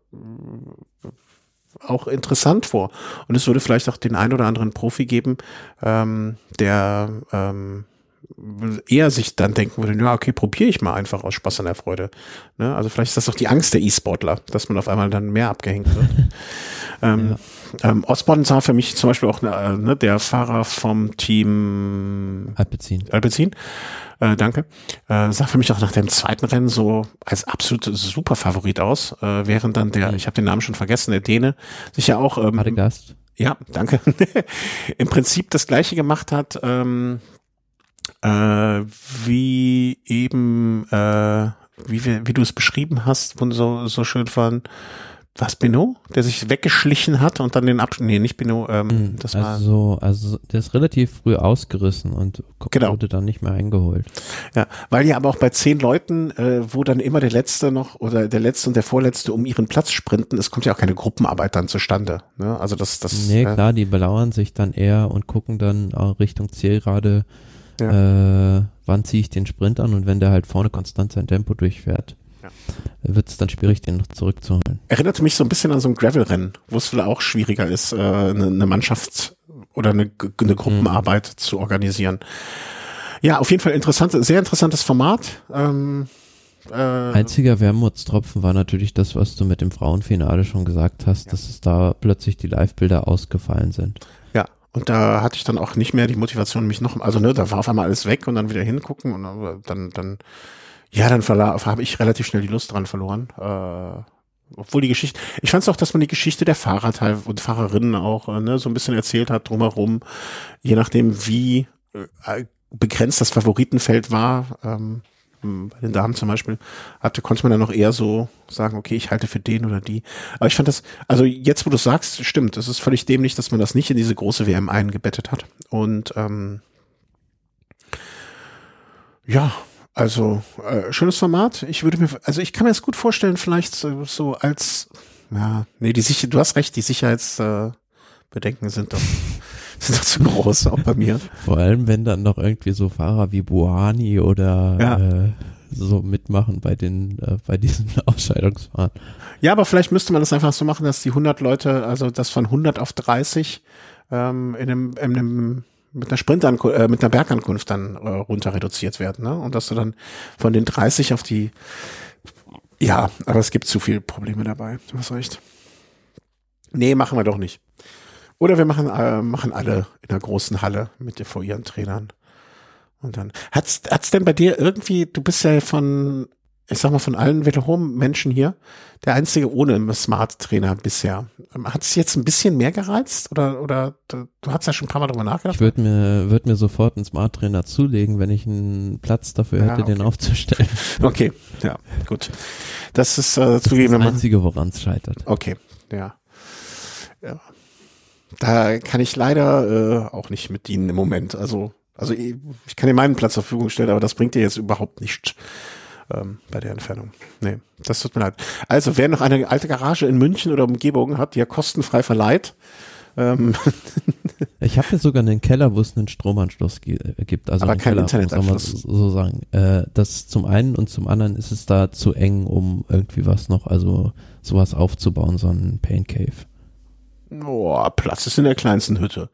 auch interessant vor. Und es würde vielleicht auch den ein oder anderen Profi geben, der eher sich dann denken würde, ja, okay, probiere ich mal einfach aus Spaß an der Freude. Ne? Also vielleicht ist das doch die Angst der E-Sportler, dass man auf einmal dann mehr abgehängt wird. Osborne sah für mich zum Beispiel auch der Fahrer vom Team Alpecin, danke, sah für mich auch nach dem zweiten Rennen so als absolut super Favorit aus, während dann ich habe den Namen schon vergessen, der Däne, sich ja auch Gast. Ja, danke. Im Prinzip das Gleiche gemacht hat, wie eben, wie du es beschrieben hast, und so schön von, was, Pinot? Der sich weggeschlichen hat und dann nicht Pinot, das war. Also, der ist relativ früh ausgerissen und wurde dann nicht mehr eingeholt. Ja, weil ja aber auch bei 10 Leuten, wo dann immer der Letzte noch oder der Letzte und der Vorletzte um ihren Platz sprinten, es kommt ja auch keine Gruppenarbeit dann zustande, ne? Also das. Nee, klar, die belauern sich dann eher und gucken dann Richtung Zielgerade, wann ziehe ich den Sprint an, und wenn der halt vorne konstant sein Tempo durchfährt, wird es dann schwierig, den noch zurückzuholen. Erinnert mich so ein bisschen an so ein Gravel-Rennen, wo es vielleicht auch schwieriger ist, eine Mannschafts- oder eine Gruppenarbeit zu organisieren. Ja, auf jeden Fall sehr interessantes Format. Einziger Wermutstropfen war natürlich das, was du mit dem Frauenfinale schon gesagt hast, dass es da plötzlich die Live-Bilder ausgefallen sind. Ja. Und da hatte ich dann auch nicht mehr die Motivation, da war auf einmal alles weg und dann wieder hingucken und dann habe ich relativ schnell die Lust dran verloren. Obwohl die Geschichte, ich fand es auch, dass man die Geschichte der Fahrer und Fahrerinnen auch so ein bisschen erzählt hat drumherum, je nachdem wie begrenzt das Favoritenfeld war. Bei den Damen zum Beispiel konnte man dann noch eher so sagen, okay, ich halte für den oder die. Aber ich fand das, also jetzt, wo du sagst, stimmt, es ist völlig dämlich, dass man das nicht in diese große WM eingebettet hat. Und schönes Format. Ich kann mir das gut vorstellen, vielleicht so als Ja, nee, du hast recht, die Sicherheitsbedenken sind doch zu groß, auch bei mir. Vor allem, wenn dann noch irgendwie so Fahrer wie Buhani oder so mitmachen bei diesen Ausscheidungsfahren. Ja, aber vielleicht müsste man das einfach so machen, dass die 100 Leute, also das von 100 auf 30 mit einer Bergankunft dann runter reduziert werden, ne? Und dass du dann von den 30 auf die, ja, aber es gibt zu viele Probleme dabei. Du hast recht. Nee, machen wir doch nicht. Oder wir machen alle in einer großen Halle vor ihren Trainern. Und dann hat's denn bei dir irgendwie, du bist ja von allen Velo-Home-Menschen hier der einzige ohne Smart-Trainer bisher. Hat es jetzt ein bisschen mehr gereizt oder du hast ja schon ein paar Mal drüber nachgedacht? Ich würde mir sofort einen Smart-Trainer zulegen, wenn ich einen Platz dafür hätte, den aufzustellen. Okay, ja, gut. Das ist zugegeben. Das Einzige, woran es scheitert. Okay, ja. Da kann ich leider auch nicht mit dienen im Moment. Also ich kann dir meinen Platz zur Verfügung stellen, aber das bringt dir jetzt überhaupt nichts bei der Entfernung. Nee, das tut mir leid. Also wer noch eine alte Garage in München oder Umgebung hat, die er kostenfrei verleiht. Ich habe ja sogar einen Keller, wo es einen Stromanschluss gibt. Also aber kein Internetanschluss. So sagen. Das zum einen und zum anderen ist es da zu eng, um irgendwie sowas aufzubauen, so ein Pain Cave. Oh, Platz ist in der kleinsten Hütte.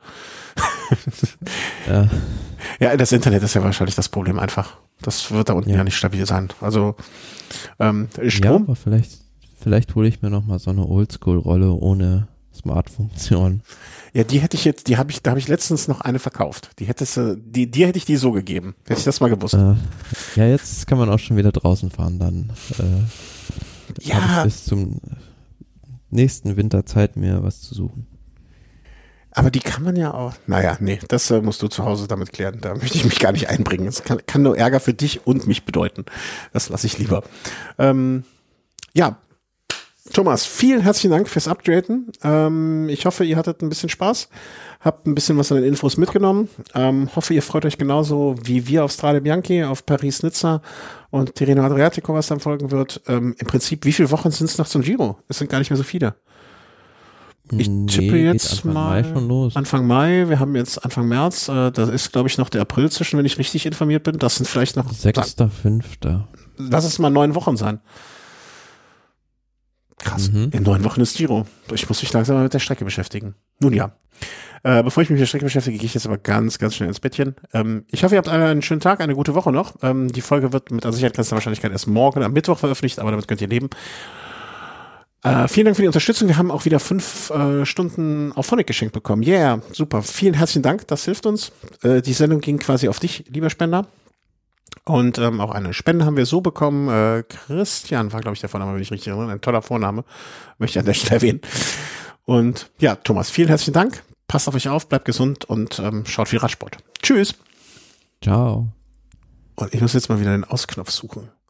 Ja. Ja, das Internet ist ja wahrscheinlich das Problem einfach. Das wird da unten ja nicht stabil sein. Also Strom. Ja, aber vielleicht hole ich mir noch mal so eine Oldschool-Rolle ohne Smart-Funktion. Ja, da habe ich letztens noch eine verkauft. Dir hätte ich die so gegeben. Hätte ich das mal gewusst. Ja, jetzt kann man auch schon wieder draußen fahren. Dann habe ich bis zum nächsten Winter Zeit, mir was zu suchen. Aber die kann man ja auch, das musst du zu Hause damit klären. Da möchte ich mich gar nicht einbringen. Das kann nur Ärger für dich und mich bedeuten. Das lasse ich lieber. Ja, Thomas, vielen herzlichen Dank fürs Updaten. Ich hoffe, ihr hattet ein bisschen Spaß, habt ein bisschen was an den Infos mitgenommen. Hoffe, ihr freut euch genauso wie wir auf Strade Bianchi, auf Paris-Nizza und Tirreno Adriatico, was dann folgen wird. Im Prinzip, wie viele Wochen sind es noch zum Giro? Es sind gar nicht mehr so viele. Ich tippe jetzt mal Anfang Mai, wir haben jetzt Anfang März, da ist glaube ich noch der April zwischen, wenn ich richtig informiert bin, das sind vielleicht noch 6.5. Lass es mal 9 Wochen sein. Krass, in 9 Wochen ist Giro. Ich muss mich langsam mal mit der Strecke beschäftigen. Nun ja, bevor ich mich mit der Strecke beschäftige, gehe ich jetzt aber ganz, ganz schnell ins Bettchen. Ich hoffe, ihr habt einen schönen Tag, eine gute Woche noch. Die Folge wird mit Sicherheit grenzender Wahrscheinlichkeit erst morgen am Mittwoch veröffentlicht, aber damit könnt ihr leben. Vielen Dank für die Unterstützung. Wir haben auch wieder 5 Stunden auf Phonic geschenkt bekommen. Yeah, super. Vielen herzlichen Dank. Das hilft uns. Die Sendung ging quasi auf dich, lieber Spender. Und auch eine Spende haben wir so bekommen. Christian war, glaube ich, der Vorname, wenn ich richtig erinnere. Ein toller Vorname. Möchte ich an der Stelle erwähnen. Und ja, Thomas, vielen herzlichen Dank. Passt auf euch auf, bleibt gesund und schaut viel Radsport. Tschüss. Ciao. Und ich muss jetzt mal wieder den Ausknopf suchen.